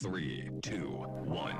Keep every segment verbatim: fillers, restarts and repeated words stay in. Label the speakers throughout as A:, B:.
A: three, two, one.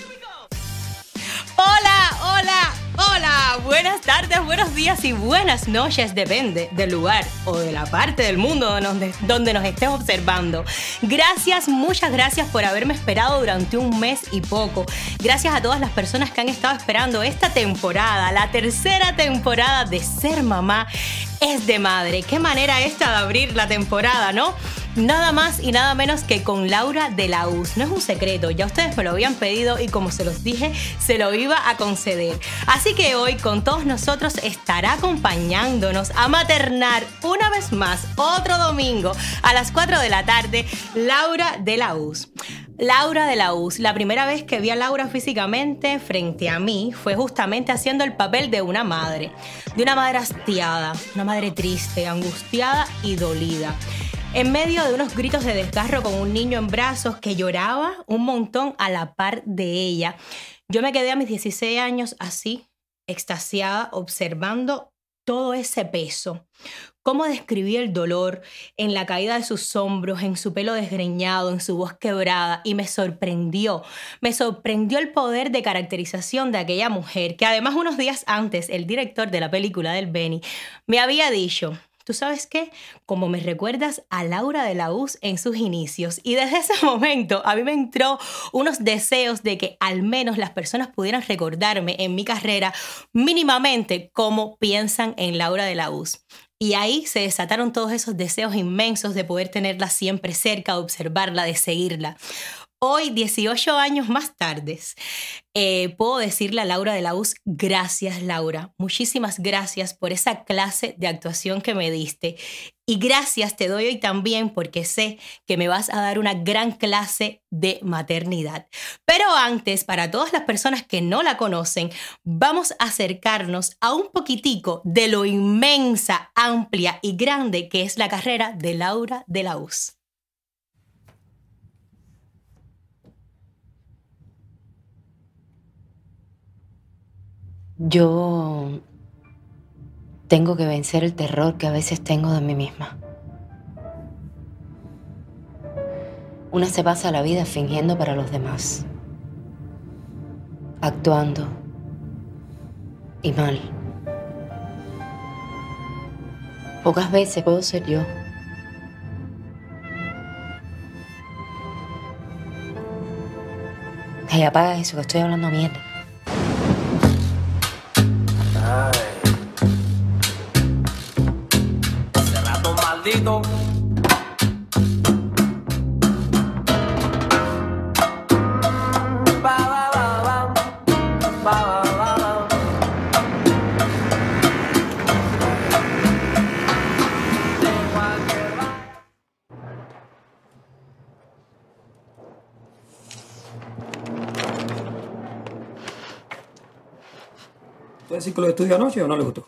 B: Hola, hola, hola. Buenas tardes, buenos días y buenas noches. Depende del lugar o de la parte del mundo donde, donde nos estés observando. Gracias, muchas gracias por haberme esperado durante un mes y poco. Gracias a todas las personas que han estado esperando esta temporada, la tercera temporada de Ser Mamá es de Madre. Qué manera esta de abrir la temporada, ¿no? Nada más y nada menos que con Laura de la U S. No es un secreto, ya ustedes me lo habían pedido y como se los dije, se lo iba a conceder. Así que hoy con todos nosotros estará acompañándonos a maternar una vez más, otro domingo a las cuatro de la tarde, Laura de la U S. Laura de la U S, la primera vez que vi a Laura físicamente frente a mí fue justamente haciendo el papel de una madre, de una madre hastiada, una madre triste, angustiada y dolida. En medio de unos gritos de desgarro con un niño en brazos que lloraba un montón a la par de ella. Yo me quedé a mis dieciséis años así, extasiada, observando todo ese peso. Cómo describía el dolor en la caída de sus hombros, en su pelo desgreñado, en su voz quebrada. Y me sorprendió, me sorprendió el poder de caracterización de aquella mujer, que además unos días antes el director de la película del Beni me había dicho: ¿tú sabes qué? Como me recuerdas a Laura de la U S en sus inicios. Y desde ese momento a mí me entró unos deseos de que al menos las personas pudieran recordarme en mi carrera mínimamente cómo piensan en Laura de la U S. Y ahí se desataron todos esos deseos inmensos de poder tenerla siempre cerca, de observarla, de seguirla. Hoy, dieciocho años más tarde, eh, puedo decirle a Laura de la U S, gracias Laura, muchísimas gracias por esa clase de actuación que me diste. Y gracias te doy hoy también porque sé que me vas a dar una gran clase de maternidad. Pero antes, para todas las personas que no la conocen, vamos a acercarnos a un poquitico de lo inmensa, amplia y grande que es la carrera de Laura de la U S.
C: Yo tengo que vencer el terror que a veces tengo de mí misma. Una se pasa la vida fingiendo para los demás, actuando y mal. Pocas veces puedo ser yo. Hey, apaga eso, que estoy hablando mierda.
D: Hace rato maldito. Ba, ba, ba, ba. Ba, ba, ba, ba. De cualquier ba-
E: ¿Fue el ciclo de estudio anoche o no le gustó?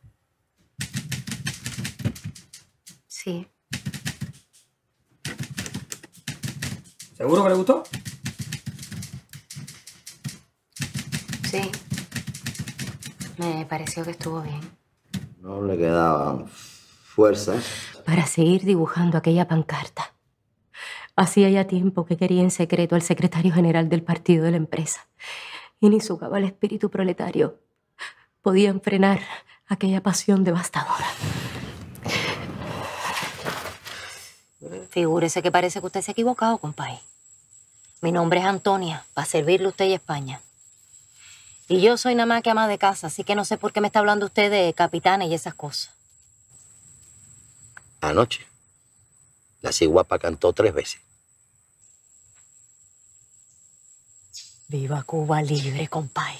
C: Sí.
E: ¿Seguro que le gustó?
C: Sí. Me pareció que estuvo bien.
F: No le quedaban fuerzas.
C: Para seguir dibujando aquella pancarta. Hacía ya tiempo que quería en secreto al secretario general del partido de la empresa. Y ni su cabal espíritu proletario podían frenar aquella pasión devastadora. Figúrese que parece que usted se ha equivocado, compadre. Mi nombre es Antonia, para servirle a usted y a España. Y yo soy nada más que ama de casa, así que no sé por qué me está hablando usted de capitanes y esas cosas.
F: Anoche, la ciguapa cantó tres veces.
C: Viva Cuba libre, compadre.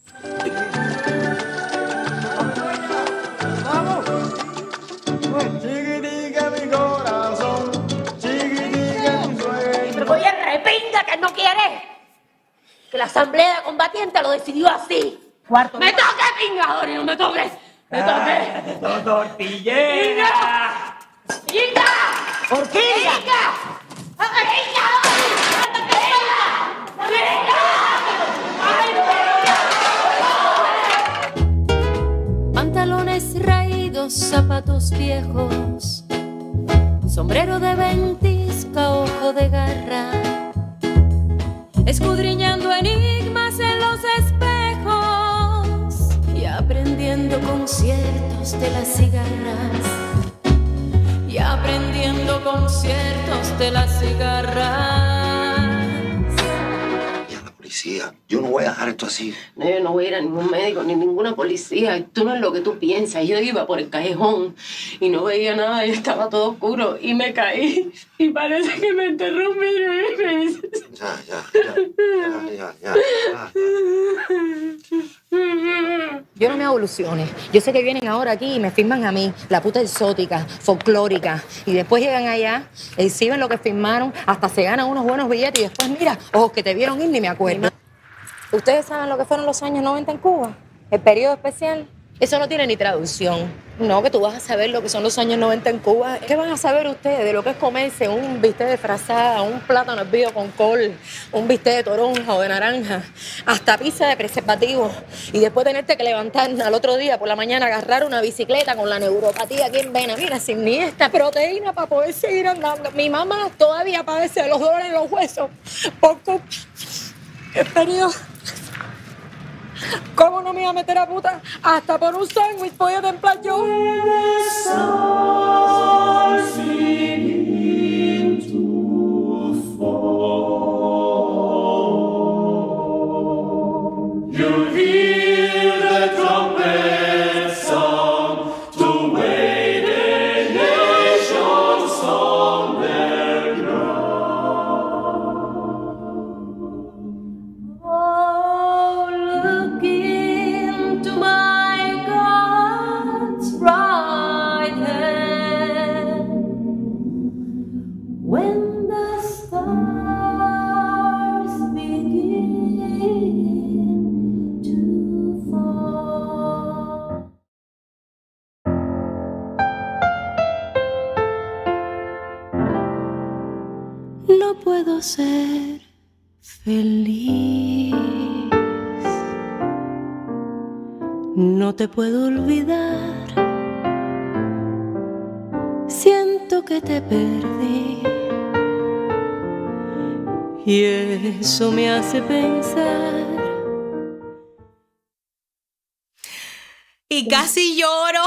D: Chiquitica mi corazón, chiquitica mi sueño.
G: Pero oye, repinga que no quiere. Que la asamblea combatiente lo decidió así.
D: Cuarto.
G: ¡Me toques, pingador, y no me toques! ¡Me toques!
D: ¡No tortillera!
G: ¡Pinga!
D: ¡Orquídea!
G: ¡Pinga! ¡Pinga! ¡Pinga! ¡Pinga!
H: Pantalones raídos, zapatos viejos, sombrero de ventisca, ojo de garra, escudriñando enigmas en los espejos y aprendiendo conciertos de las cigarras, y aprendiendo conciertos de las cigarras.
F: Y a la policía, yo no voy a dejar esto así.
I: No, yo no voy a ir a ningún médico ni ninguna policía. Tú no es lo que tú piensas. Yo iba por el callejón y no veía nada y estaba todo oscuro y me caí y parece que me enterró mil veces.
F: Ya, ya, ya, ya, ya, ya, ya.
J: Yo no me hago ilusiones. Yo sé que vienen ahora aquí y me firman a mí, la puta exótica, folclórica, y después llegan allá, exhiben lo que firmaron, hasta se ganan unos buenos billetes y después, mira, ojos que te vieron ir ni me acuerdo. ¿Ustedes saben lo que fueron los años noventa en Cuba? ¿El periodo especial? Eso no tiene ni traducción. No, que tú vas a saber lo que son los años noventa en Cuba. ¿Qué van a saber ustedes de lo que es comerse un bistec de frazada, un plátano hervido con col, un bistec de toronja o de naranja, hasta pizza de preservativo? Y después tenerte que levantar al otro día por la mañana, agarrar una bicicleta con la neuropatía aquí en vena. Mira, sin ni esta proteína para poder seguir andando. Mi mamá todavía padece de los dolores en los huesos por culpa del periodo. ¿Cómo no me iba a meter a puta? Hasta por un sándwich podía templar yo.
H: No puedo ser feliz, no te puedo olvidar, siento que te perdí y eso me hace pensar.
B: Y casi lloro.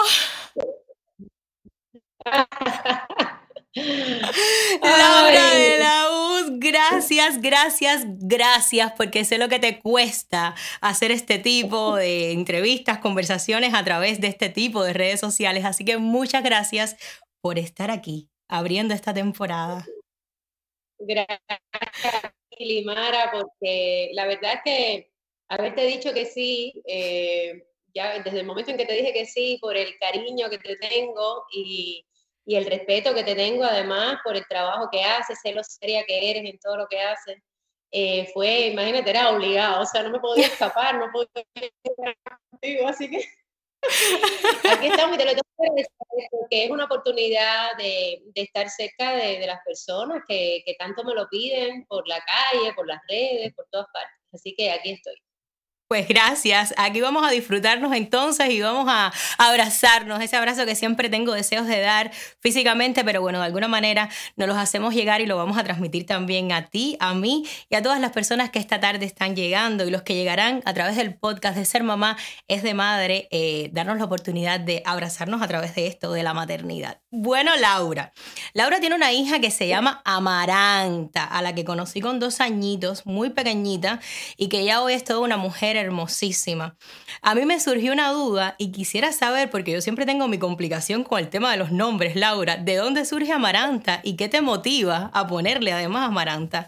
B: Laura de la U, gracias, gracias, gracias, porque sé lo que te cuesta hacer este tipo de entrevistas, conversaciones a través de este tipo de redes sociales. Así que muchas gracias por estar aquí, abriendo esta temporada.
K: Gracias, Limara, porque la verdad es que haberte dicho que sí, eh, ya desde el momento en que te dije que sí, por el cariño que te tengo y y el respeto que te tengo además por el trabajo que haces, sé lo seria que eres en todo lo que haces, eh, fue, imagínate, era obligado, o sea, no me podía escapar, no podía estar contigo, así que aquí estamos y te lo tengo que agradecer porque es una oportunidad de, de estar cerca de, de las personas que, que tanto me lo piden por la calle, por las redes, por todas partes, así que aquí estoy.
B: Pues gracias, aquí vamos a disfrutarnos entonces y vamos a abrazarnos, ese abrazo que siempre tengo deseos de dar físicamente, pero bueno, de alguna manera nos los hacemos llegar y lo vamos a transmitir también a ti, a mí y a todas las personas que esta tarde están llegando y los que llegarán a través del podcast de Ser Mamá es de Madre, eh, darnos la oportunidad de abrazarnos a través de esto, de la maternidad. Bueno, Laura, Laura tiene una hija que se llama Amaranta, a la que conocí con dos añitos, muy pequeñita y que ya hoy es toda una mujer hermosísima. A mí me surgió una duda y quisiera saber, porque yo siempre tengo mi complicación con el tema de los nombres, Laura, ¿de dónde surge Amaranta y qué te motiva a ponerle además Amaranta?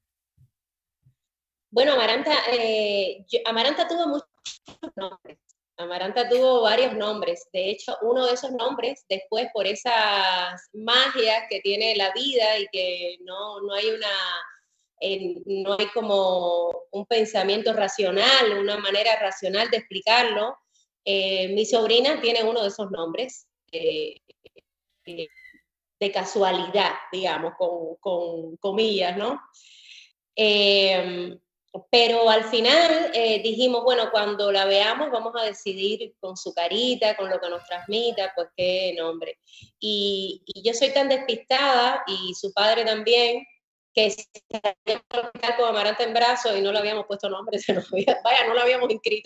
K: Bueno, Amaranta, eh, yo, Amaranta tuvo muchos nombres. Amaranta tuvo varios nombres. De hecho, uno de esos nombres, después por esas magias que tiene la vida y que no, no hay una... Eh, no hay como un pensamiento racional, una manera racional de explicarlo. Eh, mi sobrina tiene uno de esos nombres, eh, eh, de casualidad, digamos, con, con comillas, ¿no? Eh, pero al final eh, dijimos, bueno, cuando la veamos vamos a decidir con su carita, con lo que nos transmita, pues qué nombre. Y, y yo soy tan despistada, y su padre también, que salió al hospital con Amaranta en brazos y no le habíamos puesto nombre, se nos había, vaya, no lo habíamos inscrito.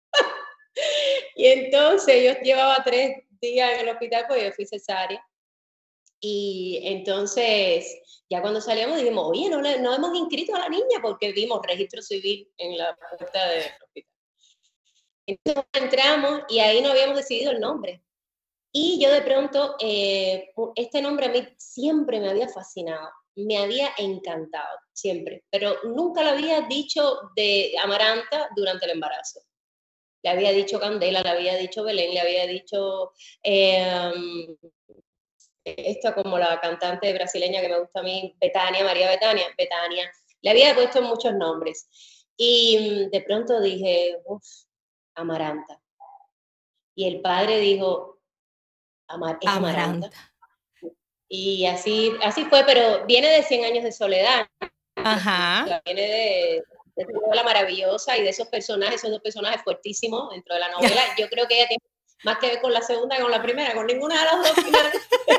K: Y entonces yo llevaba tres días en el hospital porque yo fui cesárea. Y entonces, ya cuando salíamos dijimos, oye, no, le, no hemos inscrito a la niña porque vimos registro civil en la puerta del hospital. Entonces entramos y ahí no habíamos decidido el nombre. Y yo de pronto, eh, este nombre a mí siempre me había fascinado, me había encantado, siempre. Pero nunca lo había dicho de Amaranta durante el embarazo. Le había dicho Candela, le había dicho Belén, le había dicho... Eh, esto como la cantante brasileña que me gusta a mí, Betania, María Betania, Betania, le había puesto muchos nombres. Y de pronto dije, uff, Amaranta. Y el padre dijo, Amar es Amaranta. Amaranta. Y así, así fue, pero viene de Cien años de soledad.
B: Ajá.
K: Viene de, de la maravillosa y de esos personajes, esos dos personajes fuertísimos dentro de la novela. Yo creo que ella tiene más que ver con la segunda que con la primera, con ninguna de las dos finales.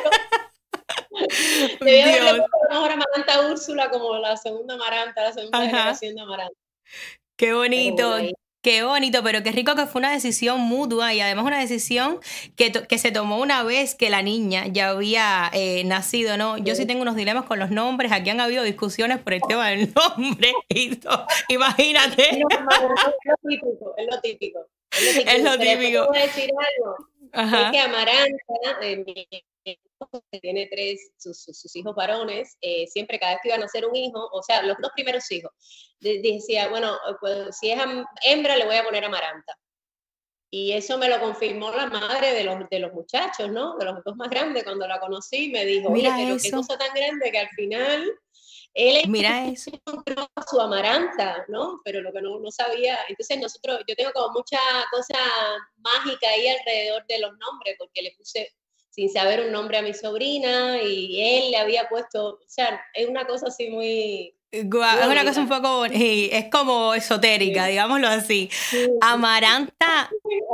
K: Debía haberle puesto mejor a Amaranta Úrsula como la segunda Amaranta, la segunda Ajá. generación de Amaranta.
B: Qué bonito, qué bonito, pero qué rico que fue una decisión mutua y además una decisión que, que se tomó una vez que la niña ya había eh, nacido, ¿no? Yo sí tengo unos dilemas con los nombres, aquí han habido discusiones por el tema del nombre y todo. Imagínate.
K: No, no, no, es lo típico, es lo típico. Es lo típico.
B: Es lo típico.
K: Voy a decir algo. Ajá. Es que Amaranta, eh, mi que tiene tres, sus, sus, sus hijos varones, eh, siempre cada vez que iban a nacer un hijo, o sea, los dos primeros hijos, de, decía, bueno, pues si es hembra le voy a poner Amaranta. Y eso me lo confirmó la madre de los, de los muchachos, ¿no? De los dos más grandes, cuando la conocí, me dijo,
B: Mira
K: oye, pero
B: eso.
K: qué cosa tan grande que al final él
B: Mira eso.
K: encontró a su Amaranta, ¿no? Pero lo que no, no sabía, entonces nosotros, yo tengo como mucha cosa mágica ahí alrededor de los nombres, porque le puse sin saber un nombre a mi sobrina y él le había puesto, o sea, es una cosa así muy...
B: Guau, es una cosa un poco, es como esotérica, sí. Digámoslo así. Sí. Amaranta...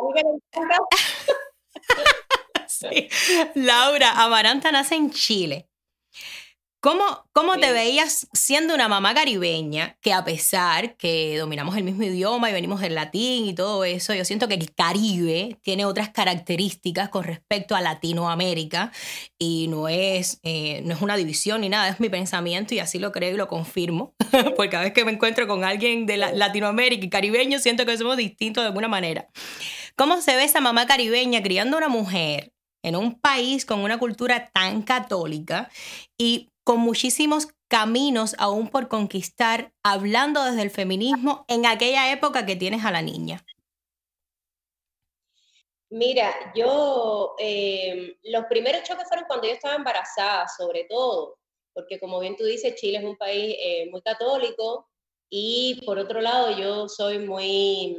B: Sí. Laura, Amaranta nace en Chile. ¿Cómo, cómo sí. te veías siendo una mamá caribeña que a pesar que dominamos el mismo idioma y venimos del latín y todo eso, yo siento que el Caribe tiene otras características con respecto a Latinoamérica y no es, eh, no es una división ni nada, es mi pensamiento y así lo creo y lo confirmo, porque cada vez que me encuentro con alguien de la, Latinoamérica y caribeño siento que somos distintos de alguna manera. ¿Cómo se ve esa mamá caribeña criando a una mujer en un país con una cultura tan católica y con muchísimos caminos aún por conquistar, hablando desde el feminismo en aquella época que tienes a la niña?
K: Mira, yo, eh, los primeros choques fueron cuando yo estaba embarazada, sobre todo, porque como bien tú dices, Chile es un país eh, muy católico y por otro lado yo soy muy,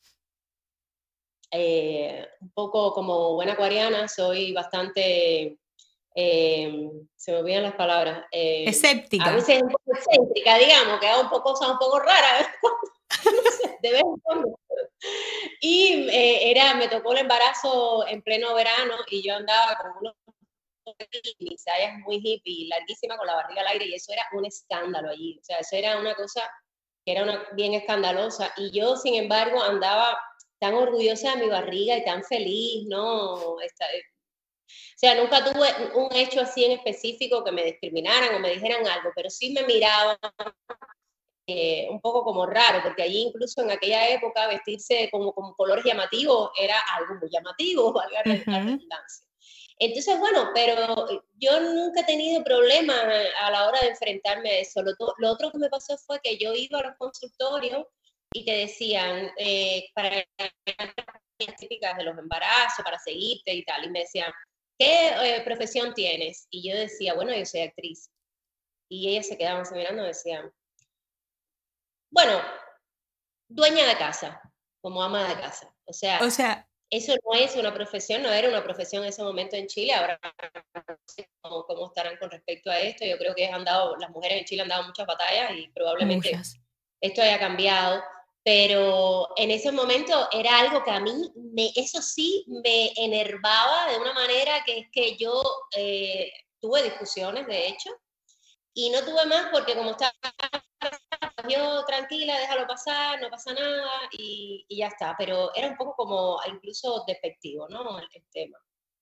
K: eh, un poco como buena acuariana, soy bastante... Eh, se me olvidan las palabras. Eh,
B: escéptica.
K: A veces un poco excéntrica, digamos, que hago un poco cosas un poco raras, no sé, de vez en cuando. Y eh, era, me tocó el embarazo en pleno verano y yo andaba con unos mis sayas muy hippie, larguísima, con la barriga al aire, y eso era un escándalo allí. O sea, eso era una cosa que era una, bien escandalosa. Y yo, sin embargo, andaba tan orgullosa de mi barriga y tan feliz, ¿no? Esta, O sea, nunca tuve un hecho así en específico que me discriminaran o me dijeran algo, pero sí me miraban eh, un poco como raro, porque allí incluso en aquella época vestirse como con colores llamativos era algo muy llamativo, valga la redundancia. Entonces, bueno, pero yo nunca he tenido problemas a la hora de enfrentarme a eso. Lo, lo otro que me pasó fue que yo iba a los consultorios y te decían, eh, para las típicas de los embarazos, para seguirte y tal, y me decían, ¿qué eh, profesión tienes? Y yo decía, bueno, yo soy actriz. Y ellas se quedaban así mirando y decían, bueno, dueña de casa, como ama de casa. O sea,
B: o sea,
K: eso no es una profesión, no era una profesión en ese momento en Chile. Ahora no sé cómo, cómo estarán con respecto a esto. Yo creo que han dado, las mujeres en Chile han dado muchas batallas y probablemente muchas. Esto haya cambiado. Pero en ese momento era algo que a mí, me, eso sí, me enervaba de una manera que es que yo eh, tuve discusiones, de hecho, Y no tuve más porque como estaba yo tranquila, déjalo pasar, no pasa nada y, y ya está. Pero era un poco como incluso despectivo, ¿no? El, el tema.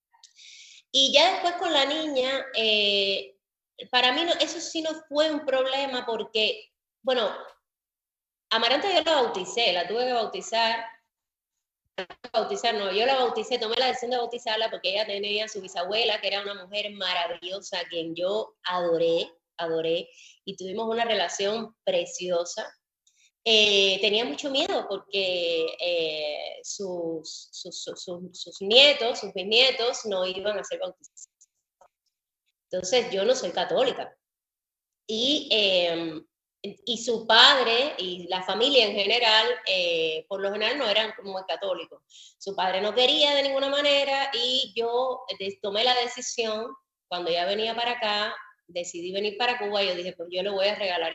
K: Y ya después con la niña, eh, para mí no, eso sí no fue un problema porque, bueno, Amaranta yo la bauticé, la tuve que bautizar. bautizar, no, yo la bauticé, tomé la decisión de bautizarla porque ella tenía a su bisabuela, que era una mujer maravillosa, a quien yo adoré, adoré, y tuvimos una relación preciosa. Eh, tenía mucho miedo porque eh, sus, sus, sus, sus, sus nietos, sus bisnietos, no iban a ser bautizados. Entonces, yo no soy católica. Y... Eh, y su padre y la familia en general, eh, por lo general no eran muy católicos. Su padre no quería de ninguna manera y yo tomé la decisión, cuando ya venía para acá, decidí venir para Cuba y yo dije, pues yo le voy a regalar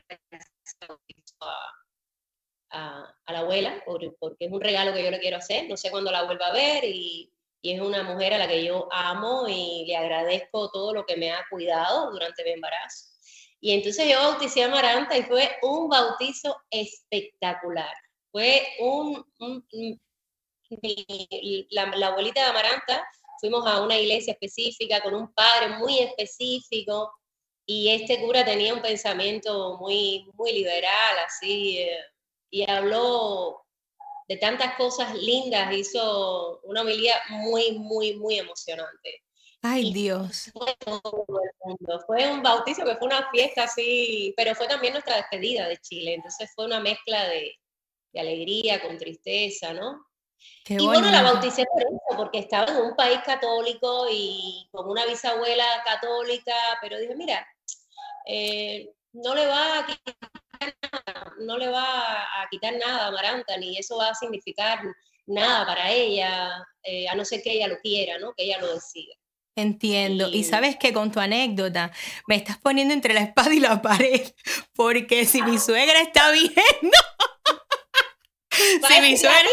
K: a, a, a la abuela, porque es un regalo que yo le quiero hacer, no sé cuándo la vuelva a ver y, y es una mujer a la que yo amo y le agradezco todo lo que me ha cuidado durante mi embarazo. Y entonces yo bauticé a Amaranta y fue un bautizo espectacular. Fue un... un, un mi, la, la abuelita de Amaranta, fuimos a una iglesia específica con un padre muy específico y este cura tenía un pensamiento muy, muy liberal, así, eh, y habló de tantas cosas lindas, hizo una homilía muy, muy, muy emocionante.
B: Ay, y Dios.
K: Fue, todo el mundo. Fue un bautizo que fue una fiesta así, pero fue también nuestra despedida de Chile, entonces fue una mezcla de, de alegría con tristeza, ¿no?
B: Qué
K: y
B: bonito.
K: Bueno, la bauticé por eso, porque estaba en un país católico y con una bisabuela católica, pero dije, mira, eh, no le va a quitar nada, no le va a quitar nada a Amaranta, ni eso va a significar nada para ella, eh, a no ser que ella lo quiera, ¿no? Que ella lo decida.
B: Entiendo. Y sabes que con tu anécdota me estás poniendo entre la espada y la pared, porque si mi suegra está viendo, si mi suegra,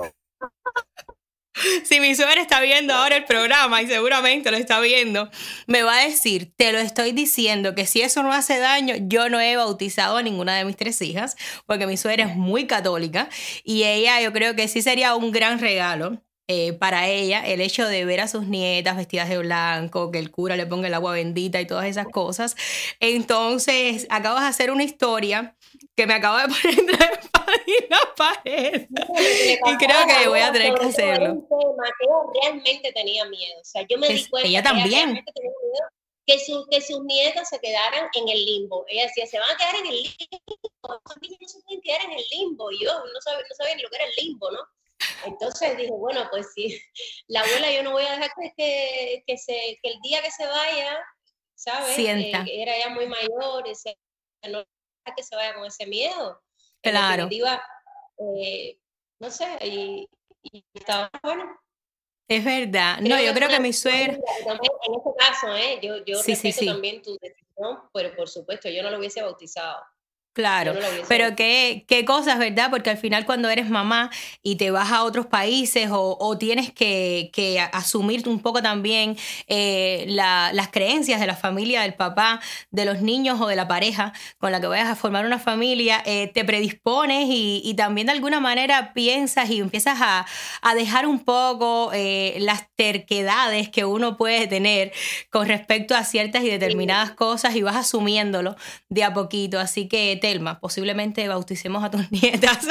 B: si mi suegra está viendo ahora el programa y seguramente lo está viendo, me va a decir, te lo estoy diciendo, que si eso no hace daño, yo no he bautizado a ninguna de mis tres hijas, porque mi suegra es muy católica y ella yo creo que sí sería un gran regalo. Eh, para ella, el hecho de ver a sus nietas vestidas de blanco, que el cura le ponga el agua bendita y todas esas cosas. Entonces, acabas de hacer una historia que me acaba de poner entre la espada y la pared. Y creo que voy a tener que hacerlo.
K: Un tema que ella realmente tenía miedo. O sea, yo me
B: pues
K: di cuenta
B: ella
K: que
B: también.
K: ella realmente tenía miedo que, su, que sus nietas se quedaran en el limbo. Ella decía, se van a quedar en el limbo. Los niños no se pueden quedar en el limbo. Y yo no sabía, no sabía ni lo que era el limbo, ¿no? Entonces dije, bueno, pues sí, la abuela yo no voy a dejar que, que, que, se, que el día que se vaya, ¿sabes?
B: Sienta.
K: Eh, era ya muy mayor, ese, no dejar que se vaya con ese miedo.
B: Claro.
K: En definitiva, eh, no sé, y, y estaba bueno.
B: Es verdad.
K: Creo
B: no, yo
K: que
B: creo
K: una,
B: que mi suegra...
K: También, en este caso, ¿eh? yo, yo
B: sí,
K: respeto
B: sí, sí.
K: también tu decisión, pero por supuesto, yo no lo hubiese bautizado.
B: Claro,
K: no
B: pero qué, qué cosas, ¿verdad? Porque al final cuando eres mamá y te vas a otros países o, o tienes que, que asumir un poco también eh, la, las creencias de la familia, del papá, de los niños o de la pareja con la que vayas a formar una familia, eh, te predispones y, y también de alguna manera piensas y empiezas a, a dejar un poco eh, las terquedades que uno puede tener con respecto a ciertas y determinadas sí. cosas y vas asumiéndolo de a poquito, así que Telma, posiblemente bauticemos a tus nietas.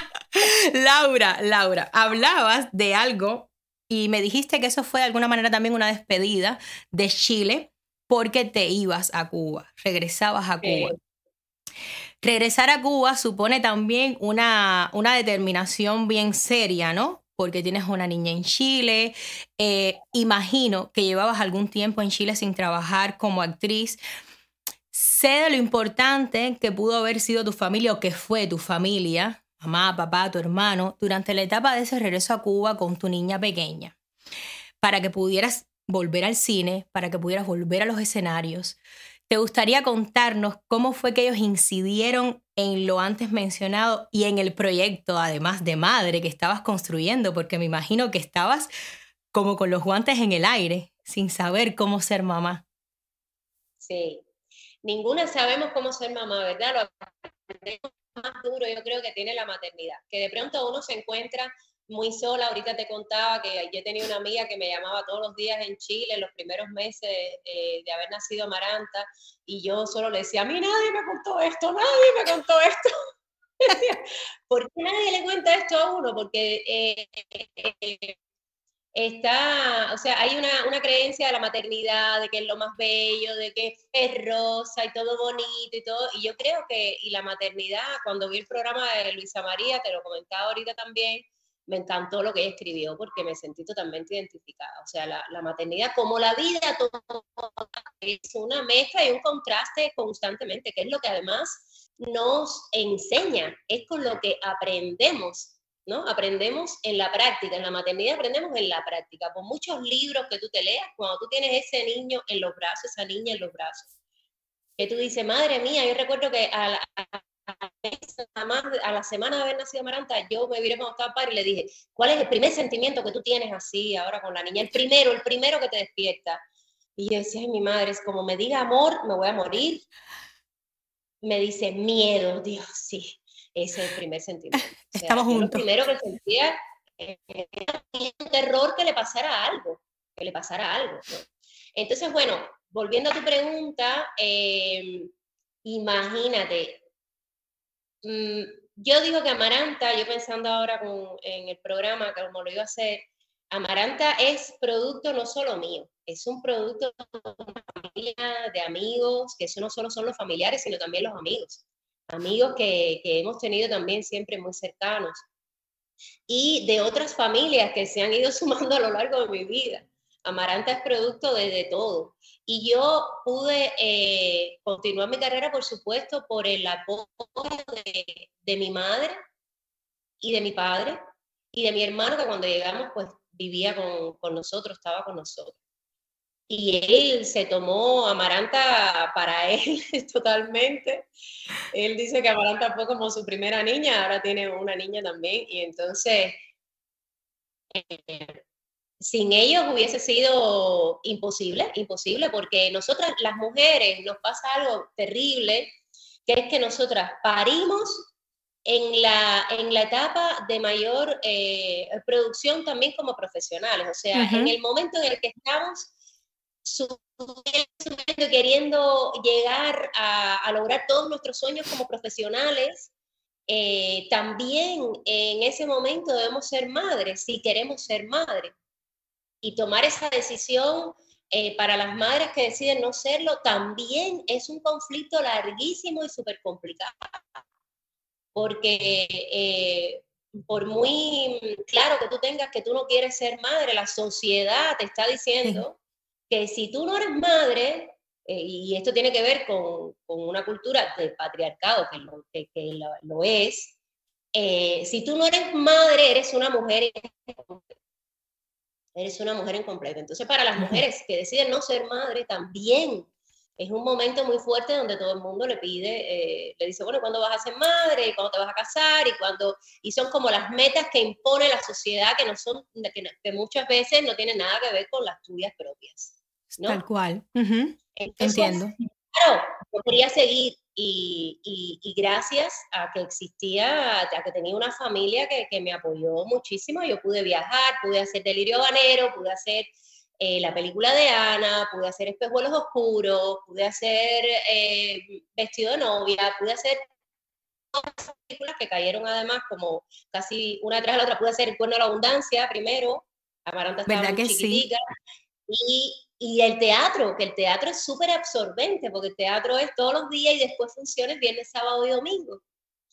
B: Laura, Laura, hablabas de algo y me dijiste que eso fue de alguna manera también una despedida de Chile porque te ibas a Cuba, regresabas a Cuba. Sí. Regresar a Cuba supone también una, una determinación bien seria, ¿no? Porque tienes una niña en Chile. Eh, imagino que llevabas algún tiempo en Chile sin trabajar como actriz. Sé de lo importante que pudo haber sido tu familia o que fue tu familia, mamá, papá, tu hermano, durante la etapa de ese regreso a Cuba con tu niña pequeña, para que pudieras volver al cine, para que pudieras volver a los escenarios. ¿Te gustaría contarnos cómo fue que ellos incidieron en lo antes mencionado y en el proyecto, además de madre, que estabas construyendo? Porque me imagino que estabas como con los guantes en el aire, sin saber cómo ser mamá.
K: Sí. ninguna sabemos cómo ser mamá, ¿verdad? Lo más duro yo creo que tiene la maternidad, que de pronto uno se encuentra muy sola. Ahorita te contaba que yo tenía una amiga que me llamaba todos los días en Chile, en los primeros meses eh, de haber nacido Amaranta, y yo solo le decía, a mí nadie me contó esto, nadie me contó esto. ¿Por qué nadie le cuenta esto a uno? Porque eh, eh, está, o sea, hay una, una creencia de la maternidad, de que es lo más bello, de que es rosa y todo bonito y todo, y yo creo que, y la maternidad, cuando vi el programa de Luisa María, te lo comentaba ahorita también, me encantó lo que ella escribió porque me sentí totalmente identificada. O sea, la, la maternidad, como la vida, todo, es una mezcla y un contraste constantemente, que es lo que además nos enseña, es con lo que aprendemos, ¿no? Aprendemos en la práctica, en la maternidad aprendemos en la práctica. Por muchos libros que tú te leas, cuando tú tienes ese niño en los brazos, esa niña en los brazos, que tú dices, madre mía, yo recuerdo que a la, a a la semana de haber nacido Amaranta, yo me viré cuando estaba padre y le dije, ¿cuál es el primer sentimiento que tú tienes así ahora con la niña? El primero, el primero que te despierta. Y yo decía, ay, mi madre, es como me diga amor, me voy a morir. Me dice, miedo, Dios, sí, ese es el primer sentimiento. O sea,
B: estamos juntos.
K: Lo primero que sentía era un terror que le pasara algo, que le pasara algo, ¿no? Entonces, bueno, volviendo a tu pregunta, eh, imagínate, Mm, yo digo que Amaranta, yo pensando ahora con, en el programa, que como lo iba a hacer, Amaranta es producto no solo mío, es un producto de una familia, de amigos, que eso no solo son los familiares, sino también los amigos. Amigos que, que hemos tenido también siempre muy cercanos. Y de otras familias que se han ido sumando a lo largo de mi vida. Amaranta es producto de, de todo. Y yo pude eh, continuar mi carrera, por supuesto, por el apoyo de, de mi madre y de mi padre y de mi hermano, que cuando llegamos, pues vivía con, con nosotros, estaba con nosotros. Y él se tomó Amaranta para él totalmente. Él dice que Amaranta fue como su primera niña, ahora tiene una niña también. Y entonces, eh, sin ellos hubiese sido imposible, imposible, porque nosotras las mujeres nos pasa algo terrible, que es que nosotras parimos en la, en la etapa de mayor eh, producción también como profesionales. O sea, uh-huh. en el momento en el que estamos subiendo, queriendo llegar a, a lograr todos nuestros sueños como profesionales, eh, también en ese momento debemos ser madres, si queremos ser madres. Y tomar esa decisión eh, para las madres que deciden no serlo también es un conflicto larguísimo y súper complicado. Porque eh, por muy claro que tú tengas que tú no quieres ser madre, la sociedad te está diciendo que si tú no eres madre, eh, y esto tiene que ver con, con una cultura del patriarcado, que lo, que, que lo, lo es, eh, si tú no eres madre, eres una mujer eres una mujer incompleta. Entonces, para las mujeres que deciden no ser madre, también es un momento muy fuerte donde todo el mundo le pide, eh, le dice, bueno, ¿cuándo vas a ser madre? ¿Y cuándo te vas a casar? Y, cuándo... y son como las metas que impone la sociedad, que, no son, que, que muchas veces no tienen nada que ver con las tuyas propias, ¿no?
B: Tal cual. Uh-huh.
K: Entonces,
B: entiendo.
K: Claro, yo quería seguir y, y, y gracias a que existía, a que tenía una familia que, que me apoyó muchísimo, yo pude viajar, pude hacer Delirio Habanero, pude hacer eh, la película de Ana, pude hacer Espejuelos Oscuros, pude hacer eh, Vestido de Novia, pude hacer todas esas películas que cayeron además como casi una tras la otra. Pude hacer El Cuerno de la Abundancia primero, Amaranta estaba muy chiquitica, sí. y Y el teatro, que el teatro es súper absorbente, porque el teatro es todos los días y después funciones viernes, sábado y domingo.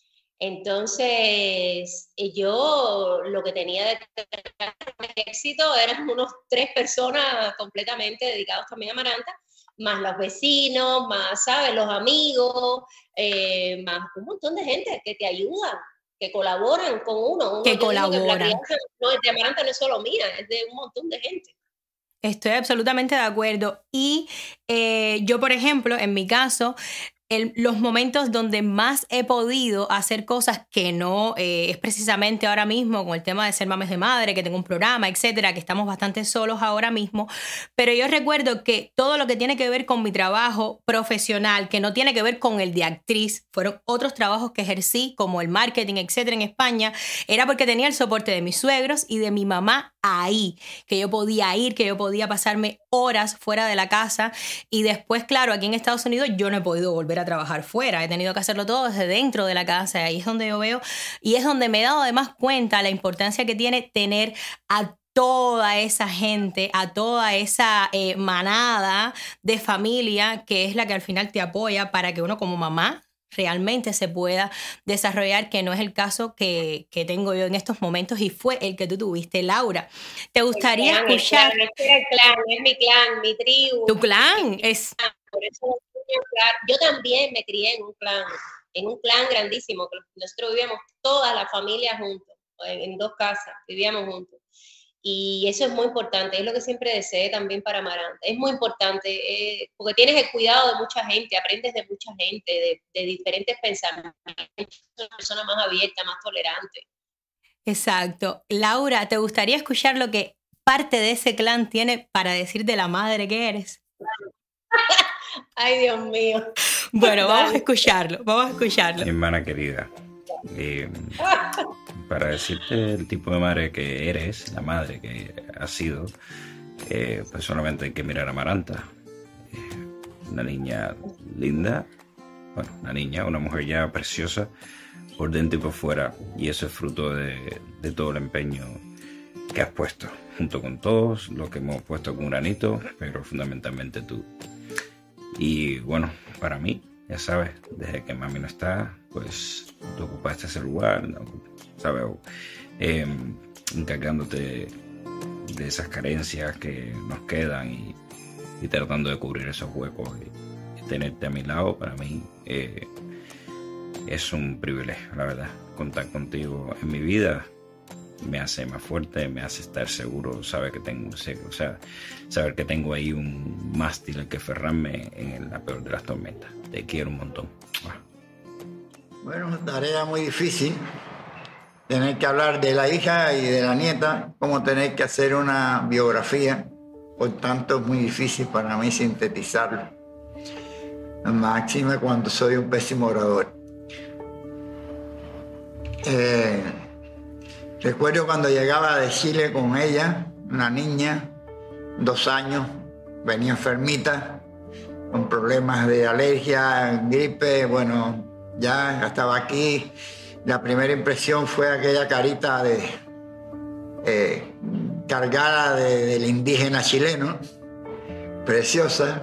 K: Entonces, yo lo que tenía de éxito eran unos tres personas completamente dedicados también a Amaranta, más los vecinos, más, ¿sabes?, los amigos, eh, más un montón de gente que te ayudan, que colaboran con uno. uno
B: que colaboran. Que la
K: crianza, no, el de Amaranta no es solo mía, es de un montón de gente.
B: Estoy absolutamente de acuerdo. Y eh, yo, por ejemplo, en mi caso, El, los momentos donde más he podido hacer cosas que no eh, es precisamente ahora mismo con el tema de ser mames de madre, que tengo un programa, etcétera, que estamos bastante solos ahora mismo, pero yo recuerdo que todo lo que tiene que ver con mi trabajo profesional, que no tiene que ver con el de actriz, fueron otros trabajos que ejercí, como el marketing, etcétera, en España, era porque tenía el soporte de mis suegros y de mi mamá ahí, que yo podía ir, que yo podía pasarme horas fuera de la casa, y después, claro, aquí en Estados Unidos yo no he podido volver a trabajar fuera, he tenido que hacerlo todo desde dentro de la casa, y ahí es donde yo veo, y es donde me he dado además cuenta la importancia que tiene tener a toda esa gente, a toda esa eh, manada de familia que es la que al final te apoya para que uno como mamá realmente se pueda desarrollar, que no es el caso que, que tengo yo en estos momentos y fue el que tú tuviste, Laura. ¿Te gustaría
K: el clan,
B: escuchar?
K: El clan, este era el clan, es mi clan, mi tribu.
B: Tu clan es...
K: Por eso yo también me crié en un clan, en un clan grandísimo. Nosotros vivíamos todas las familias juntos, en, en dos casas, vivíamos juntos. Y eso es muy importante, es lo que siempre deseé también para Amaranta. Es muy importante, eh, porque tienes el cuidado de mucha gente, aprendes de mucha gente, de, de diferentes pensamientos, una persona más abierta, más tolerante.
B: Exacto. Laura, ¿te gustaría escuchar lo que parte de ese clan tiene para decir de la madre que eres?
K: Ay, Dios mío.
B: Bueno, vamos a escucharlo, vamos a escucharlo.
L: Mi hermana querida, eh, para decirte el tipo de madre que eres, la madre que has sido, eh, pues solamente hay que mirar a Amaranta. Eh, una niña linda, bueno, una niña, una mujer ya preciosa por dentro y por fuera, y eso es fruto de, de todo el empeño que has puesto, junto con todos los que hemos puesto con granito, pero fundamentalmente tú. Y bueno, para mí, ya sabes, desde que mami no está, pues tú ocupaste ese lugar, ¿no? ¿Sabes? Eh, encargándote de esas carencias que nos quedan y, y tratando de cubrir esos huecos. Y, y tenerte a mi lado, para mí, eh, es un privilegio, la verdad. Contar contigo en mi vida me hace más fuerte, me hace estar seguro, saber que tengo, o sea, saber que tengo ahí un mástil al que aferrarme en la peor de las tormentas. Te quiero un montón.
M: Bueno, tarea muy difícil. Tener que hablar de la hija y de la nieta, como tener que hacer una biografía. Por tanto, es muy difícil para mí sintetizarlo. Máxima cuando soy un pésimo orador. Eh, recuerdo cuando llegaba de Chile con ella, una niña, dos años, venía enfermita, con problemas de alergia, gripe, bueno, ya estaba aquí. La primera impresión fue aquella carita de, eh, cargada de, del indígena chileno, preciosa.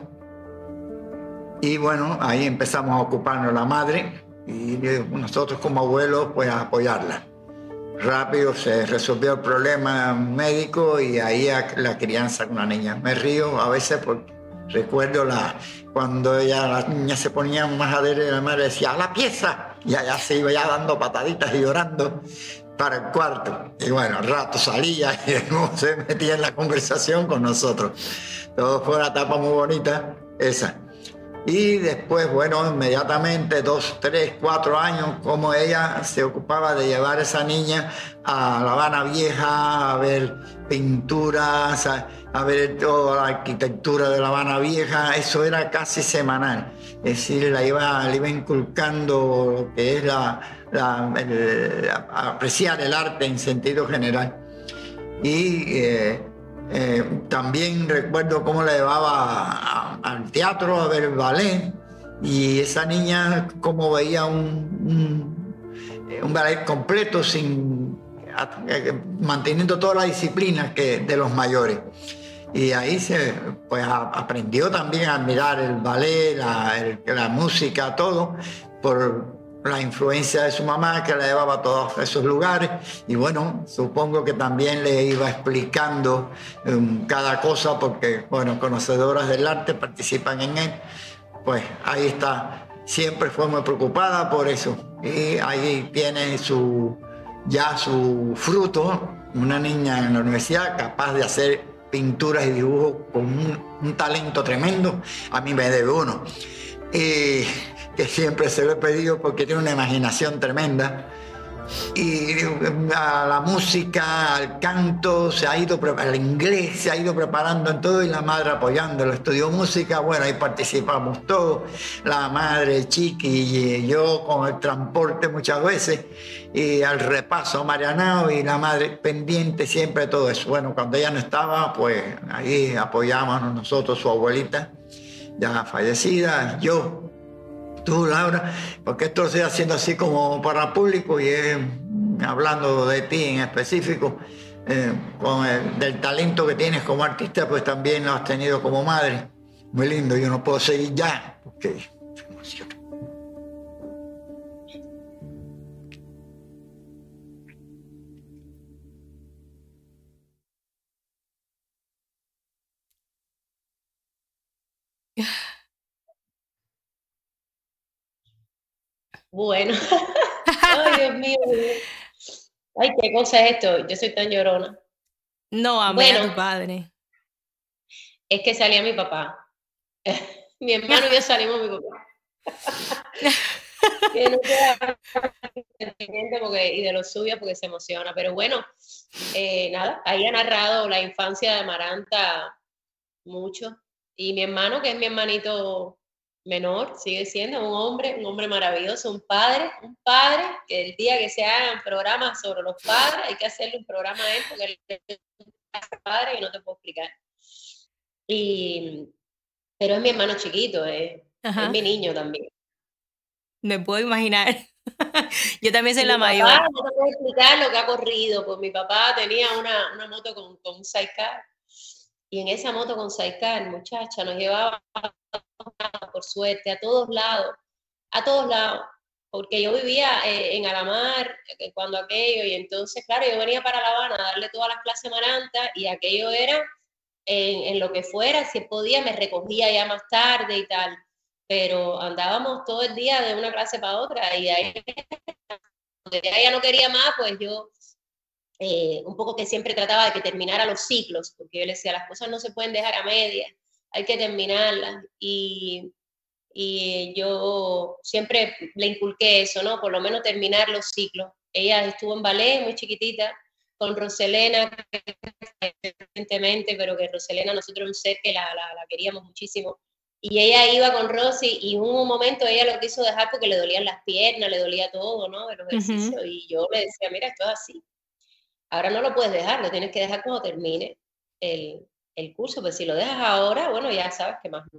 M: Y bueno, ahí empezamos a ocuparnos la madre y nosotros como abuelos pues a apoyarla. Rápido se resolvió el problema médico y ahí la crianza con la niña. Me río a veces porque recuerdo la, cuando ella, las niñas se ponían más alegres, la madre decía ¡a la pieza! Y allá se iba ya dando pataditas y llorando para el cuarto. Y bueno, al rato salía y se metía en la conversación con nosotros. Todo fue una etapa muy bonita esa. Y después, bueno, inmediatamente, dos, tres, cuatro años, como ella se ocupaba de llevar a esa niña a La Habana Vieja, a ver pinturas, a, a ver toda la arquitectura de La Habana Vieja. Eso era casi semanal. Es decir, la iba, le iba inculcando lo que es la, la, el, la, apreciar el arte en sentido general. Y eh, eh, también recuerdo cómo la llevaba a, a, al teatro a ver el ballet. Y esa niña, como veía un, un, un ballet completo, sin, manteniendo toda la disciplina que, de los mayores. Y ahí se pues, a, aprendió también a admirar el ballet, la, el, la música, todo, por la influencia de su mamá que la llevaba a todos esos lugares. Y bueno, supongo que también le iba explicando um, cada cosa porque, bueno, conocedoras del arte participan en él. Pues ahí está, siempre fue muy preocupada por eso. Y ahí tiene su, ya su fruto, una niña en la universidad capaz de hacer pinturas y dibujos con un, un talento tremendo. A mí me debe uno. Y que siempre se lo he pedido porque tiene una imaginación tremenda. Y a la música, al canto, se ha ido al inglés, se ha ido preparando en todo y la madre apoyándolo. Estudió música, bueno, ahí participamos todos, la madre, Chiqui y yo con el transporte muchas veces, y al repaso Marianao y la madre pendiente siempre de todo eso. Bueno, cuando ella no estaba, pues ahí apoyábamos nosotros, su abuelita, ya fallecida, yo. Tú, Laura, porque esto lo estoy haciendo así como para público y es hablando de ti en específico, eh, con el, del talento que tienes como artista, pues también lo has tenido como madre. Muy lindo, yo no puedo seguir ya, porque se emociona.
K: Bueno, ay Dios mío, ay, qué cosa es esto, yo soy tan llorona.
B: No, amé
K: bueno,
B: a tu padre.
K: Es que salía mi papá, mi hermano y yo salimos mi papá. Que no queda porque, y de lo suyo porque se emociona, pero bueno, eh, nada, ahí ha narrado la infancia de Amaranta mucho, y mi hermano, que es mi hermanito menor, sigue siendo un hombre, un hombre maravilloso, un padre, un padre, que el día que se hagan programas sobre los padres, hay que hacerle un programa a él, porque él es un padre y no te puedo explicar. Y, pero es mi hermano chiquito, eh, es mi niño también.
B: Me puedo imaginar. Yo también soy
K: y
B: la
K: mi
B: mayor.
K: Papá, no te puedo explicar lo que ha corrido, pues mi papá tenía una, una moto con, con un sidecar, y en esa moto con sidecar, muchacha, nos llevaba por suerte, a todos lados, a todos lados, porque yo vivía eh, en Alamar eh, cuando aquello, y entonces, claro, yo venía para La Habana a darle todas las clases a Amaranta, y aquello era en, en lo que fuera, si podía me recogía ya más tarde y tal, pero andábamos todo el día de una clase para otra, y ahí, donde ella no quería más, pues yo eh, un poco que siempre trataba de que terminara los ciclos, porque yo le decía, las cosas no se pueden dejar a medias, hay que terminarlas, y, y yo siempre le inculqué eso, ¿no? Por lo menos terminar los ciclos. Ella estuvo en ballet muy chiquitita, con Roselena, recientemente, pero que Roselena nosotros un ser que la, la, la queríamos muchísimo, y ella iba con Rosy, y en un momento ella lo quiso dejar porque le dolían las piernas, le dolía todo, ¿no? De los ejercicios, uh-huh. Y yo le decía, mira, esto es así, ahora no lo puedes dejar, lo tienes que dejar cuando termine el el curso, pues si lo dejas ahora, bueno, ya sabes qué más.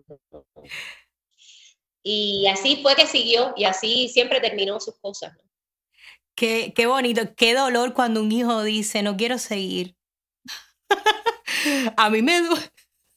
K: Y así fue que siguió, y así siempre terminó sus cosas, ¿no?
B: Qué, qué bonito, qué dolor cuando un hijo dice, no quiero seguir. A mí me duele.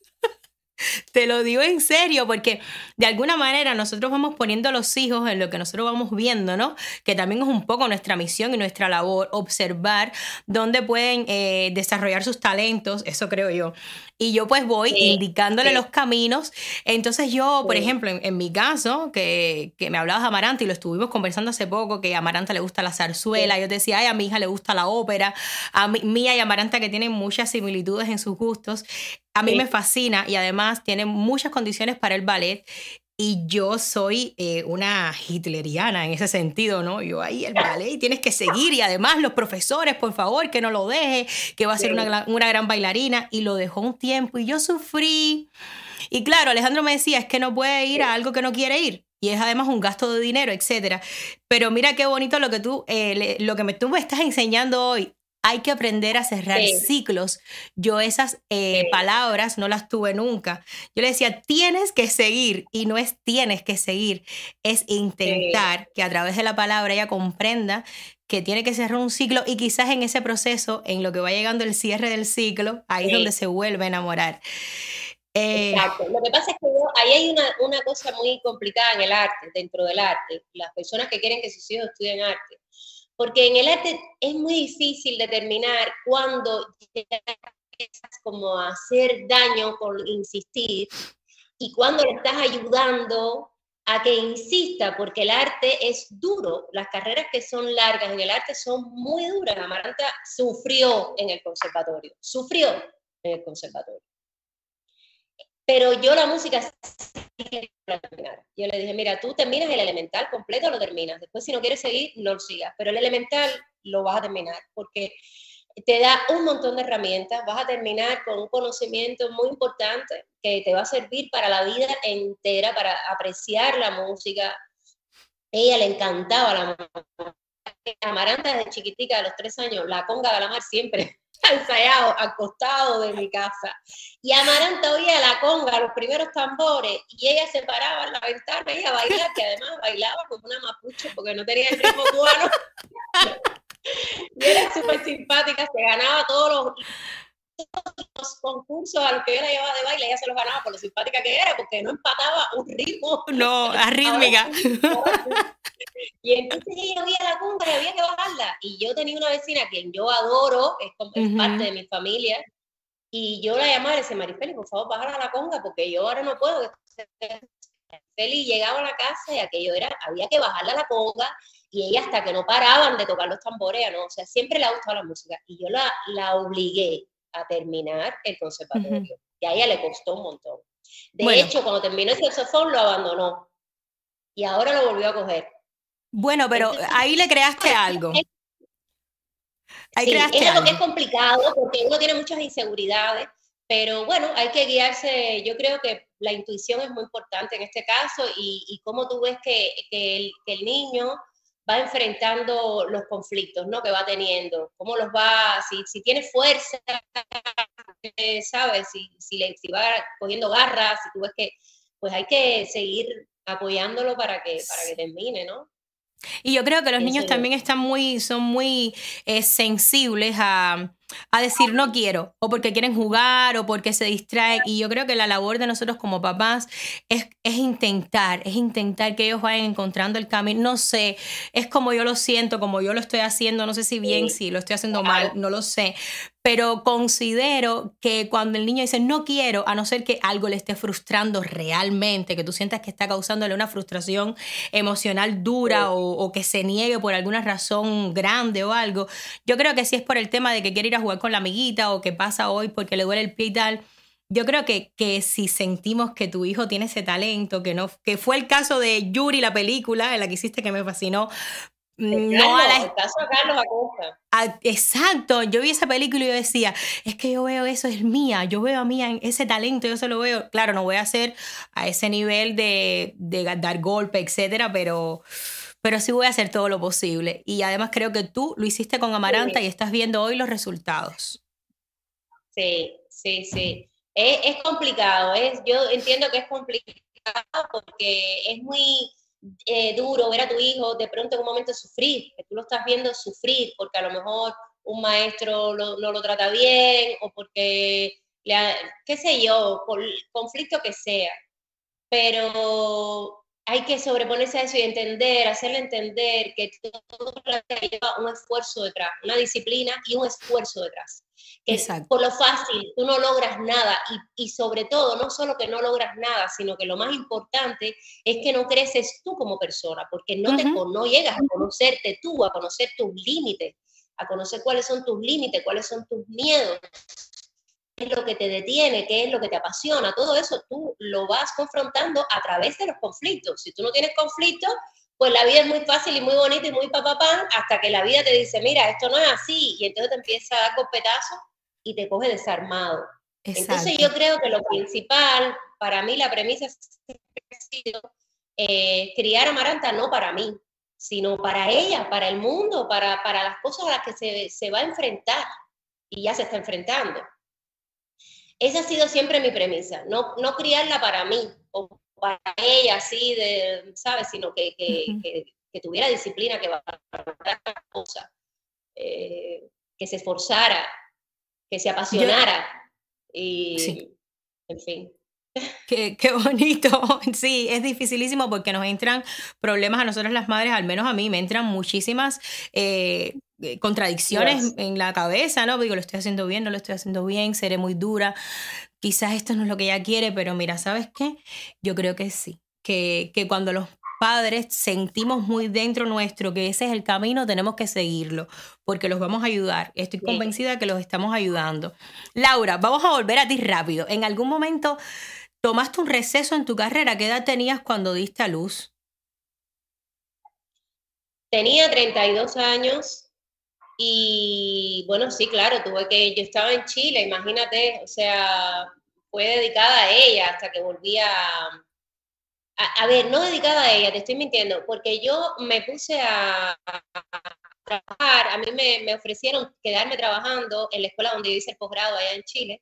B: Te lo digo en serio, porque de alguna manera nosotros vamos poniendo a los hijos en lo que nosotros vamos viendo, ¿no? Que también es un poco nuestra misión y nuestra labor, observar dónde pueden eh, desarrollar sus talentos, eso creo yo. Y yo pues voy sí, indicándole sí. los caminos. Entonces yo, por sí. ejemplo, en, en mi caso, que, que me hablabas de Amaranta y lo estuvimos conversando hace poco, que a Amaranta le gusta la zarzuela, sí. yo te decía, ay, a mi hija le gusta la ópera, a mí, Mía y Amaranta que tienen muchas similitudes en sus gustos, a mí sí. me fascina, y además tiene muchas condiciones para el ballet. Y yo soy eh, una hitleriana en ese sentido, ¿no? Yo ahí el ballet y tienes que seguir, y además los profesores, por favor, que no lo deje, que va a ser sí. una, una gran bailarina, y lo dejó un tiempo y yo sufrí. Y claro, Alejandro me decía, es que no puede ir a algo que no quiere ir, y es además un gasto de dinero, etcétera. Pero mira qué bonito lo que tú, eh, le, lo que me, tú me estás enseñando hoy. Hay que aprender a cerrar sí. ciclos. Yo esas eh, sí. palabras no las tuve nunca. Yo le decía, tienes que seguir, y no es tienes que seguir, es intentar sí. que a través de la palabra ella comprenda que tiene que cerrar un ciclo, y quizás en ese proceso, en lo que va llegando el cierre del ciclo, ahí sí. es donde se vuelve a enamorar.
K: Eh, Exacto. Lo que pasa es que yo, ahí hay una, una cosa muy complicada en el arte, dentro del arte. Las personas que quieren que sus hijos estudien arte. Porque en el arte es muy difícil determinar cuándo empiezas como a hacer daño por insistir, y cuándo le estás ayudando a que insista, porque el arte es duro. Las carreras que son largas en el arte son muy duras. Amaranta sufrió en el conservatorio, sufrió en el conservatorio. Pero yo la música que lo terminara. Yo le dije, mira, tú terminas el elemental completo, lo terminas. Después, si no quieres seguir, no lo sigas. Pero el elemental lo vas a terminar, porque te da un montón de herramientas. Vas a terminar con un conocimiento muy importante que te va a servir para la vida entera, para apreciar la música. Ella le encantaba la música. Amaranta desde chiquitica, a los tres años, la conga de la mar siempre ensayado, al costado de mi casa. Y Amaranta oía la conga, los primeros tambores, y ella se paraba en la ventana y a bailar, que además bailaba como una mapuche porque no tenía el ritmo cubano. Y era súper simpática, se ganaba todos los, todos los concursos a los que yo la llevaba de baile, ella se los ganaba por lo simpática que era, porque no empataba un ritmo.
B: No, arrítmica.
K: Y entonces ella oía la conga y había que bajarla. Y yo tenía una vecina a quien yo adoro, es, como, es uh-huh. parte de mi familia, y yo la llamaba y le decía, Marifeli, por favor, bájala la conga, porque yo ahora no puedo. Feli llegaba a la casa y aquello era, había que bajarla la conga, y ella hasta que no paraban de tocar los tambores, ¿no? O sea, siempre le ha gustado la música. Y yo la, la obligué a terminar el conservatorio. Uh-huh. Y a ella le costó un montón. De bueno. hecho, cuando terminó el saxofón, lo abandonó. Y ahora lo volvió a coger.
B: Bueno, pero Entonces, ahí le creaste algo. Ahí
K: sí,
B: creaste
K: es algo
B: algo.
K: que es complicado porque uno tiene muchas inseguridades, pero bueno, hay que guiarse. Yo creo que la intuición es muy importante en este caso y, y cómo tú ves que, que, el, que el niño va enfrentando los conflictos, ¿no? Que va teniendo, cómo los va, si, si tiene fuerza, eh, ¿sabes? Si, si, le, si va cogiendo garras, si tú ves que, pues hay que seguir apoyándolo para que, para que termine, ¿no?
B: Y yo creo que los niños también están muy, son muy eh, sensibles a, a decir no quiero, o porque quieren jugar, o porque se distraen. Y yo creo que la labor de nosotros como papás es, es intentar, es intentar que ellos vayan encontrando el camino. No sé, es como yo lo siento, como yo lo estoy haciendo, no sé si bien, si lo estoy haciendo mal, no lo sé. Pero considero que cuando el niño dice no quiero, a no ser que algo le esté frustrando realmente, que tú sientas que está causándole una frustración emocional dura o, o que se niegue por alguna razón grande o algo, yo creo que si es por el tema de que quiere ir a jugar con la amiguita o que pasa hoy porque le duele el pie y tal, yo creo que, que si sentimos que tu hijo tiene ese talento, que, no, que fue el caso de Yuri, la película en la que hiciste que me fascinó,
K: no a la... el caso de Carlos Acosta.
B: A, exacto, yo vi esa película y yo decía, es que yo veo eso, es mía, yo veo a mía en ese talento, yo se lo veo, claro, no voy a hacer a ese nivel de, de dar golpe, etcétera, pero, pero sí voy a hacer todo lo posible. Y además creo que tú lo hiciste con Amaranta sí. y estás viendo hoy los resultados.
K: Sí, sí, sí. Es, es complicado, es, yo entiendo que es complicado porque es muy... Eh, duro ver a tu hijo de pronto en un momento sufrir, que tú lo estás viendo sufrir porque a lo mejor un maestro lo, no lo trata bien o porque, le ha, qué sé yo, por conflicto que sea, pero hay que sobreponerse a eso y entender, hacerle entender que todo lleva un esfuerzo detrás, una disciplina y un esfuerzo detrás. Que Exacto. Por lo fácil tú no logras nada y, y sobre todo no solo que no logras nada, sino que lo más importante es que no creces tú como persona, porque no, te, uh-huh. no llegas a conocerte tú, a conocer tus límites, a conocer cuáles son tus límites, cuáles son tus miedos, qué es lo que te detiene, qué es lo que te apasiona, todo eso tú lo vas confrontando a través de los conflictos. Si tú no tienes conflictos, pues la vida es muy fácil y muy bonita y muy papapán, hasta que la vida te dice, mira, esto no es así, y entonces te empieza a dar golpetazos y te coge desarmado. Exacto. Entonces yo creo que lo principal, para mí la premisa ha sido eh, criar a Amaranta no para mí, sino para ella, para el mundo, para, para las cosas a las que se, se va a enfrentar, y ya se está enfrentando. Esa ha sido siempre mi premisa, no, no criarla para mí, o para ella así, de, ¿sabes? Sino que, que, uh-huh. que, que tuviera disciplina, que valorara las cosas, eh, que se esforzara, que se apasionara, Yo... y sí. en fin.
B: Qué, qué bonito. Sí, es dificilísimo porque nos entran problemas a nosotras las madres, al menos a mí, me entran muchísimas eh, contradicciones yes. en la cabeza, ¿no? Digo, lo estoy haciendo bien, no lo estoy haciendo bien, seré muy dura, quizás esto no es lo que ella quiere, pero mira, ¿sabes qué? Yo creo que sí, que, que cuando los padres sentimos muy dentro nuestro que ese es el camino, tenemos que seguirlo, porque los vamos a ayudar. Estoy convencida de que los estamos ayudando. Laura, vamos a volver a ti rápido. En algún momento tomaste un receso en tu carrera. ¿Qué edad tenías cuando diste a luz?
K: Tenía treinta y dos años y bueno, sí, claro, tuve que, yo estaba en Chile, imagínate, o sea, fue dedicada a ella hasta que volví a, a, a ver, no dedicada a ella, te estoy mintiendo, porque yo me puse a, a trabajar, a mí me, me ofrecieron quedarme trabajando en la escuela donde yo hice el posgrado allá en Chile,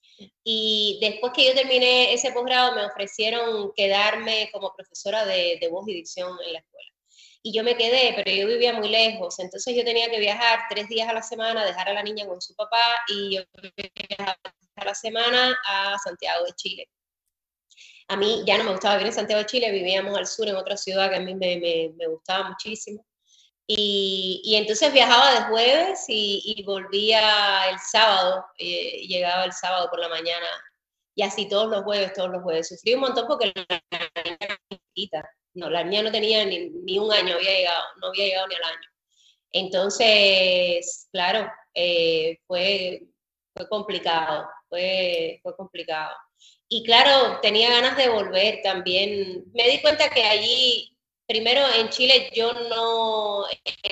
K: y después que yo terminé ese posgrado me ofrecieron quedarme como profesora de, de voz y dicción en la escuela. Y yo me quedé, pero yo vivía muy lejos, entonces yo tenía que viajar tres días a la semana, dejar a la niña con su papá, y yo viajaba a la semana a Santiago de Chile. A mí ya no me gustaba vivir en Santiago de Chile, vivíamos al sur en otra ciudad que a mí me, me, me gustaba muchísimo. Y, y entonces viajaba de jueves y, y volvía el sábado, eh, llegaba el sábado por la mañana, y así todos los jueves, todos los jueves. Sufrí un montón porque la niña era chiquita. No, la niña no tenía ni, ni un año, había llegado, no había llegado ni al año. Entonces, claro, eh, fue, fue complicado, fue, fue complicado. Y claro, tenía ganas de volver también. Me di cuenta que allí, primero en Chile, yo no,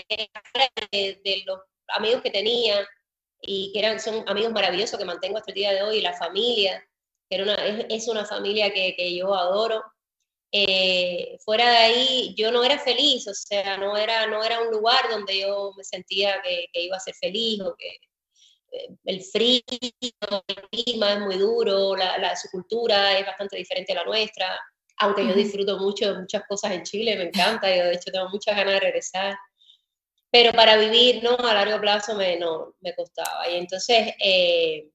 K: de, de los amigos que tenía, y que eran, son amigos maravillosos que mantengo hasta el día de hoy, y la familia, que era una, es, es una familia que, que yo adoro. Eh, fuera de ahí yo no era feliz, o sea, no era, no era un lugar donde yo me sentía que, que iba a ser feliz, o que eh, el frío, el clima es muy duro, la, la, su cultura es bastante diferente a la nuestra, aunque yo disfruto mucho de muchas cosas en Chile, me encanta, yo de hecho tengo muchas ganas de regresar, pero para vivir, ¿no? A largo plazo me, no, me costaba, y entonces eh,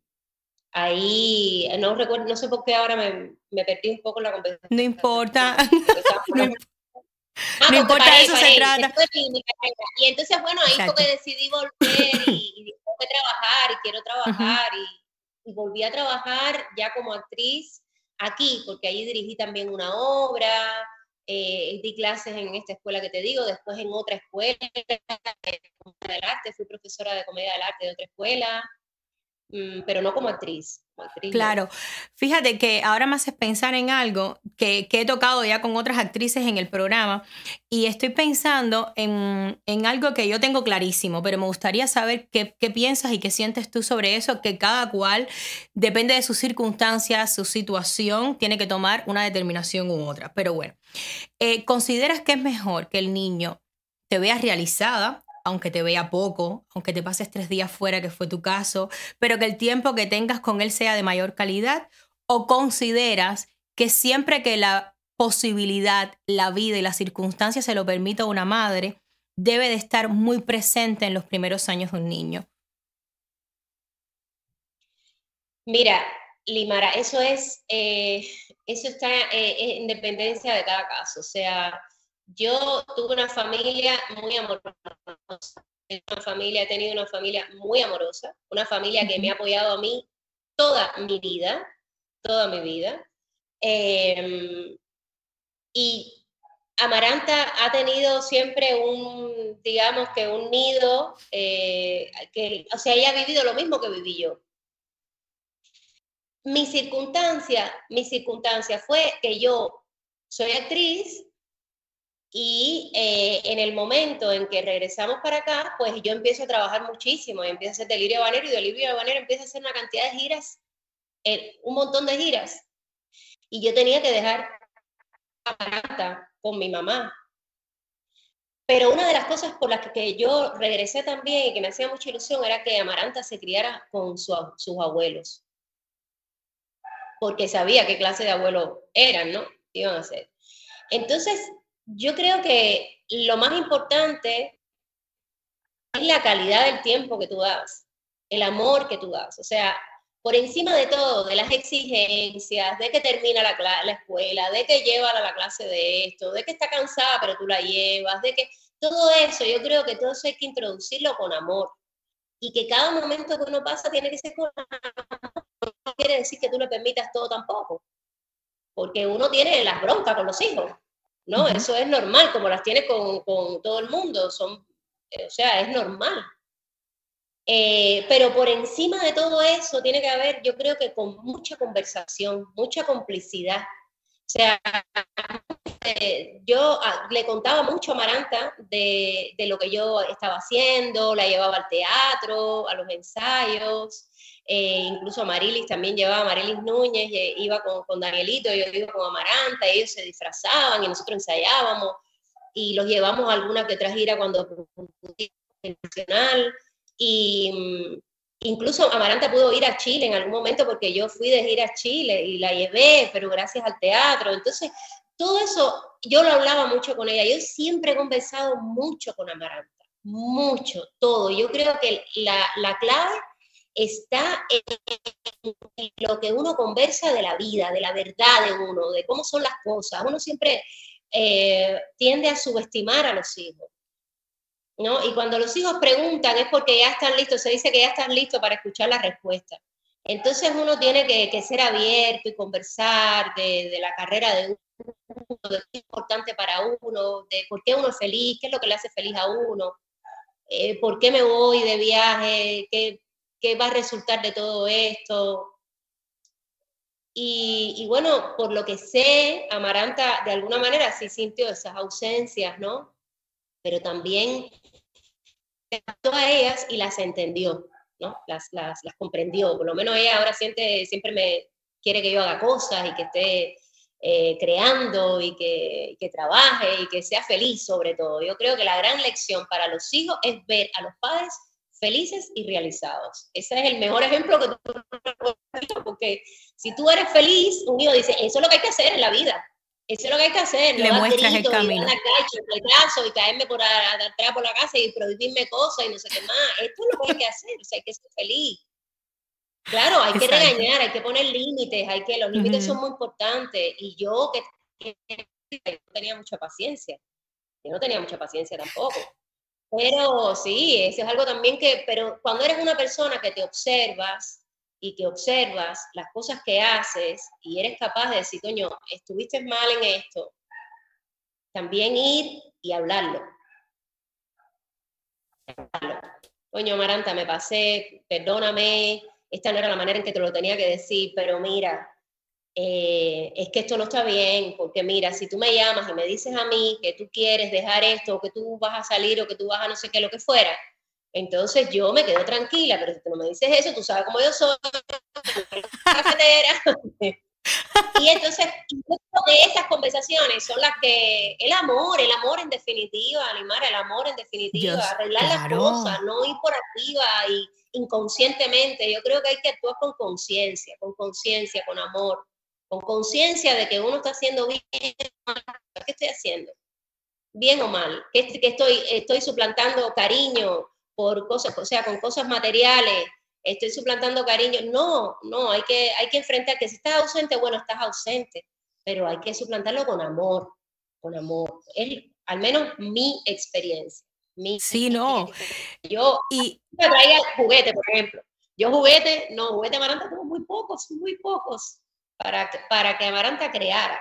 K: ahí, no recuerdo, no sé por qué ahora me, me perdí un poco en la conversación.
B: No importa.
K: no, ah,
B: no importa,
K: paré,
B: de eso
K: paré,
B: se trata.
K: Y entonces, bueno, ahí
B: Exacto.
K: fue que decidí volver y, y después de trabajar, y quiero trabajar, uh-huh. y, y volví a trabajar ya como actriz aquí, porque ahí dirigí también una obra, eh, di clases en esta escuela que te digo, después en otra escuela de comedia del arte, fui profesora de comedia del arte de otra escuela, pero no como actriz. Como actriz
B: claro.
K: No.
B: Fíjate que ahora me haces pensar en algo que, que he tocado ya con otras actrices en el programa, y estoy pensando en, en algo que yo tengo clarísimo, pero me gustaría saber qué, qué piensas y qué sientes tú sobre eso, que cada cual, depende de sus circunstancias, su situación, tiene que tomar una determinación u otra. Pero bueno, eh, ¿consideras que es mejor que el niño te vea realizada, aunque te vea poco, aunque te pases tres días fuera, que fue tu caso, pero que el tiempo que tengas con él sea de mayor calidad? ¿O consideras que siempre que la posibilidad, la vida y las circunstancias se lo permita a una madre, debe de estar muy presente en los primeros años de un niño?
K: Mira, Limara, eso es, eh, eso está eh, en dependencia de cada caso. O sea, yo tuve una familia muy amorosa, una familia, he tenido una familia muy amorosa, una familia que me ha apoyado a mí toda mi vida, toda mi vida. Eh, y Amaranta ha tenido siempre un, digamos que un nido, eh, que, o sea, ella ha vivido lo mismo que viví yo. Mi circunstancia, mi circunstancia fue que yo soy actriz, y eh, en el momento en que regresamos para acá, pues yo empiezo a trabajar muchísimo, y empiezo a hacer Delirio Habanero, y Delirio Habanero empieza a hacer una cantidad de giras, eh, un montón de giras, y yo tenía que dejar a Amaranta con mi mamá. Pero una de las cosas por las que yo regresé también y que me hacía mucha ilusión era que Amaranta se criara con su, sus abuelos, porque sabía qué clase de abuelos eran, ¿no? Iban a ser. Entonces, yo creo que lo más importante es la calidad del tiempo que tú das, el amor que tú das. O sea, por encima de todo, de las exigencias, de que termina la, la escuela, de que lleva a la clase de esto, de que está cansada pero tú la llevas, de que todo eso, yo creo que todo eso hay que introducirlo con amor. Y que cada momento que uno pasa tiene que ser con amor. No quiere decir que tú le permitas todo tampoco. Porque uno tiene las broncas con los hijos. ¿No? Uh-huh. Eso es normal, como las tienes con, con todo el mundo, son, o sea, es normal. Eh, pero por encima de todo eso tiene que haber, yo creo que con mucha conversación, mucha complicidad. O sea, eh, yo ah, le contaba mucho a Amaranta de, de lo que yo estaba haciendo, la llevaba al teatro, a los ensayos, eh, incluso a Marilis también llevaba a Marilis Núñez, eh, iba con, con Danielito, yo iba con Amaranta, ellos se disfrazaban y nosotros ensayábamos y los llevamos a alguna que otra gira cuando nacional. Y incluso Amaranta pudo ir a Chile en algún momento porque yo fui de gira a Chile y la llevé, pero gracias al teatro. Entonces, todo eso, yo lo hablaba mucho con ella. Yo siempre he conversado mucho con Amaranta, mucho, todo. Yo creo que la, la clave está en lo que uno conversa de la vida, de la verdad de uno, de cómo son las cosas. Uno siempre eh, tiende a subestimar a los hijos, ¿no? Y cuando los hijos preguntan es porque ya están listos, se dice que ya están listos para escuchar la respuesta. Entonces uno tiene que, que ser abierto y conversar de, de la carrera de uno, de qué es importante para uno, de por qué uno es feliz, qué es lo que le hace feliz a uno, eh, por qué me voy de viaje, qué, qué va a resultar de todo esto. Y, y bueno, por lo que sé, Amaranta de alguna manera sí sintió esas ausencias, ¿no? Pero también a ellas y las entendió, ¿no? Las, las, las comprendió. Por lo menos ella ahora siente, siempre me quiere que yo haga cosas y que esté eh, creando y que, que trabaje y que sea feliz sobre todo. Yo creo que la gran lección para los hijos es ver a los padres felices y realizados. Ese es el mejor ejemplo que tú puedes dar, porque si tú eres feliz, un hijo dice, eso es lo que hay que hacer en la vida. Eso es lo que hay que hacer,
B: le
K: no
B: muestras el camino.
K: Y el brazo y caerme por atrás por la casa y prohibirme cosas y no sé qué más. Esto es lo que hay que hacer, o sea, hay que ser feliz. Claro, hay que
B: Exacto.
K: regañar, hay que poner límites, hay que, los límites uh-huh. son muy importantes. Y yo que, que no tenía mucha paciencia, yo no tenía mucha paciencia tampoco. Pero sí, eso es algo también que, pero cuando eres una persona que te observas, y que observas las cosas que haces y eres capaz de decir, coño, estuviste mal en esto, también ir y hablarlo. Coño, Amaranta, me pasé, perdóname, esta no era la manera en que te lo tenía que decir, pero mira, eh, es que esto no está bien, porque mira, si tú me llamas y me dices a mí que tú quieres dejar esto, o que tú vas a salir, o que tú vas a no sé qué, lo que fuera, entonces yo me quedo tranquila, pero si tú no me dices eso, tú sabes cómo yo soy, cafetera. Y entonces, de esas conversaciones son las que, el amor, el amor en definitiva, animar el amor en definitiva, Dios, arreglar claro. las cosas, no ir por arriba y inconscientemente. Yo creo que hay que actuar con conciencia, con conciencia, con amor, con conciencia de que uno está haciendo bien. ¿Qué estoy haciendo? ¿Bien o mal? ¿Qué, que estoy, estoy suplantando cariño por cosas, o sea, con cosas materiales, estoy suplantando cariño? No, no, hay que, hay que enfrentar que si estás ausente, bueno, estás ausente, pero hay que suplantarlo con amor, con amor. Es al menos mi experiencia. Mi
B: sí, no.
K: Yo y... me traía juguete, por ejemplo. Yo juguete, no, juguete Amaranta tuvo muy pocos, muy pocos, para, para que Amaranta creara.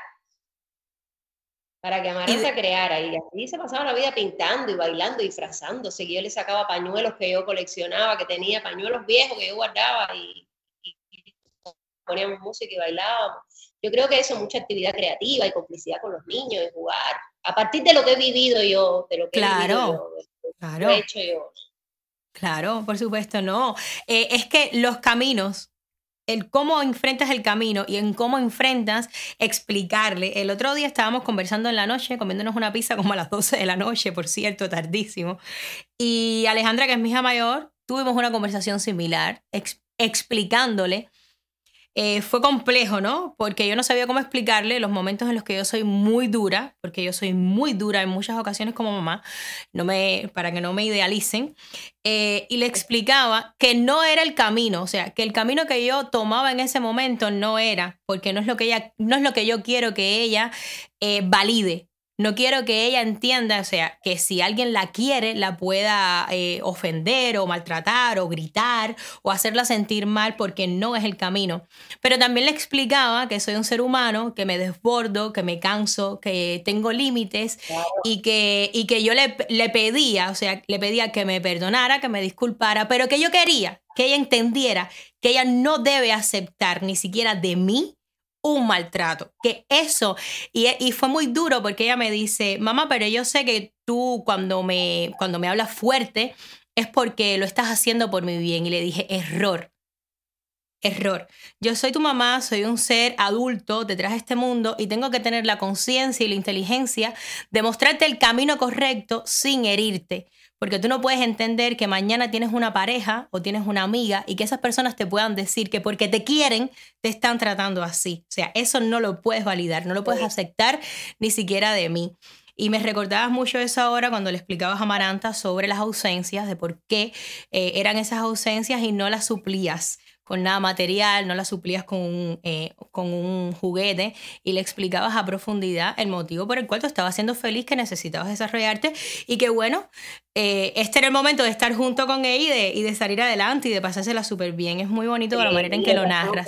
K: Para que Amaranta y... creara, y así se pasaba la vida pintando y bailando y disfrazándose, que yo le sacaba pañuelos que yo coleccionaba, que tenía pañuelos viejos que yo guardaba y, y, y poníamos música y bailábamos. Yo creo que eso, mucha actividad creativa y complicidad con los niños y jugar, a partir de lo que he vivido yo, de lo que
B: claro,
K: he vivido yo, de lo que
B: claro.
K: he hecho yo.
B: Claro, por supuesto, no. Eh, es que los caminos, el cómo enfrentas el camino y en cómo enfrentas explicarle. El otro día estábamos conversando en la noche, comiéndonos una pizza como a las doce de la noche, por cierto, tardísimo. Y Alejandra, que es mi hija mayor, tuvimos una conversación similar, ex- explicándole. Eh, fue complejo, ¿no? Porque yo no sabía cómo explicarle los momentos en los que yo soy muy dura, porque yo soy muy dura en muchas ocasiones como mamá, no me, para que no me idealicen, eh, y le explicaba que no era el camino, o sea, que el camino que yo tomaba en ese momento no era, porque no es lo que ella, no es lo que yo quiero que ella eh, valide, No quiero que ella entienda, o sea, que si alguien la quiere, la pueda eh, ofender o maltratar o gritar o hacerla sentir mal porque no es el camino. Pero también le explicaba que soy un ser humano, que me desbordo, que me canso, que tengo límites y que, y que yo le, le pedía, o sea, le pedía que me perdonara, que me disculpara, pero que yo quería que ella entendiera que ella no debe aceptar ni siquiera de mí un maltrato, que eso, y, y fue muy duro porque ella me dice, mamá, pero yo sé que tú cuando me, cuando me hablas fuerte es porque lo estás haciendo por mi bien. Y le dije, error, error. Yo soy tu mamá, soy un ser adulto, te traje a este mundo y tengo que tener la conciencia y la inteligencia de mostrarte el camino correcto sin herirte. Porque tú no puedes entender que mañana tienes una pareja o tienes una amiga y que esas personas te puedan decir que porque te quieren te están tratando así. O sea, eso no lo puedes validar, no lo puedes aceptar ni siquiera de mí. Y me recordabas mucho eso ahora cuando le explicabas a Amaranta sobre las ausencias, de por qué eh, eran esas ausencias y no las suplías con nada material, no la suplías con un, eh, con un juguete y le explicabas a profundidad el motivo por el cual tú estabas siendo feliz, que necesitabas desarrollarte y que bueno, eh, este era el momento de estar junto con ella y de, y de salir adelante y de pasársela súper bien. Es muy bonito sí, la manera en que lo narras.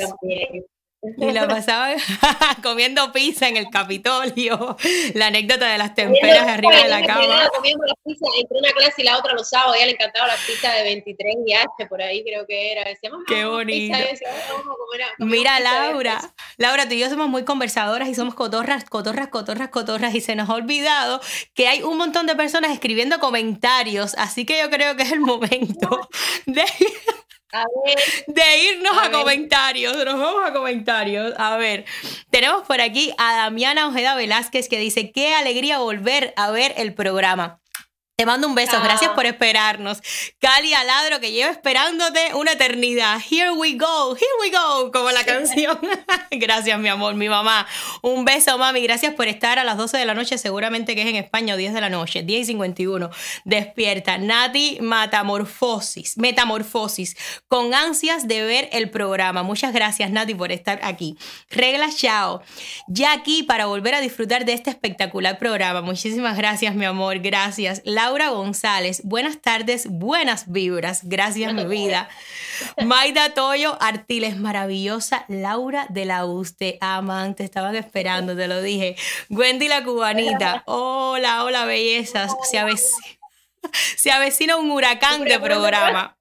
B: Y la pasaba comiendo pizza en el Capitolio. La anécdota de las temperas arriba de la cama.
K: Comiendo la pizza entre una clase y la otra los sábados. A ella le encantaba la pizza de veintitrés y H, por ahí creo que era. Decíamos,
B: qué bonito. Decía, mira, Laura, Laura, tú y yo somos muy conversadoras y somos cotorras, cotorras, cotorras, cotorras. Y se nos ha olvidado que hay un montón de personas escribiendo comentarios. Así que yo creo que es el momento de... A ver, de irnos a, a comentarios, nos vamos a comentarios. A ver, tenemos por aquí a Damiana Ojeda Velázquez que dice, qué alegría volver a ver el programa. Te mando un beso, gracias por esperarnos. Cali Aladro, que lleva esperándote una eternidad. Here we go, here we go, como la canción. Gracias, mi amor, mi mamá. Un beso, mami. Gracias por estar a las doce de la noche, seguramente que es en España, o diez de la noche, diez y cincuenta y uno. Despierta. Nati Metamorfosis, Metamorfosis, con ansias de ver el programa. Muchas gracias, Nati, por estar aquí. Regla Chao, ya aquí para volver a disfrutar de este espectacular programa. Muchísimas gracias, mi amor, gracias. Laura González, buenas tardes, buenas vibras, gracias mi vida. Maida Toyo Artiles, maravillosa. Laura de la U S, te aman, te estaban esperando, te lo dije. Wendy la cubanita, hola, hola bellezas, se avecina, se avecina un huracán de programa.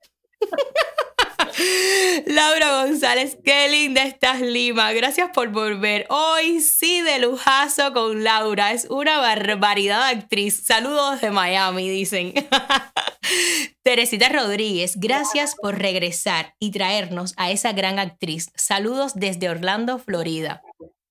B: Laura González, qué linda estás, Lima. Gracias por volver. Hoy sí de lujazo con Laura. Es una barbaridad de actriz. Saludos de Miami, dicen. Teresita Rodríguez, gracias por regresar y traernos a esa gran actriz. Saludos desde Orlando, Florida.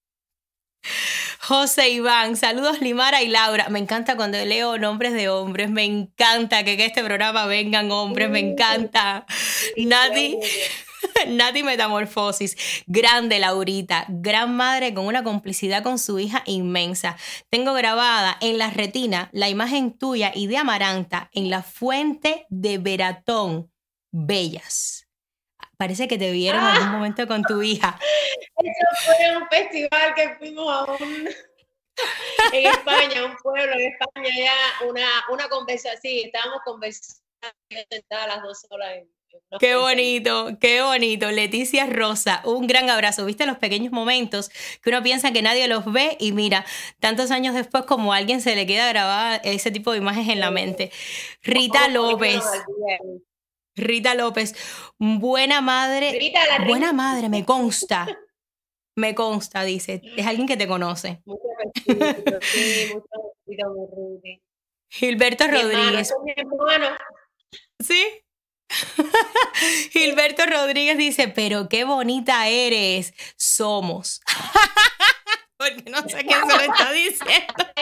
B: José Iván, saludos Limara y Laura. Me encanta cuando leo nombres de hombres, me encanta que en este programa vengan hombres, me encanta. Nati, Nati Metamorfosis, grande Laurita, gran madre con una complicidad con su hija inmensa. Tengo grabada en la retina la imagen tuya y de Amaranta en la fuente de Veratón, bellas. Parece que te vieron en algún momento con tu hija.
K: Eso fue un festival que fuimos a un... en España, un pueblo en España, ya una, una conversación, sí, estábamos conversando sentadas las dos solas. En, en
B: qué bonito, qué bonito. Leticia Rosa, un gran abrazo. ¿Viste los pequeños momentos que uno piensa que nadie los ve? Y mira, tantos años después como a alguien se le queda grabada ese tipo de imágenes en la mente. Rita López. Rita López, buena madre, Rita, la buena Rita. Madre, me consta, me consta, dice, es alguien que te conoce.
K: Mucho respeto, sí, mucho respeto,
B: Gilberto mi Rodríguez.
K: Hermano, mi hermano.
B: ¿Sí? Gilberto Rodríguez dice, pero qué bonita eres, somos. Porque no sé quién se lo está diciendo.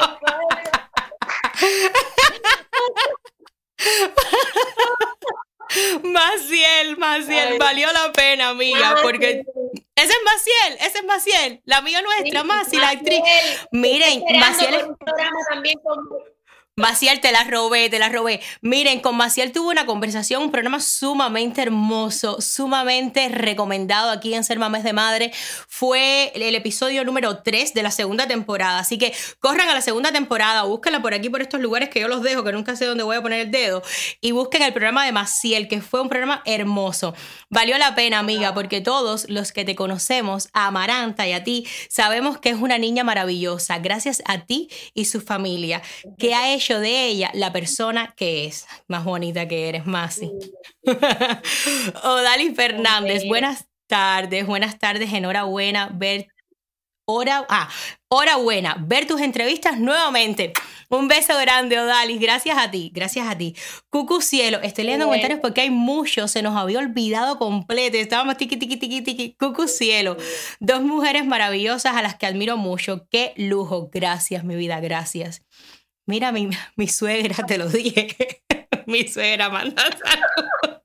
B: Maciel, Maciel, Ay. Valió la pena, amiga, Maciel. Porque ese es Maciel, ese es Maciel, la amiga nuestra, sí, Maciel, la actriz. Miren, Maciel es...
K: un programa también con...
B: Maciel, te la robé, te la robé. Miren, con Maciel tuve una conversación, un programa sumamente hermoso, sumamente recomendado aquí en Ser Mamés de Madre. Fue el episodio número tres de la segunda temporada. Así que corran a la segunda temporada, búsquenla por aquí, por estos lugares que yo los dejo, que nunca sé dónde voy a poner el dedo, y busquen el programa de Maciel, que fue un programa hermoso. Valió la pena, amiga, porque todos los que te conocemos, a Amaranta y a ti, sabemos que es una niña maravillosa, gracias a ti y su familia, que ha hecho de ella la persona que es. Más bonita que eres, Masi. Odalis Fernández, buenas tardes, buenas tardes, enhorabuena ver, hora, ah, hora buena, ver tus entrevistas nuevamente. Un beso grande, Odalis, gracias a ti, gracias a ti. Cucu Cielo, estoy leyendo
K: Bien.
B: comentarios porque hay muchos, se nos había olvidado completo, estábamos tiqui, tiqui, tiqui, tiqui. Cucu Cielo, dos mujeres maravillosas a las que admiro mucho, qué lujo, gracias, mi vida, gracias. Mira, mi, mi suegra, te lo dije. Mi suegra manda saludos.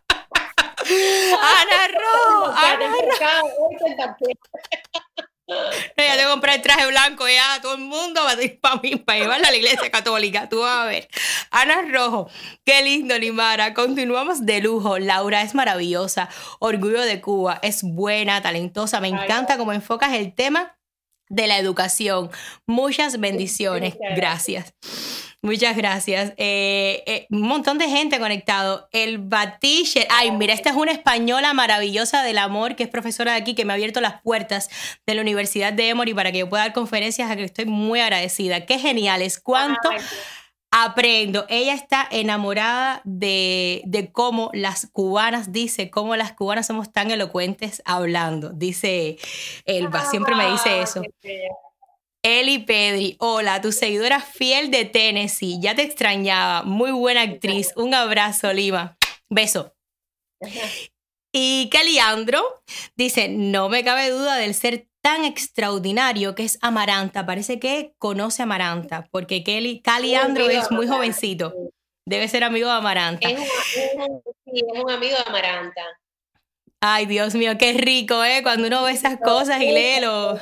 B: Ana Rojo, Ana Rojo. No, ya te compré el traje blanco ya, todo el mundo va a ir para mí, para llevarla a la iglesia católica, tú vas a ver. Ana Rojo, qué lindo, Limara, continuamos de lujo. Laura es maravillosa, orgullo de Cuba, es buena, talentosa, me encanta cómo enfocas el tema de la educación. Muchas bendiciones. Gracias. Muchas gracias. Eh, eh, un montón de gente conectado. El Batiche. Ay, mira, esta es una española maravillosa del amor que es profesora de aquí, que me ha abierto las puertas de la Universidad de Emory para que yo pueda dar conferencias, a que estoy muy agradecida. Qué geniales. Cuánto aprendo. Ella está enamorada de, de cómo las cubanas, dice, cómo las cubanas somos tan elocuentes hablando. Dice Elba, siempre me dice eso. Eli Pedri, hola, tu seguidora fiel de Tennessee, ya te extrañaba, muy buena actriz, un abrazo, Lima, beso. Y Caliandro dice, no me cabe duda del ser tan extraordinario que es Amaranta, parece que conoce a Amaranta, porque Kelly, Caliandro es muy jovencito, debe ser amigo de Amaranta.
K: Es un, es un- sí, es un amigo de Amaranta.
B: Ay, Dios mío, qué rico, ¿eh? Cuando uno ve esas cosas y lee lo...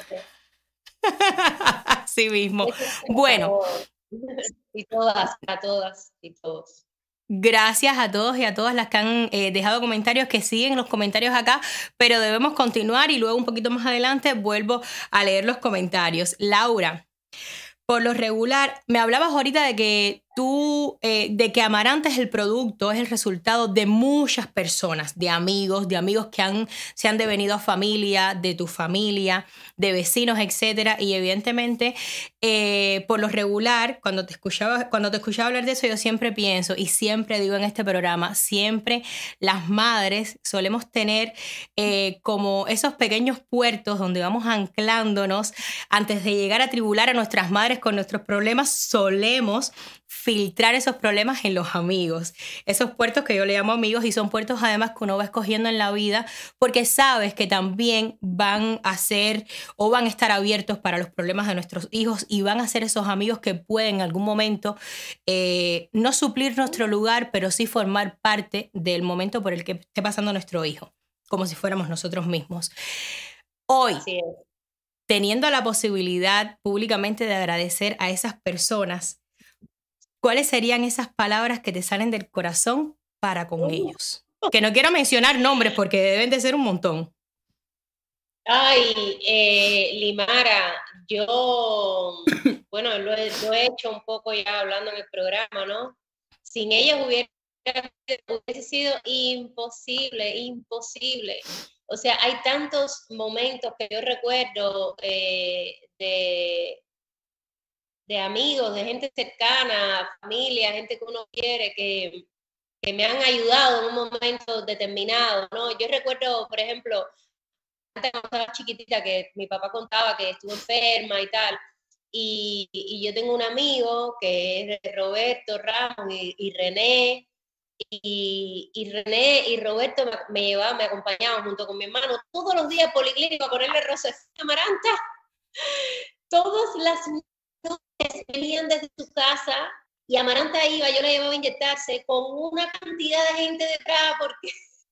B: Así mismo. Bueno.
K: Y todas, a todas y todos.
B: Gracias a todos y a todas las que han eh, dejado comentarios, que siguen los comentarios acá, pero debemos continuar y luego un poquito más adelante vuelvo a leer los comentarios. Laura, por lo regular, me hablabas ahorita de que tú, eh, de que Amaranta es el producto, es el resultado de muchas personas, de amigos, de amigos que han, se han devenido a familia, de tu familia, de vecinos, etcétera. Y evidentemente, eh, por lo regular, cuando te escuchaba, cuando te escuchaba hablar de eso, yo siempre pienso y siempre digo en este programa, siempre las madres solemos tener eh, como esos pequeños puertos donde vamos anclándonos antes de llegar a tribular a nuestras madres con nuestros problemas, solemos filtrar esos problemas en los amigos. Esos puertos que yo le llamo amigos, y son puertos además que uno va escogiendo en la vida porque sabes que también van a ser o van a estar abiertos para los problemas de nuestros hijos y van a ser esos amigos que pueden en algún momento eh, no suplir nuestro lugar, pero sí formar parte del momento por el que esté pasando nuestro hijo, como si fuéramos nosotros mismos. Hoy, teniendo la posibilidad públicamente de agradecer a esas personas, ¿cuáles serían esas palabras que te salen del corazón para con ellos? Que no quiero mencionar nombres porque deben de ser un montón.
K: Ay, eh, Limara, yo, bueno, lo he, lo he hecho un poco ya hablando en el programa, ¿no? Sin ellas hubiera, hubiese sido imposible, imposible. O sea, hay tantos momentos que yo recuerdo eh, de, de amigos, de gente cercana, familia, gente que uno quiere, que, que me han ayudado en un momento determinado, ¿no? Yo recuerdo, por ejemplo, antes cuando estaba chiquitita, que mi papá contaba que estuvo enferma y tal, y, y yo tengo un amigo que es Roberto Ramos y, y René, y, y René y Roberto me, me llevaban, me acompañaban junto con mi hermano todos los días por la clínica a ponerle Rosefina Amaranta. Todas las noches venían desde su casa y Amaranta iba, yo la llevaba a inyectarse con una cantidad de gente detrás porque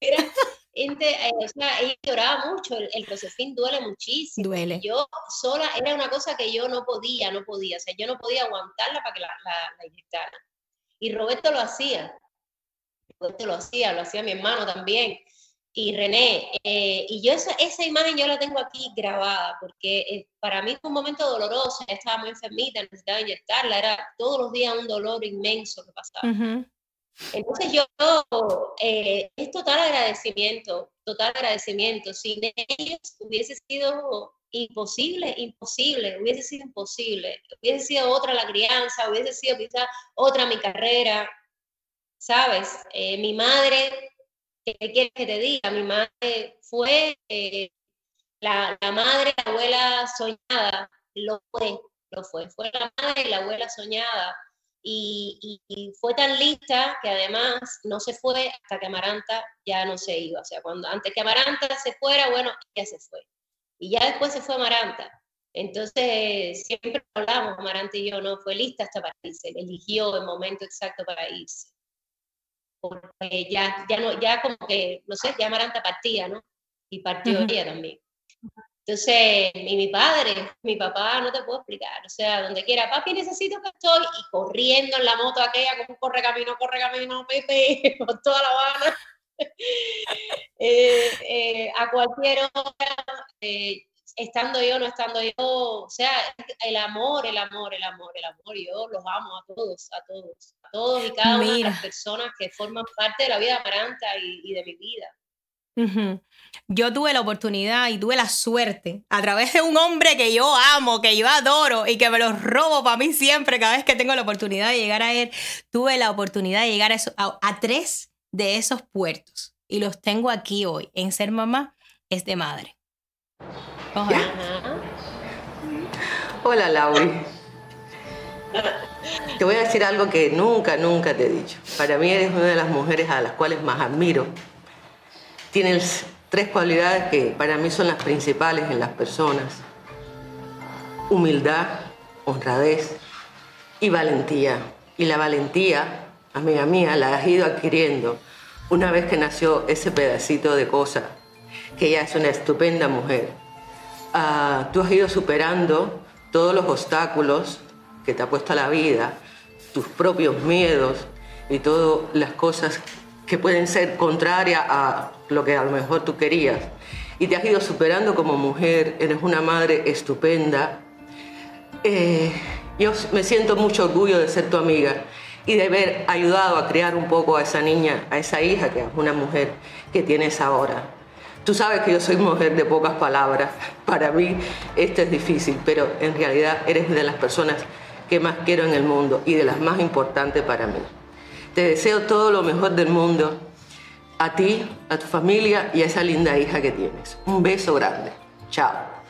K: Era, ente, eh, o sea, ella lloraba mucho, el, el Rosefin duele muchísimo.
B: Duele.
K: Yo sola, era una cosa que yo no podía, no podía, o sea, yo no podía aguantarla para que la, la, la inyectara. Y Roberto lo hacía, Roberto lo hacía, lo hacía mi hermano también, y René, eh, y yo esa, esa imagen yo la tengo aquí grabada, porque eh, para mí fue un momento doloroso, ella estaba muy enfermita, necesitaba inyectarla, era todos los días un dolor inmenso que pasaba.
B: Uh-huh.
K: Entonces yo, eh, es total agradecimiento, total agradecimiento, sin ellos hubiese sido imposible, imposible, hubiese sido imposible, hubiese sido otra la crianza, hubiese sido quizás otra mi carrera, ¿sabes? Eh, mi madre, ¿qué quieres que te diga? Mi madre fue eh, la, la madre, la abuela soñada, lo fue, lo fue, fue la madre y la abuela soñada, y, y, y fue tan lista que además no se fue hasta que Amaranta ya no se iba, o sea, cuando, antes que Amaranta se fuera, bueno, ella se fue, y ya después se fue Amaranta. Entonces, siempre hablamos, Amaranta y yo, no, fue lista hasta para irse, eligió el momento exacto para irse. Porque ya, ya, no, ya como que, no sé, ya Amaranta partía, ¿no? Y partió uh-huh. ella también. Entonces, mi, mi padre, mi papá, no te puedo explicar, o sea, donde quiera, papi, necesito que estoy, y corriendo en la moto aquella, como corre camino, corre camino, Pepe, por toda La Habana, eh, eh, a cualquier hora, eh, estando yo, no estando yo, o sea, el amor, el amor, el amor, el amor, yo los amo a todos, a todos, a todos y cada Mira. una de las personas que forman parte de la vida de Amaranta y, y de mi vida.
B: Uh-huh. Yo tuve la oportunidad y tuve la suerte, a través de un hombre que yo amo, que yo adoro y que me lo robo para mí siempre, cada vez que tengo la oportunidad de llegar a él, tuve la oportunidad de llegar a, eso, a, a tres de esos puertos y los tengo aquí hoy. En Ser Mamá es de madre. Ojalá.
N: Hola, Lauri. Te voy a decir algo que nunca, nunca te he dicho. Para mí eres una de las mujeres a las cuales más admiro. Tienes tres cualidades que para mí son las principales en las personas. Humildad, honradez y valentía. Y la valentía, amiga mía, la has ido adquiriendo una vez que nació ese pedacito de cosa, que ella es una estupenda mujer. Uh, tú has ido superando todos los obstáculos que te ha puesto la vida, tus propios miedos y todas las cosas que pueden ser contrarias a lo que a lo mejor tú querías. Y te has ido superando como mujer, eres una madre estupenda. Eh, yo me siento mucho orgullo de ser tu amiga y de haber ayudado a criar un poco a esa niña, a esa hija que es una mujer que tienes ahora. Tú sabes que yo soy mujer de pocas palabras. Para mí esto es difícil, pero en realidad eres de las personas que más quiero en el mundo y de las más importantes para mí. Te deseo todo lo mejor del mundo, a ti, a tu familia y a esa linda hija que tienes. Un beso grande. Chao.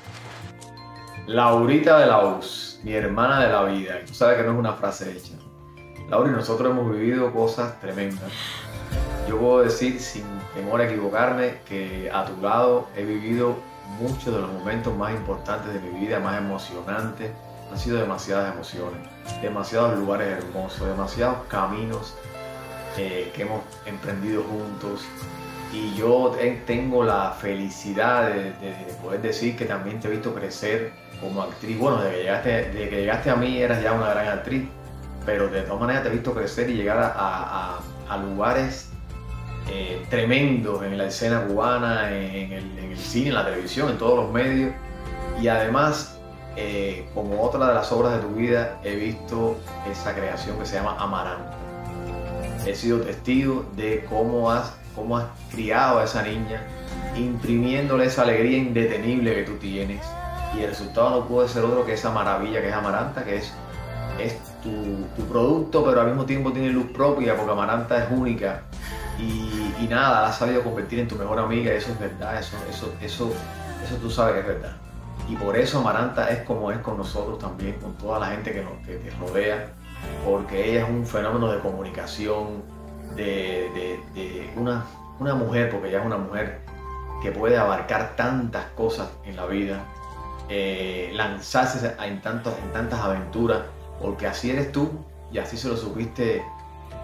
O: Laurita de la U S, mi hermana de la vida. Tú sabes que no es una frase hecha. Laura, nosotros hemos vivido cosas tremendas. Yo puedo decir, sin temor a equivocarme, que a tu lado he vivido muchos de los momentos más importantes de mi vida, más emocionantes. Han sido demasiadas emociones, demasiados lugares hermosos, demasiados caminos eh, que hemos emprendido juntos. Y yo tengo la felicidad de, de, de poder decir que también te he visto crecer como actriz. Bueno, desde que llegaste, desde que llegaste a mí eras ya una gran actriz, pero de todas maneras te he visto crecer y llegar a, a, a lugares eh, tremendos en la escena cubana, en el, en el cine, en la televisión, en todos los medios. Y además, eh, como otra de las obras de tu vida, he visto esa creación que se llama Amaranta. He sido testigo de cómo has, cómo has criado a esa niña, imprimiéndole esa alegría indetenible que tú tienes. Y el resultado no puede ser otro que esa maravilla que es Amaranta, que es, es tu, tu producto, pero al mismo tiempo tiene luz propia, porque Amaranta es única. Y, y nada, la has sabido convertir en tu mejor amiga, y eso es verdad, eso, eso, eso, eso tú sabes que es verdad. Y por eso Amaranta es como es con nosotros también, con toda la gente que nos que te rodea, porque ella es un fenómeno de comunicación, de, de, de una, una mujer, porque ella es una mujer que puede abarcar tantas cosas en la vida, eh, lanzarse en, tantos, en tantas aventuras, porque así eres tú y así se lo supiste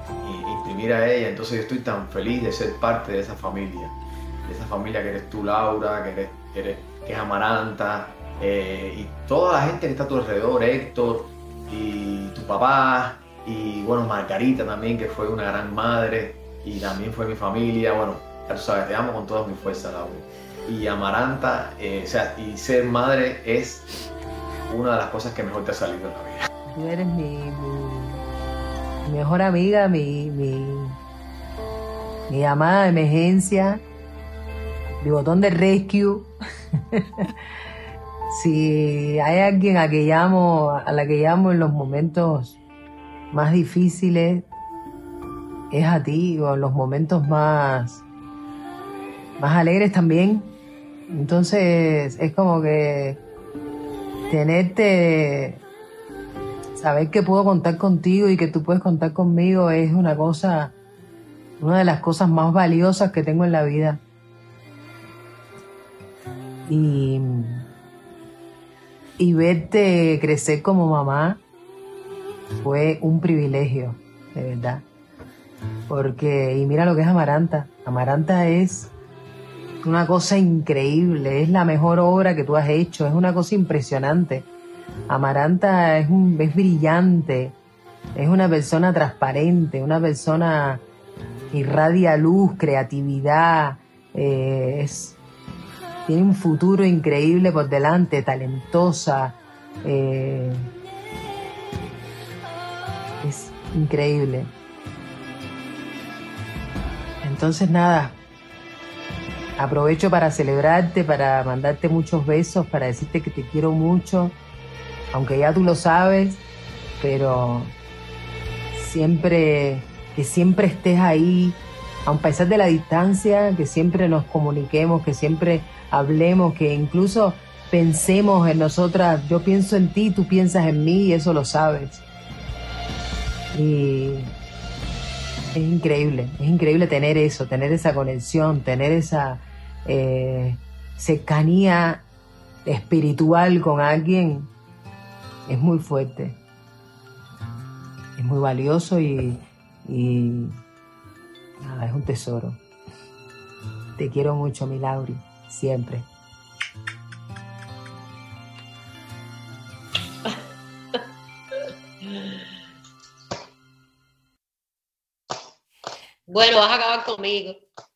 O: imprimir a ella. Entonces yo estoy tan feliz de ser parte de esa familia, de esa familia que eres tú, Laura, que, eres, que, eres, que es Amaranta, eh, y toda la gente que está a tu alrededor, Héctor, y tu papá, y bueno, Margarita también, que fue una gran madre, y también fue mi familia. Bueno, ya tú sabes, te amo con toda mi fuerza, Laura. Y Amaranta, eh, o sea, y ser madre es una de las cosas que mejor te ha salido en la vida.
P: Tú eres mi, mi, mi mejor amiga, mi, mi, mi llamada de emergencia, mi botón de rescue. Si hay alguien a, que llamo, a la que llamo en los momentos más difíciles, es a ti, o en los momentos más, más alegres también. Entonces es como que tenerte, saber que puedo contar contigo y que tú puedes contar conmigo es una cosa, una de las cosas más valiosas que tengo en la vida. Y, y verte crecer como mamá fue un privilegio, de verdad. Porque, y mira lo que es Amaranta. Amaranta es una cosa increíble, es la mejor obra que tú has hecho, es una cosa impresionante. Amaranta es, un, es brillante, es una persona transparente, una persona que irradia luz, creatividad, eh, es, tiene un futuro increíble por delante, talentosa, eh, es increíble. Entonces nada, aprovecho para celebrarte, para mandarte muchos besos, para decirte que te quiero mucho, aunque ya tú lo sabes, pero siempre, que siempre estés ahí, a pesar de la distancia, que siempre nos comuniquemos, que siempre hablemos, que incluso pensemos en nosotras. Yo pienso en ti, tú piensas en mí y eso lo sabes. Y es increíble, es increíble tener eso, tener esa conexión, tener esa eh, cercanía espiritual con alguien. Es muy fuerte, es muy valioso y, y nada, es un tesoro. Te quiero mucho, mi Lauri, siempre.
K: Bueno, vas a acabar conmigo.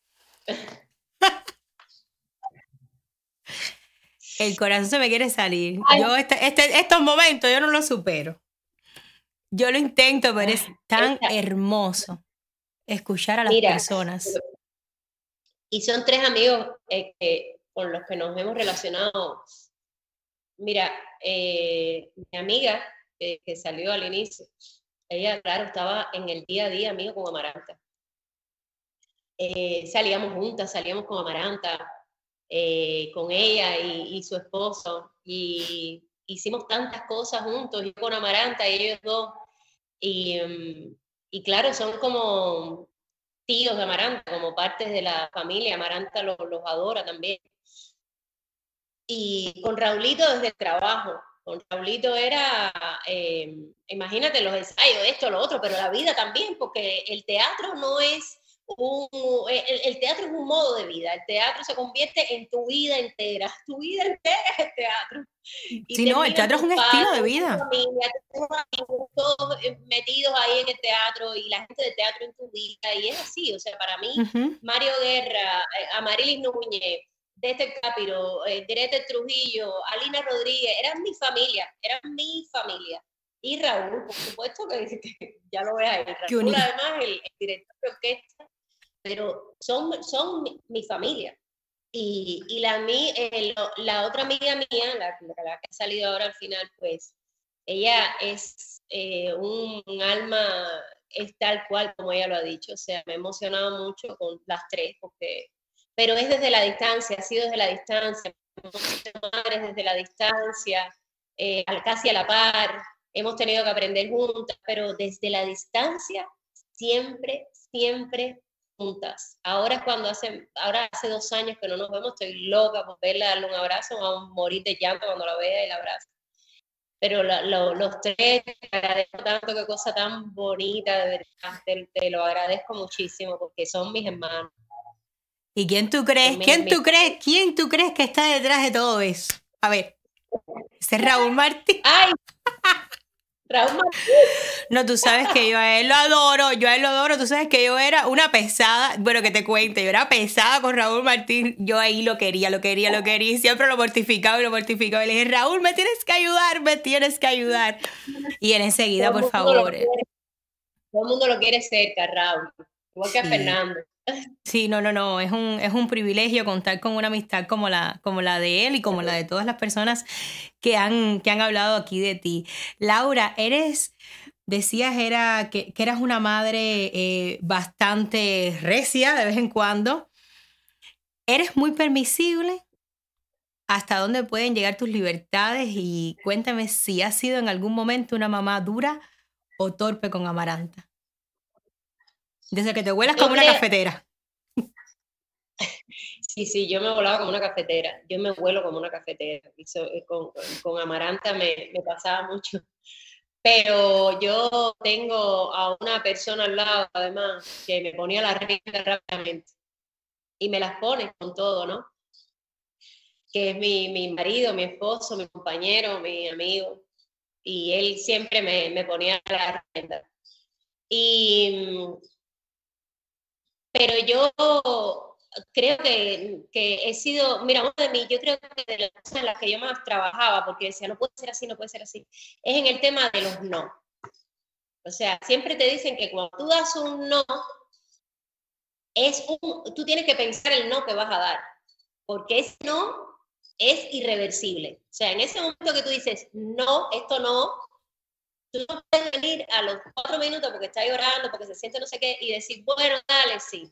B: El corazón se me quiere salir. Ay. Yo este, este, estos momentos yo no los supero. Yo lo intento, pero es tan hermoso escuchar a las
K: Mira,
B: personas.
K: Y son tres amigos eh, que, con los que nos hemos relacionado. Mira, eh, mi amiga eh, que salió al inicio, ella, claro, estaba en el día a día amigo con Amaranta. Eh, salíamos juntas, salíamos con Amaranta, eh, con ella y, y su esposo, y hicimos tantas cosas juntos, yo con Amaranta y ellos dos, y, um, y claro, son como tíos de Amaranta, como partes de la familia. Amaranta los, los adora también. Y con Raulito desde el trabajo, con Raulito era, eh, imagínate los ensayos, esto, lo otro, pero la vida también, porque el teatro no es Un, el, el teatro es un modo de vida, el teatro se convierte en tu vida entera, tu vida entera es el teatro. Y
B: sí, no, el teatro es un padres, estilo de vida.
K: Familia, todos metidos ahí en el teatro y la gente del teatro en tu vida, y es así, o sea, para mí, uh-huh. Mario Guerra, Amarilis Núñez, Dexter Capiro, Derete Trujillo, Alina Rodríguez, eran mi familia, eran mi familia. Y Raúl, por supuesto, que, que ya lo ves ahí, Raúl además, el, el director de orquesta, pero son, son mi, mi familia. Y, y la, mi, eh, la otra amiga mía, la, la que ha salido ahora al final, pues, ella es eh, un, un alma, es tal cual como ella lo ha dicho, o sea, me he emocionado mucho con las tres, porque, pero es desde la distancia, ha sido desde la distancia, madres desde la distancia, eh, casi a la par, hemos tenido que aprender juntas, pero desde la distancia, siempre, siempre juntas. Ahora es cuando hace, ahora hace dos años que no nos vemos, estoy loca por verla, darle un abrazo, vamos a morir de llanto cuando la vea y la abrazo. pero la, lo, los tres, te agradezco tanto, qué cosa tan bonita, de verdad, te, te lo agradezco muchísimo, porque son mis hermanos.
B: ¿Y quién tú crees? ¿Quién tú crees? ¿Quién tú crees que está detrás de todo eso? A ver, ese es Raúl Martín.
K: ¡Ay! Raúl Martín.
B: No, tú sabes que yo a él lo adoro, yo a él lo adoro, tú sabes que yo era una pesada, bueno, que te cuente, yo era pesada con Raúl Martín, yo ahí lo quería, lo quería, lo quería, y siempre lo mortificaba y lo mortificaba, y le dije, Raúl, me tienes que ayudar, me tienes que ayudar, y él enseguida, por favor.
K: Todo el mundo lo quiere cerca, Raúl, igual que a Fernando.
B: Sí, no, no, no, es un, es un privilegio contar con una amistad como la, como la de él y como la de todas las personas que han, que han hablado aquí de ti. Laura, eres, decías era que, que eras una madre eh, bastante recia de vez en cuando. ¿Eres muy permisible? ¿Hasta dónde pueden llegar tus libertades? Y cuéntame si has sido en algún momento una mamá dura o torpe con Amaranta. Desde que te huelas como una cafetera.
K: Sí, sí, yo me volaba como una cafetera. Yo me vuelo como una cafetera. Y so, con, con Amaranta me, me pasaba mucho. Pero yo tengo a una persona al lado, además, que me ponía las riendas rápidamente. Y me las pone con todo, ¿no? Que es mi, mi marido, mi esposo, mi compañero, mi amigo. Y él siempre me, me ponía las riendas. Y... Pero yo creo que, que he sido, mira, uno de mí, yo creo que de las cosas en las que yo más trabajaba, porque decía, no puede ser así, no puede ser así, es en el tema de los no. O sea, siempre te dicen que cuando tú das un no, es un, tú tienes que pensar el no que vas a dar, porque ese no es irreversible. O sea, en ese momento que tú dices, no, esto no, tú no puedes venir a los cuatro minutos porque está llorando, porque se siente no sé qué, y decir, bueno, dale, sí.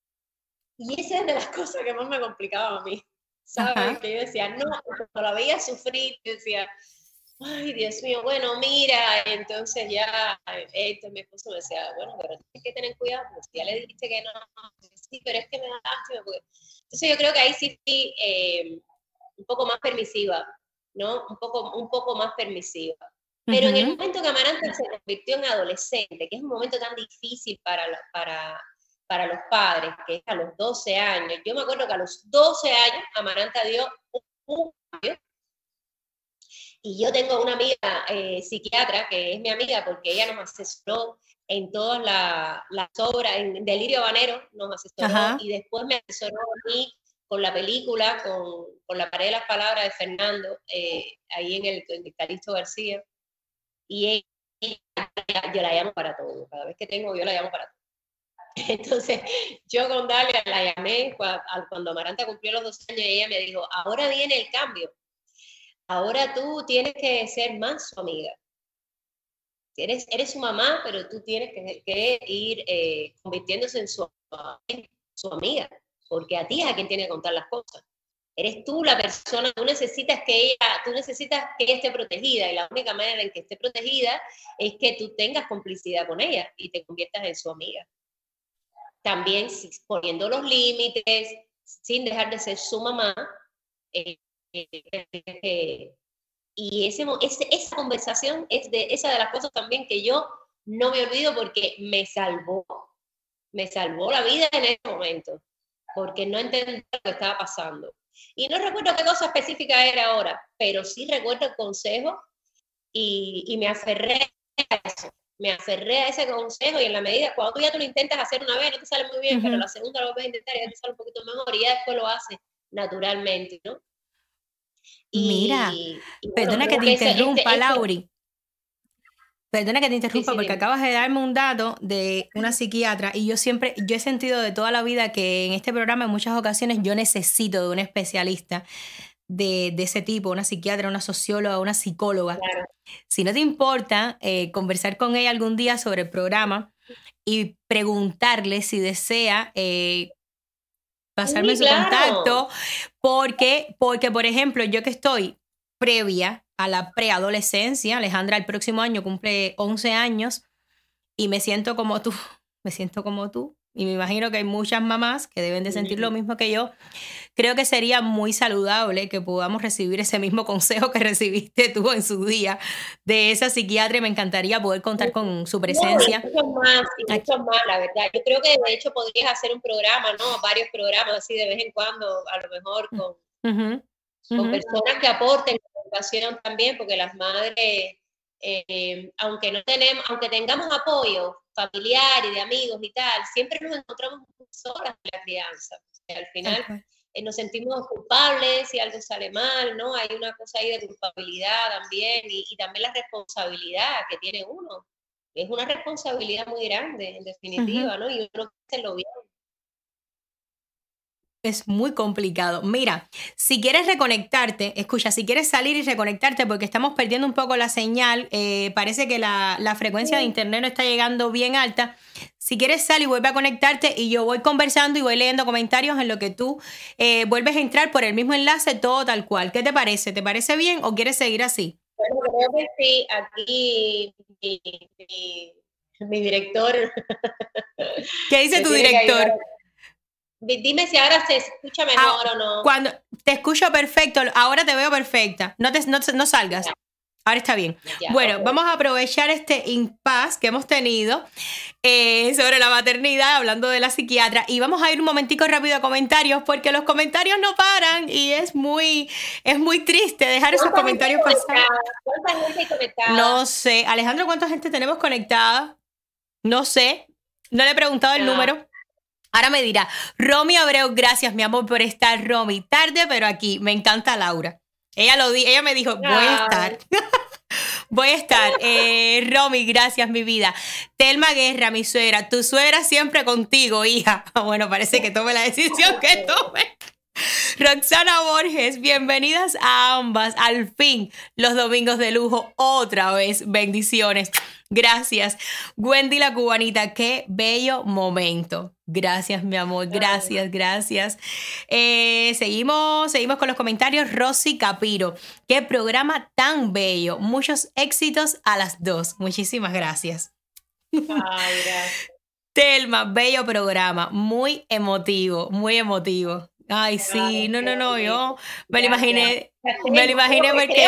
K: Y esa es de las cosas que más me complicaba a mí, ¿sabes? Ajá. Que yo decía, no, cuando la veía sufrir, yo decía, ay, Dios mío, bueno, mira, entonces ya, esto, mi esposo me decía, bueno, pero tienes que tener cuidado, porque si ya le dijiste que no, sí, pero es que me da lástima, porque... Entonces yo creo que ahí sí fui eh, un poco más permisiva, ¿no? Un poco, un poco más permisiva. Pero uh-huh. En el momento que Amaranta se convirtió en adolescente, que es un momento tan difícil para, la, para, para los padres, que es a los doce años, yo me acuerdo que a los doce años Amaranta dio un cambio. Y yo tengo una amiga eh, psiquiatra, que es mi amiga, porque ella nos asesoró en todas las la obras, en Delirio Habanero nos asesoró, uh-huh. Y después me asesoró a mí con la película, con, con La pared de las palabras de Fernando, eh, ahí en el, en el Calixto García. Y ella, yo la llamo para todo, cada vez que tengo yo la llamo para todo. Entonces, yo con Dalia la llamé cuando Amaranta cumplió los dos años y ella me dijo, ahora viene el cambio, ahora tú tienes que ser más su amiga. Eres, eres su mamá, pero tú tienes que, que ir eh, convirtiéndose en su, en su amiga, porque a ti es a quien tiene que contar las cosas. Eres tú la persona, tú necesitas que ella, tú necesitas que ella esté protegida, y la única manera en que esté protegida es que tú tengas complicidad con ella y te conviertas en su amiga. También poniendo los límites, sin dejar de ser su mamá. Eh, eh, eh, y ese, ese, esa conversación es de esa de las cosas también que yo no me olvido, porque me salvó, me salvó la vida en ese momento, porque no entendía lo que estaba pasando. Y no recuerdo qué cosa específica era ahora, pero sí recuerdo el consejo y, y me aferré a eso. Me aferré a ese consejo, y en la medida, cuando tú ya tú lo intentas hacer una vez, no te sale muy bien, uh-huh. Pero la segunda lo puedes intentar y ya te sale un poquito mejor, y ya después lo haces naturalmente, ¿no? Y,
B: Mira,
K: y,
B: perdona bueno, que te interrumpa, este, este, Lauri. Perdona que te interrumpa, sí, sí, porque dime. Acabas de darme un dato de una psiquiatra, y yo siempre, yo he sentido de toda la vida que en este programa en muchas ocasiones yo necesito de un especialista de, de ese tipo, una psiquiatra, una socióloga, una psicóloga. Claro. Si no te importa eh, conversar con ella algún día sobre el programa y preguntarle si desea eh, pasarme sí, su claro. contacto, porque, porque, por ejemplo, yo que estoy previa a la preadolescencia, Alejandra el próximo año cumple once años, y me siento como tú, me siento como tú, y me imagino que hay muchas mamás que deben de sentir lo mismo que yo, creo que sería muy saludable que podamos recibir ese mismo consejo que recibiste tú en su día de esa psiquiatra y me encantaría poder contar con su presencia.
K: No, y muchos más, y muchos más, la verdad. Yo creo que de hecho podrías hacer un programa, ¿no? Varios programas así de vez en cuando, a lo mejor con,
B: Uh-huh,
K: con
B: uh-huh.
K: personas que aporten educación también, porque las madres, eh, aunque no tenemos, aunque tengamos apoyo familiar y de amigos y tal, siempre nos encontramos solas en la crianza. O sea, al final
B: Okay.
K: eh, nos sentimos culpables si algo sale mal, ¿no? Hay una cosa ahí de culpabilidad también y, y también la responsabilidad que tiene uno. Es una responsabilidad muy grande, en definitiva,
B: Uh-huh.
K: ¿no? Y uno que hacerlo bien.
B: Es muy complicado. Mira, si quieres reconectarte, escucha, si quieres salir y reconectarte porque estamos perdiendo un poco la señal, eh, parece que la, la frecuencia de internet no está llegando bien alta. Si quieres salir y vuelve a conectarte y yo voy conversando y voy leyendo comentarios en lo que tú eh, vuelves a entrar por el mismo enlace, todo tal cual. ¿Qué te parece? ¿Te parece bien o quieres seguir así?
K: Bueno, creo que sí, aquí mi, mi, mi director
B: ¿Qué dice
K: me
B: tu
K: tiene que ayudar.
B: director?
K: Dime si ahora se escucha mejor
B: Ah,
K: o no.
B: cuando te escucho perfecto, ahora te veo perfecta. No, te, no, no salgas.
K: Ya.
B: Ahora está bien.
K: Ya,
B: Bueno,
K: ok.
B: vamos a aprovechar este impasse que hemos tenido eh, sobre la maternidad, hablando de la psiquiatra, y vamos a ir un momentico rápido a comentarios, porque los comentarios no paran y es muy, es muy triste dejar esos
K: ¿Cuánta gente
B: comentarios pasar.
K: conectada? ¿Cuánta gente conectada?
B: No sé. Alejandro, ¿cuánta gente tenemos conectada? No sé. No le he preguntado el
K: Ah.
B: número. Ahora me dirá, Romy Abreu, gracias mi amor por estar, Romy. Tarde, pero aquí. Me encanta Laura. Ella lo di, ella me dijo, voy a estar. Voy a estar. Eh, Romy, gracias, mi vida. Telma Guerra, mi suegra. Tu suegra siempre contigo, hija. Bueno, parece que tome la decisión que tome. Roxana Borges, bienvenidas a ambas. Al fin, los domingos de lujo, otra vez. Bendiciones. Gracias. Wendy la cubanita, qué bello momento. Gracias, mi amor. Gracias, gracias. Eh, seguimos, seguimos con los comentarios. Rosy Capiro, qué programa tan bello. Muchos éxitos a las dos. Muchísimas gracias.
K: Ay, gracias.
B: Telma, bello programa. Muy emotivo, muy emotivo. Ay, sí, no, no, no, yo me lo imaginé, me lo imaginé porque...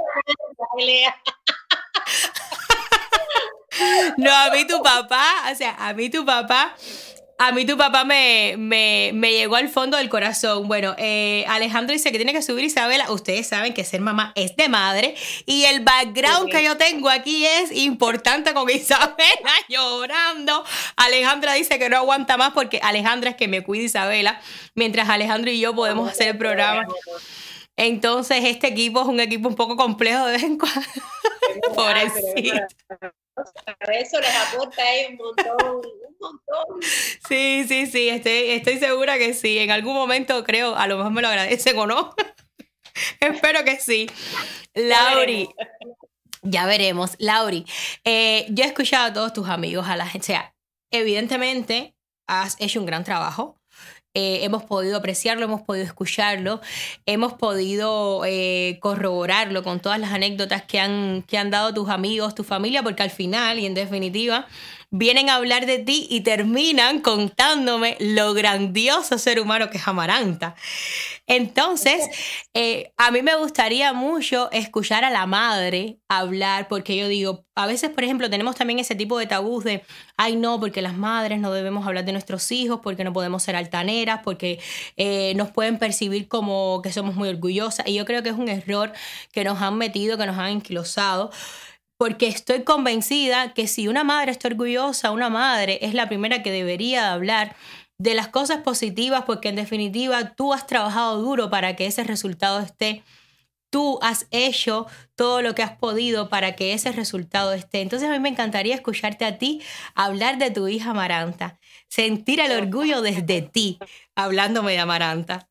B: No, a mí tu papá, o sea, a mí tu papá, a mí tu papá me, me, me llegó al fondo del corazón. Bueno, eh, Alejandro dice que tiene que subir Isabela. Ustedes saben que ser mamá es de madre y el background
K: Sí.
B: que yo tengo aquí es importante con Isabela llorando. Alejandra dice que no aguanta más porque Alejandra es que me cuida Isabela, mientras Alejandro y yo podemos hacer el programa. Entonces este equipo es un equipo un poco complejo de vez en cuando. Pobrecito.
K: Pero eso les aporta ahí un montón, un montón.
B: Sí, sí, sí, estoy, estoy segura que sí. En algún momento creo, a lo mejor me lo agradecen o no. Espero que sí. Lauri, ya veremos. Lauri, eh, yo he escuchado a todos tus amigos, a la gente. O sea, evidentemente has hecho un gran trabajo. Eh, hemos podido apreciarlo, hemos podido escucharlo, hemos podido eh, corroborarlo con todas las anécdotas que han, que han dado tus amigos, tu familia, porque al final y en definitiva vienen a hablar de ti y terminan contándome lo grandioso ser humano que es Amaranta. Entonces, eh, a mí me gustaría mucho escuchar a la madre hablar, porque yo digo, a veces, por ejemplo, tenemos también ese tipo de tabús de, ay no, porque las madres no debemos hablar de nuestros hijos, porque no podemos ser altaneras, porque eh, nos pueden percibir como que somos muy orgullosas. Y yo creo que es un error que nos han metido, que nos han enquilosado. Porque estoy convencida que si una madre está orgullosa, una madre es la primera que debería hablar de las cosas positivas, porque en definitiva tú has trabajado duro para que ese resultado esté. Tú has hecho todo lo que has podido para que ese resultado esté. Entonces a mí me encantaría escucharte a ti hablar de tu hija Amaranta. Sentir el orgullo desde ti, hablándome de Amaranta.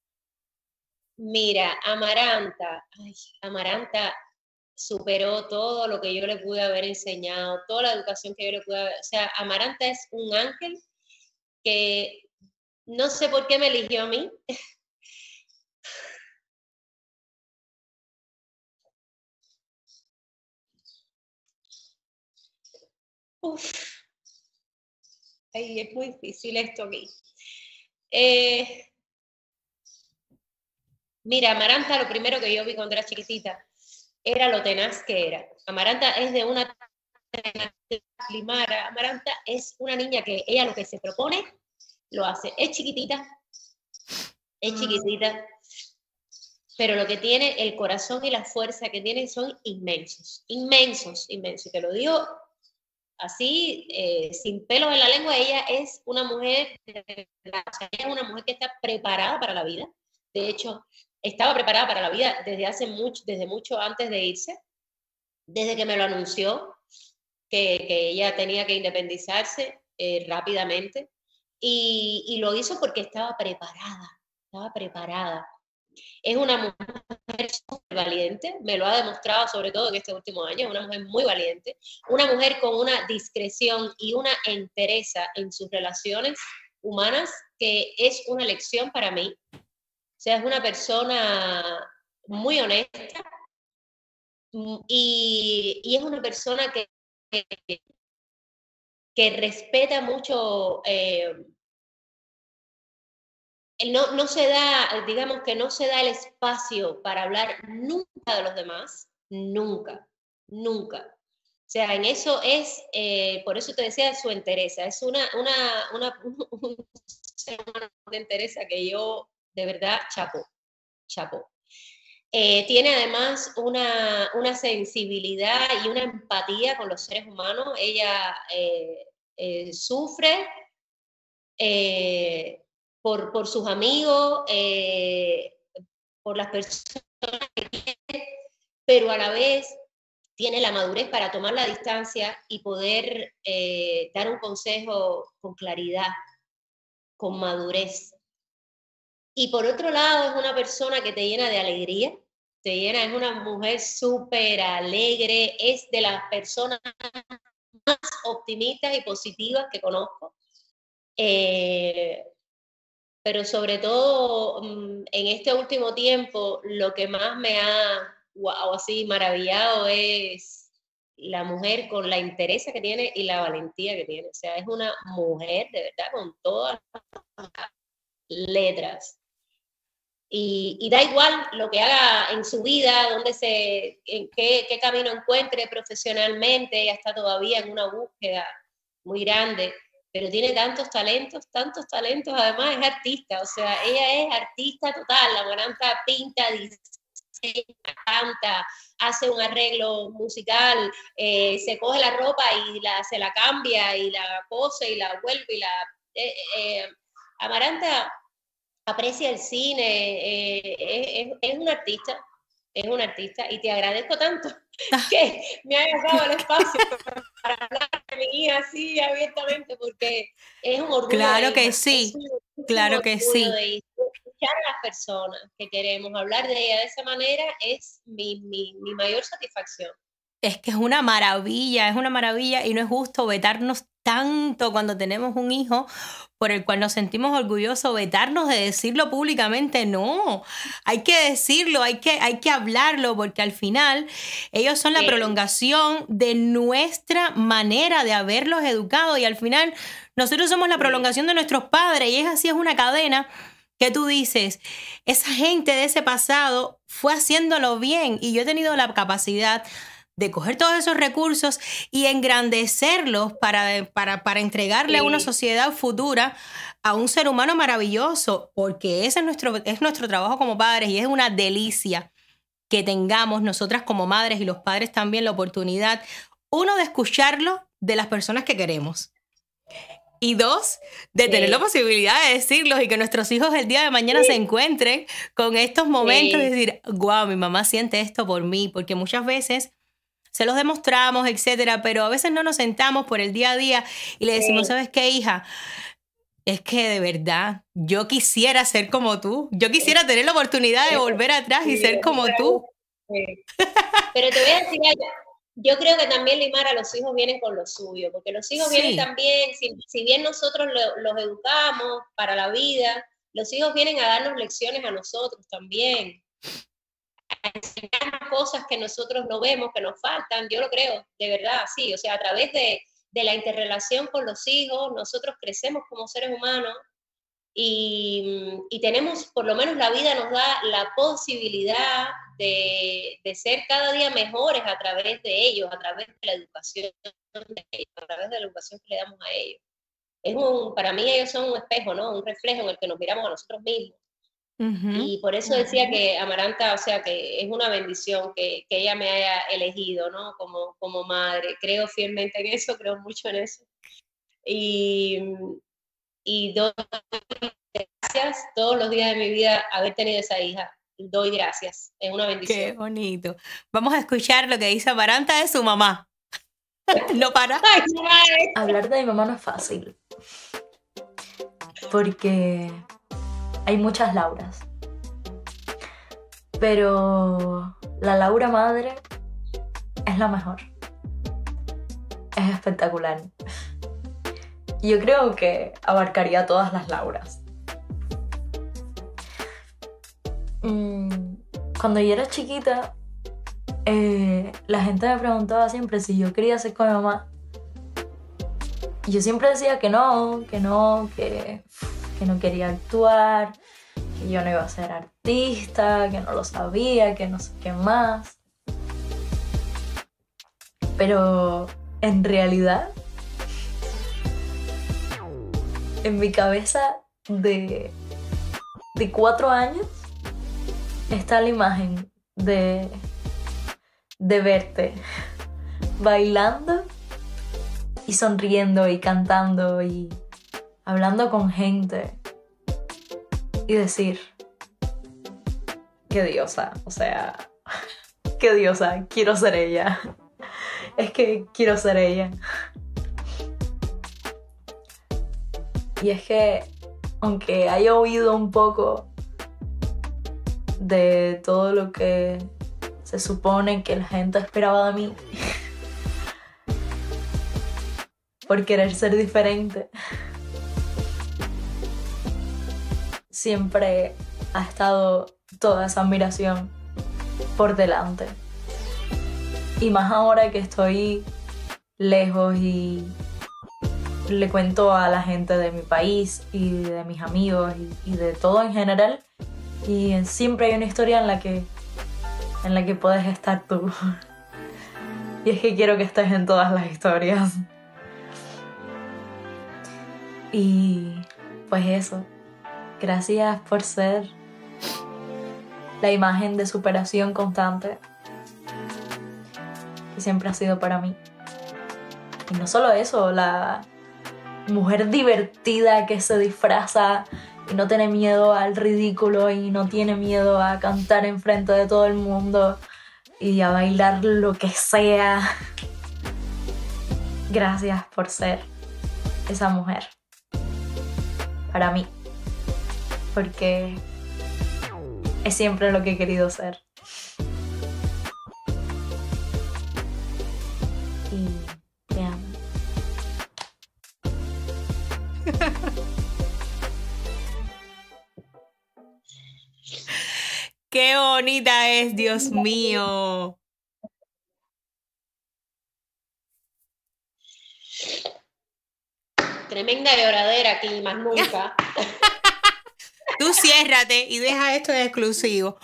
K: Mira, Amaranta, ay, Amaranta superó todo lo que yo le pude haber enseñado, toda la educación que yo le pude haber... O sea, Amaranta es un ángel que no sé por qué me eligió a mí. Uf. Ay, es muy difícil esto aquí. Eh, mira, Amaranta, lo primero que yo vi cuando era chiquitita era lo tenaz que era. Amaranta es de una Limara. Amaranta es una niña que ella lo que se propone, lo hace. Es chiquitita, es chiquitita, pero lo que tiene, el corazón y la fuerza que tiene son inmensos, inmensos, inmensos. Te lo digo así, eh, sin pelos en la lengua. Ella es una mujer, de verdad, o sea, ella es una mujer que está preparada para la vida. De hecho, estaba preparada para la vida desde hace mucho, desde mucho antes de irse, desde que me lo anunció, que, que ella tenía que independizarse eh, rápidamente, y, y lo hizo porque estaba preparada, estaba preparada. Es una mujer súper valiente, me lo ha demostrado sobre todo en este último año, una mujer muy valiente, una mujer con una discreción y una entereza en sus relaciones humanas que es una lección para mí. O sea, es una persona muy honesta y, y es una persona que, que, que respeta mucho... Eh, No, no se da, digamos que no se da el espacio para hablar nunca de los demás, nunca, nunca. O sea, en eso es, eh, por eso te decía su entereza, es una, una, una, un ser humano de entereza que yo, de verdad, chapo, chapo. Eh, tiene además una, una sensibilidad y una empatía con los seres humanos. Ella eh, eh, sufre, eh, Por, por sus amigos, eh, por las personas que quiere, pero a la vez tiene la madurez para tomar la distancia y poder eh, dar un consejo con claridad, con madurez. Y por otro lado es una persona que te llena de alegría, te llena, es una mujer súper alegre, es de las personas más optimistas y positivas que conozco. Eh, pero sobre todo en este último tiempo lo que más me ha wow, así maravillado es la mujer con la entereza que tiene y la valentía que tiene. O sea, es una mujer de verdad con todas las letras. Y, y da igual lo que haga en su vida, dónde se, en qué, qué camino encuentre profesionalmente. Ella está todavía en una búsqueda muy grande, pero tiene tantos talentos, tantos talentos, además es artista, o sea, ella es artista total. La Amaranta pinta, diseña, canta, hace un arreglo musical, eh, se coge la ropa y la, se la cambia y la cose y la vuelve y la... Eh, eh, Amaranta aprecia el cine, eh, es, es, es una artista, es una artista, y te agradezco tanto que me hayas dado el espacio para hablar de mi hija así abiertamente, porque es un orgullo.
B: Claro que
K: hija,
B: sí,
K: es un, es
B: claro
K: un
B: que sí.
K: de escuchar a las personas que queremos hablar de ella de esa manera es mi, mi, mi mayor satisfacción.
B: Es que es una maravilla, es una maravilla, y no es justo vetarnos tanto cuando tenemos un hijo por el cual nos sentimos orgullosos, vetarnos de decirlo públicamente. No, hay que decirlo, hay que, hay que hablarlo, porque al final ellos son la sí. prolongación de nuestra manera de haberlos educado, y al final nosotros somos la prolongación de nuestros padres, y es así, es una cadena que tú dices, esa gente de ese pasado fue haciéndolo bien, y yo he tenido la capacidad de coger todos esos recursos y engrandecerlos para, para, para entregarle sí. a una sociedad futura, a un ser humano maravilloso, porque ese es nuestro, es nuestro trabajo como padres, y es una delicia que tengamos nosotras como madres y los padres también la oportunidad, uno, de escucharlo de las personas que queremos, y dos, de sí. tener la posibilidad de decirlos y que nuestros hijos el día de mañana sí. se encuentren con estos momentos sí. de decir, guau, mi mamá siente esto por mí, porque muchas veces se los demostramos, etcétera, pero a veces no nos sentamos por el día a día y le decimos, sí. ¿sabes qué, hija? Es que de verdad, yo quisiera ser como tú. Yo quisiera sí. tener la oportunidad de volver atrás sí, y ser como tú.
K: Sí. Pero te voy a decir algo. Yo creo que también, Limara, los hijos vienen con lo suyo, porque los hijos sí. vienen también, si, si bien nosotros lo, los educamos para la vida, los hijos vienen a darnos lecciones a nosotros también. A enseñarnos cosas que nosotros no vemos, que nos faltan, yo lo creo, de verdad, sí, o sea, a través de, de la interrelación con los hijos. Nosotros crecemos como seres humanos y, y tenemos, por lo menos la vida nos da la posibilidad de, de ser cada día mejores a través de ellos, a través de la educación de ellos, a través de la educación que le damos a ellos. Es un, para mí ellos son un espejo, ¿no? Un reflejo en el que nos miramos a nosotros mismos. Uh-huh. Y por eso decía que Amaranta, o sea, que es una bendición que, que ella me haya elegido, ¿no? Como, como madre. Creo fielmente en eso, creo mucho en eso. Y, y doy gracias todos los días de mi vida haber tenido esa hija. Doy gracias, es una bendición.
B: Qué bonito. Vamos a escuchar lo que dice Amaranta de su mamá. No para.
K: Ay,
Q: hablar de mi mamá no es fácil. Porque hay muchas Lauras. Pero la Laura madre es la mejor. Es espectacular. Yo creo que abarcaría todas las Lauras. Cuando yo era chiquita, eh, la gente me preguntaba siempre si yo quería ser como mi mamá. Y yo siempre decía que no, que no, que, que no quería actuar, que yo no iba a ser artista, que no lo sabía, que no sé qué más. Pero en realidad, en mi cabeza de, de cuatro años, está la imagen de, de verte bailando y sonriendo y cantando y hablando con gente y decir, qué diosa, o sea, qué diosa, quiero ser ella. Es que quiero ser ella. Y es que, aunque haya oído un poco de todo lo que se supone que la gente esperaba de mí por querer ser diferente, siempre ha estado toda esa admiración por delante. Y más ahora que estoy lejos y le cuento a la gente de mi país y de mis amigos y, y de todo en general, y siempre hay una historia en la que en la que puedes estar tú. Y es que quiero que estés en todas las historias. Y pues eso, gracias por ser la imagen de superación constante que siempre ha sido para mí. Y no solo eso, la mujer divertida que se disfraza y no tiene miedo al ridículo y no tiene miedo a cantar enfrente de todo el mundo y a bailar lo que sea. Gracias por ser esa mujer para mí, porque es siempre lo que he querido ser. Y te amo.
B: ¡Qué bonita es, Dios mío!
K: Tremenda lloradera aquí, más nunca.
B: Tú ciérrate y deja esto de exclusivo.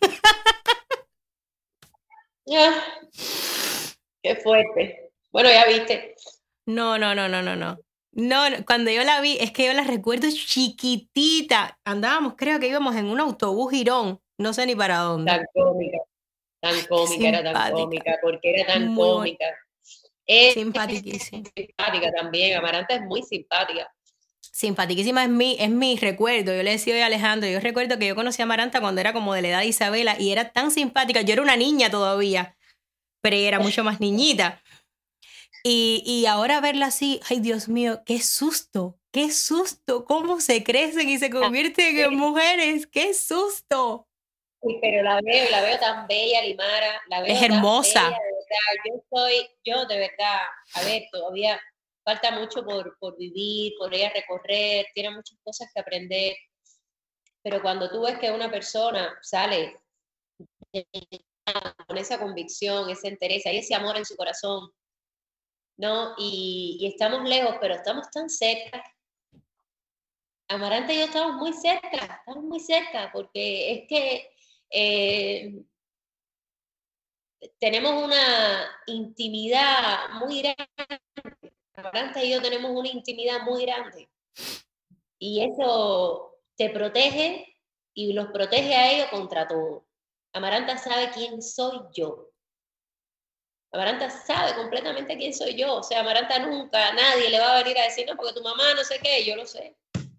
K: Ah, qué fuerte. Bueno, ya viste.
B: No, no, no, no, no, no. No, no, cuando yo la vi, es que yo la recuerdo chiquitita. Andábamos, creo que íbamos en un autobús girón. No sé ni para dónde.
K: Tan cómica. Tan cómica, era tan cómica. Porque era tan
B: Muy
K: cómica. Es
B: simpaticísima.
K: Simpática también. Amaranta es muy simpática.
B: Simpaticísima es mi, es mi recuerdo. Yo le decía hoy a Alejandro, yo recuerdo que yo conocí a Amaranta cuando era como de la edad de Isabela y era tan simpática. Yo era una niña todavía, pero ella era mucho más niñita. Y, y ahora verla así, ay Dios mío, qué susto, qué susto, cómo se crecen y se convierten en mujeres, qué susto.
K: Sí, pero la veo, la veo tan bella, Limara, la veo
B: Es
K: tan
B: hermosa.
K: bella, de verdad. Yo soy, yo de verdad, a ver, todavía falta mucho por, por vivir, por ella recorrer, tiene muchas cosas que aprender, pero cuando tú ves que una persona sale con esa convicción, esa entereza y ese amor en su corazón, ¿no? Y, y estamos lejos, pero estamos tan cerca. Amaranta y yo estamos muy cerca, estamos muy cerca, porque es que eh, tenemos una intimidad muy grande. Amaranta y yo tenemos una intimidad muy grande. Y eso te protege y los protege a ellos contra todo. Amaranta sabe quién soy yo. Amaranta sabe completamente quién soy yo. O sea, Amaranta nunca, nadie le va a venir a decir, no, porque tu mamá no sé qué, yo lo sé.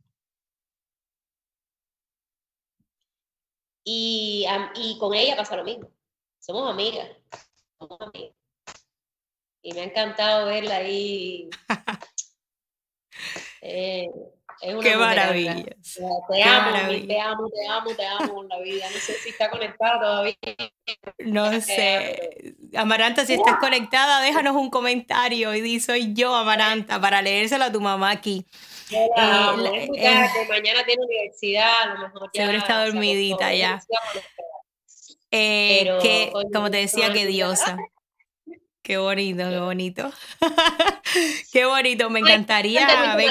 K: Y, y con ella pasa lo mismo. Somos amigas. Somos amigas. Y me ha encantado verla ahí. Eh, es una
B: Qué maravilla.
K: Te amo, maravilla. te amo, te amo, te amo en la vida. No sé si está conectada todavía.
B: No sé. Amaranta, si estás conectada, déjanos un comentario y di soy yo, Amaranta, para leérselo a tu mamá aquí.
K: Eh, amo, es muy tarde, eh, mañana tiene universidad, a lo mejor ya.
B: Seguro está dormidita ya. Eh, Pero, que, coño, como te decía, qué diosa. Qué bonito, qué bonito. Qué bonito, me encantaría.
K: Ay,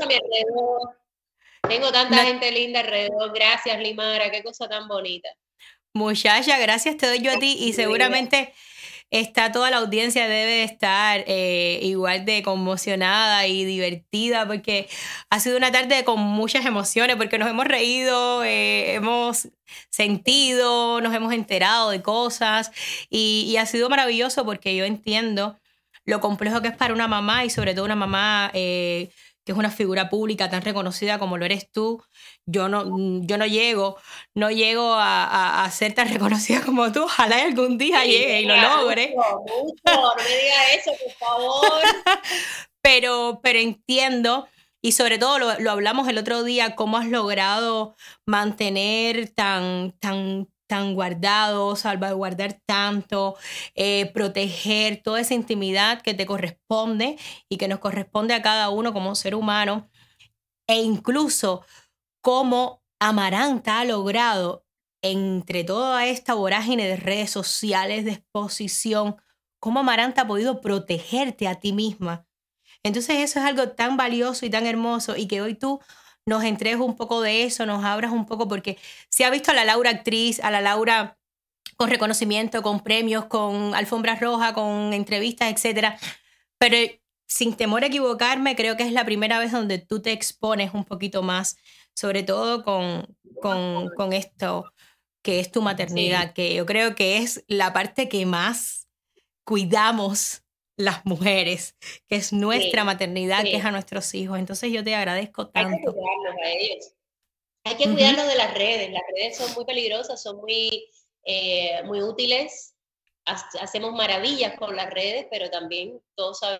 K: tengo tanta no. gente linda alrededor. Gracias, Limara, qué cosa tan bonita.
B: Muchacha, gracias te doy yo a ti y seguramente está toda la audiencia debe estar eh, igual de conmocionada y divertida porque ha sido una tarde con muchas emociones porque nos hemos reído, eh, hemos sentido, nos hemos enterado de cosas y, y ha sido maravilloso porque yo entiendo lo complejo que es para una mamá y sobre todo una mamá eh, que es una figura pública tan reconocida como lo eres tú. Yo no, yo no llego, no llego a, a, a ser tan reconocida como tú. Ojalá algún día sí, llegue y lo logre.
K: Mucho, mucho. No me digas eso, por favor.
B: pero, pero entiendo, y sobre todo lo, lo hablamos el otro día, cómo has logrado mantener tan, tan, tan guardado, salvaguardar tanto, eh, proteger toda esa intimidad que te corresponde y que nos corresponde a cada uno como ser humano, e incluso cómo Amaranta ha logrado, entre toda esta vorágine de redes sociales, de exposición, cómo Amaranta ha podido protegerte a ti misma. Entonces eso es algo tan valioso y tan hermoso y que hoy tú nos entregues un poco de eso, nos abras un poco, porque se ha visto a la Laura actriz, a la Laura con reconocimiento, con premios, con alfombra roja, con entrevistas, etcétera. Pero sin temor a equivocarme, creo que es la primera vez donde tú te expones un poquito más, sobre todo con, con, con esto que es tu maternidad, sí. Que yo creo que es la parte que más cuidamos las mujeres, que es nuestra sí, maternidad, sí. Que es a nuestros hijos. Entonces yo te agradezco tanto.
K: Hay que cuidarlos a ellos. Hay que uh-huh. cuidarlos de las redes. Las redes son muy peligrosas, son muy, eh, muy útiles. Hacemos maravillas con las redes, pero también todos saben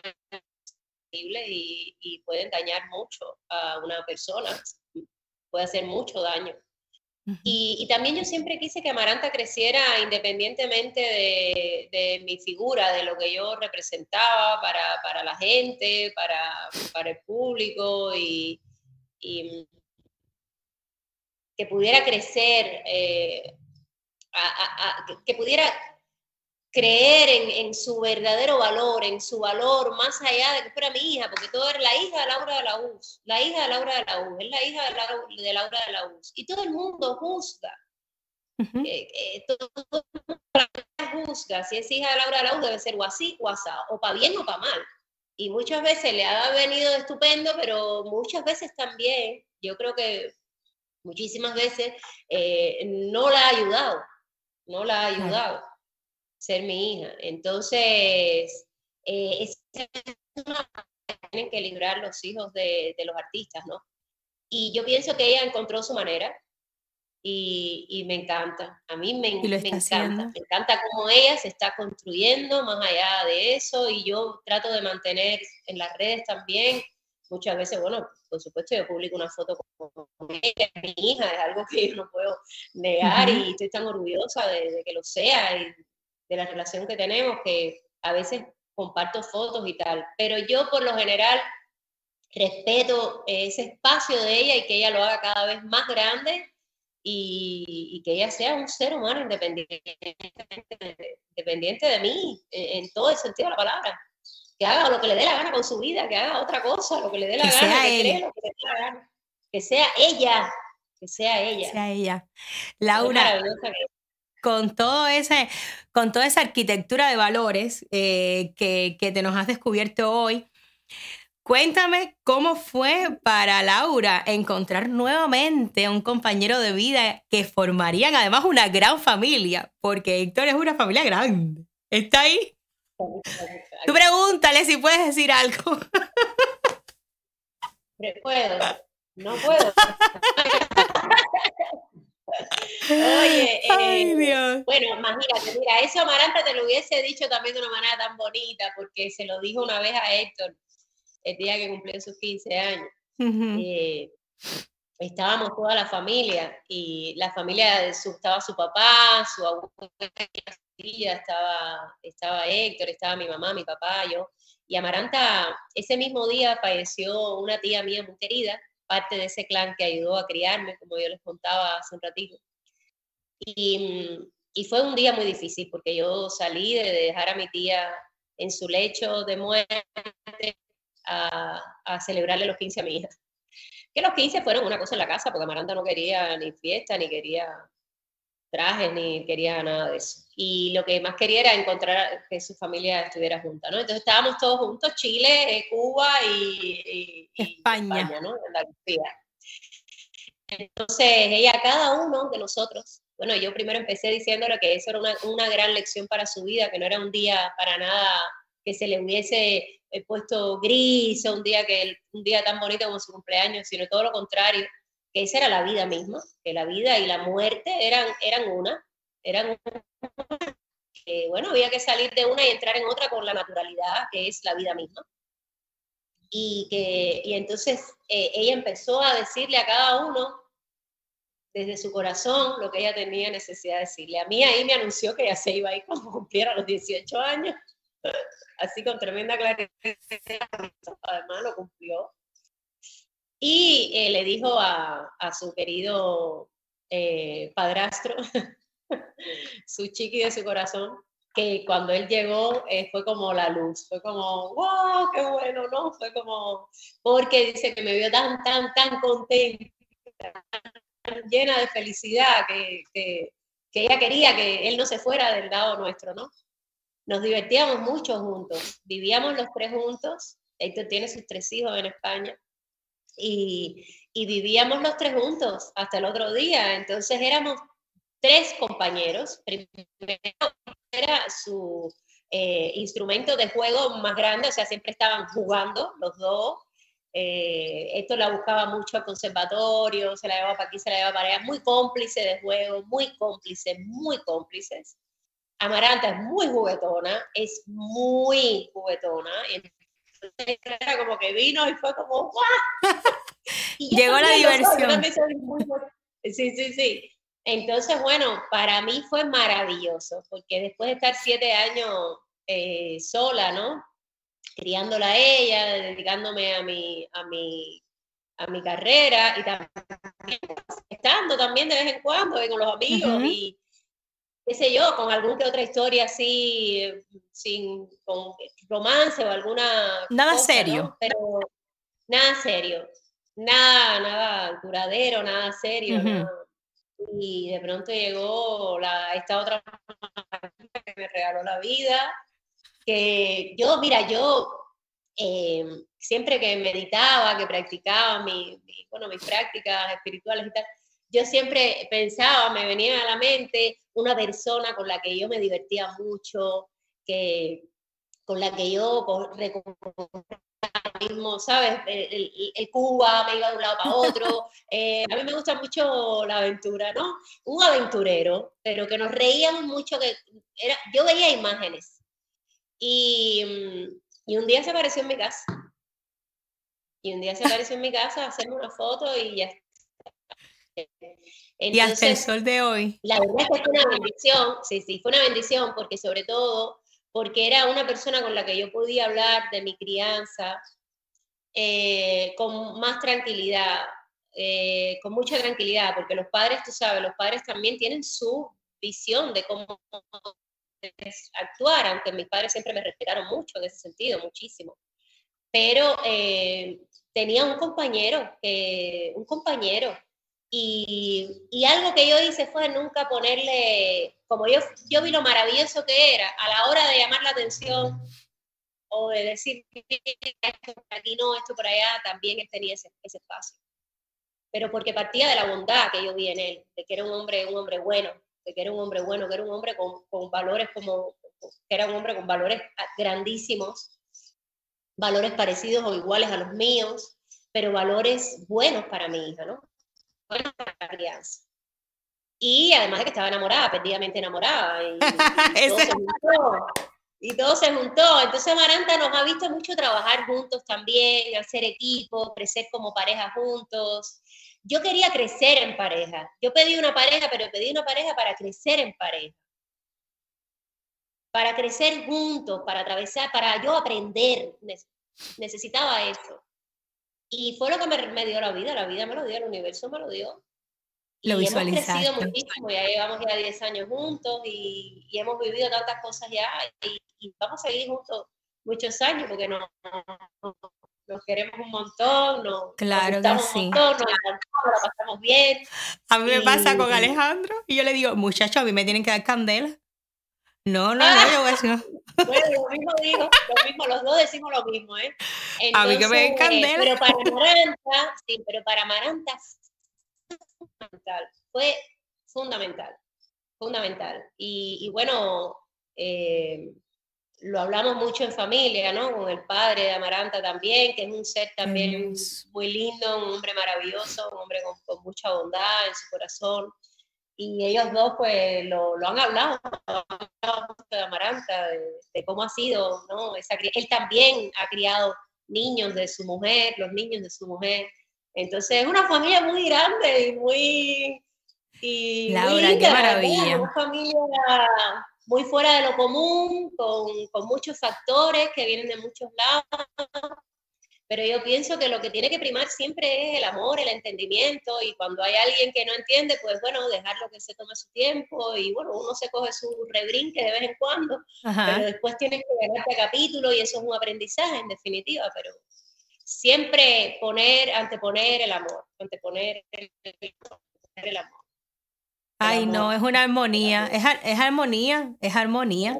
K: y, y pueden dañar mucho a una persona. Puede hacer mucho daño. Uh-huh. Y, y también yo siempre quise que Amaranta creciera independientemente de, de mi figura, de lo que yo representaba para, para la gente, para, para el público, y, y que pudiera crecer, eh, a, a, a, que pudiera creer en, en su verdadero valor, en su valor más allá de que fuera mi hija, porque todo era la hija de Laura de la U Z, la hija de Laura de la U Z, es la hija de Laura de, Laura de la U Z, y todo el mundo juzga, uh-huh. eh, eh, todo el mundo juzga, si es hija de Laura de la U Z debe ser o así o así, o para bien o para mal, y muchas veces le ha venido estupendo, pero muchas veces también, yo creo que muchísimas veces eh, no la ha ayudado, no la ha ayudado. Uh-huh. Ser mi hija. Entonces, eh, es una que tienen que librar los hijos de, de los artistas, ¿no? Y yo pienso que ella encontró su manera y, y me encanta. A mí me, me encanta. Haciendo? Me encanta cómo ella se está construyendo más allá de eso y yo trato de mantener en las redes también. Muchas veces, bueno, por supuesto, yo publico una foto con ella, mi hija, es algo que yo no puedo negar uh-huh. y estoy tan orgullosa de, de que lo sea y de la relación que tenemos, que a veces comparto fotos y tal, pero yo por lo general respeto ese espacio de ella y que ella lo haga cada vez más grande y, y que ella sea un ser humano independiente, independiente de mí, en, en todo el sentido de la palabra. que haga lo que le dé la gana con su vida, que haga otra cosa, lo que le dé la
B: Que
K: gana,
B: sea
K: que cree
B: ella.
K: lo que le dé la gana. Que sea ella, que sea ella.
B: Sea ella.
K: Es
B: Laura,
K: maravillosa que
B: con todo ese, con toda esa arquitectura de valores eh, que, que te nos has descubierto hoy, cuéntame cómo fue para Laura encontrar nuevamente un compañero de vida que formarían además una gran familia, porque Héctor es una familia grande. ¿Está ahí? Tú pregúntale si puedes decir algo.
K: puedo, no puedo. Oye, eh,
B: Ay, Dios.
K: bueno, imagínate, mira, eso Amaranta te lo hubiese dicho también de una manera tan bonita, porque se lo dijo una vez a Héctor el día que cumplió sus quince años.
B: Ujú.
K: Eh, estábamos toda la familia, y la familia de su, estaba su papá, su abuela, estaba, estaba Héctor, estaba mi mamá, mi papá, yo. Y Amaranta, ese mismo día falleció una tía mía muy querida, parte de ese clan que ayudó a criarme, como yo les contaba hace un ratito. Y, y fue un día muy difícil, porque yo salí de dejar a mi tía en su lecho de muerte a, a celebrarle los quince a mi hija. Que los quince fueron una cosa en la casa, porque Amaranta no quería ni fiesta, ni quería trajes, ni quería nada de eso. Y lo que más quería era encontrar que su familia estuviera junta, ¿no? Entonces estábamos todos juntos, Chile, eh, Cuba y, y, y
B: España.
K: España, ¿no? Andalucía. Entonces ella, cada uno de nosotros, bueno, yo primero empecé diciéndole que eso era una, una gran lección para su vida, que no era un día para nada que se le hubiese puesto gris, o un día, que, un día tan bonito como su cumpleaños, sino todo lo contrario, que esa era la vida misma, que la vida y la muerte eran, eran una, eran una, que bueno, había que salir de una y entrar en otra con la naturalidad, que es la vida misma. Y, que, y entonces eh, ella empezó a decirle a cada uno, desde su corazón, lo que ella tenía necesidad de decirle. A mí ahí me anunció que ya se iba a ir cuando cumpliera los dieciocho años, así con tremenda claridad, además lo cumplió. Y eh, le dijo a, a su querido eh, padrastro, su chiqui de su corazón, que cuando él llegó eh, fue como la luz, fue como, wow, qué bueno, ¿no? Fue como, porque dice que me vio tan, tan, tan contenta, tan llena de felicidad, que, que, que ella quería que él no se fuera del lado nuestro, ¿no? Nos divertíamos mucho juntos, vivíamos los tres juntos, Héctor tiene sus tres hijos en España, y, y vivíamos los tres juntos hasta el otro día, entonces éramos tres compañeros. Primero era su eh, instrumento de juego más grande, o sea, siempre estaban jugando los dos. Eh, esto la buscaba mucho al conservatorio, se la llevaba para aquí, se la llevaba para allá, muy cómplice de juego, muy cómplices, muy cómplices. Amaranta es muy juguetona, es muy juguetona, entonces era como que vino y fue como ¡guau! Y
B: llegó la diversión.
K: Sí, sí, sí. Entonces, bueno, para mí fue maravilloso, porque después de estar siete años eh, sola, ¿no? Criándola a ella, dedicándome a mi, a mi, a mi carrera, y también estando también de vez en cuando y con los amigos, uh-huh. y qué sé yo, con alguna que otra historia así, sin, con romance o alguna
B: Nada
K: cosa,
B: serio.
K: ¿no? Pero nada serio, nada, nada duradero, nada serio, uh-huh. nada. Y de pronto llegó la, esta otra que me regaló la vida, que yo, mira, yo eh, siempre que meditaba, que practicaba mi, mi, bueno, mis prácticas espirituales y tal, yo siempre pensaba, me venía a la mente una persona con la que yo me divertía mucho, que, con la que yo mismo, ¿sabes? El, el, el Cuba, me iba de un lado para otro. Eh, a mí me gusta mucho la aventura, ¿no? Un aventurero, pero que nos reíamos mucho, que era, yo veía imágenes. Y, y un día se apareció en mi casa. Y un día se apareció en mi casa a hacerme una foto y ya. Entonces,
B: y hasta el sol de hoy.
K: La verdad es que fue una bendición, sí, sí, fue una bendición, porque sobre todo, porque era una persona con la que yo podía hablar de mi crianza, Eh, con más tranquilidad, eh, con mucha tranquilidad, porque los padres, tú sabes, los padres también tienen su visión de cómo actuar, aunque mis padres siempre me respetaron mucho en ese sentido, muchísimo. Pero eh, tenía un compañero, eh, un compañero, y, y algo que yo hice fue nunca ponerle, como yo, yo vi lo maravilloso que era, a la hora de llamar la atención, o de decir, esto por aquí no, esto por allá, también él tenía ese, ese espacio. Pero porque partía de la bondad que yo vi en él, de que era un hombre, un hombre bueno, de que era un hombre bueno, que era un hombre con, con valores como, que era un hombre con valores grandísimos, valores parecidos o iguales a los míos, pero valores buenos para mi hija, ¿no? Buenos para la crianza. Y además de que estaba enamorada, perdidamente enamorada, y, y todo se juntó. Y todo se juntó. Entonces Amaranta nos ha visto mucho trabajar juntos también, hacer equipo, crecer como pareja juntos. Yo quería crecer en pareja. Yo pedí una pareja, pero pedí una pareja para crecer en pareja. Para crecer juntos, para atravesar, para yo aprender. Necesitaba eso. Y fue lo que me, me dio la vida. La vida me lo dio, el universo me lo dio.
B: Lo
K: y hemos
B: visualizaste.
K: crecido muchísimo, ya llevamos ya diez años juntos y, y hemos vivido tantas cosas ya y, y vamos a seguir juntos muchos años porque nos, nos, nos queremos un montón, nos,
B: Claro
K: nos
B: que
K: gustamos
B: sí.
K: un montón, nos encantamos, la pasamos bien.
B: A mí me
K: Y-
B: pasa con Alejandro y yo le digo, muchachos, a mí me tienen que dar candela. No, no, no, yo voy a decir,
K: Bueno, lo mismo digo, lo mismo, los dos decimos lo mismo, ¿eh?
B: A mí que me den
K: Entonces,
B: candela.
K: Pero para Amaranta, sí, pero para Amaranta fundamental, fue fundamental, fundamental. Y, y bueno, eh, lo hablamos mucho en familia, ¿no? Con el padre de Amaranta también, que es un ser también muy lindo, un hombre maravilloso, un hombre con, con mucha bondad en su corazón. Y ellos dos, pues, lo, lo han hablado, lo han hablado mucho de Amaranta, de, de cómo ha sido, ¿no? Esa, cri- él también ha criado niños de su mujer, los niños de su mujer. Entonces, es una familia muy grande y muy, y muy
B: Laura,
K: linda,
B: qué
K: ¿verdad?
B: maravilla.
K: Una familia muy fuera de lo común, con, con muchos factores que vienen de muchos lados. Pero yo pienso que lo que tiene que primar siempre es el amor, el entendimiento, y cuando hay alguien que no entiende, pues bueno, dejarlo que se tome su tiempo, y bueno, uno se coge su rebrinque de vez en cuando,
B: Ajá.
K: pero después tienes que ganarte a capítulo, y eso es un aprendizaje, en definitiva, pero siempre poner, anteponer el amor, anteponer el, el amor.
B: Ay, no, es una armonía, es, ar- es armonía, es armonía.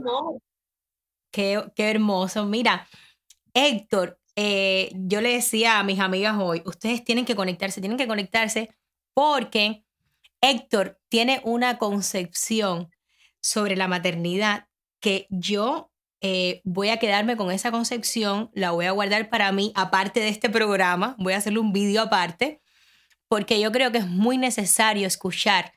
B: Qué, qué hermoso. Mira, Héctor, eh, yo le decía a mis amigas hoy, ustedes tienen que conectarse, tienen que conectarse porque Héctor tiene una concepción sobre la maternidad que yo eh, voy a quedarme con esa concepción, la voy a guardar para mí, aparte de este programa, voy a hacerle un vídeo aparte, porque yo creo que es muy necesario escuchar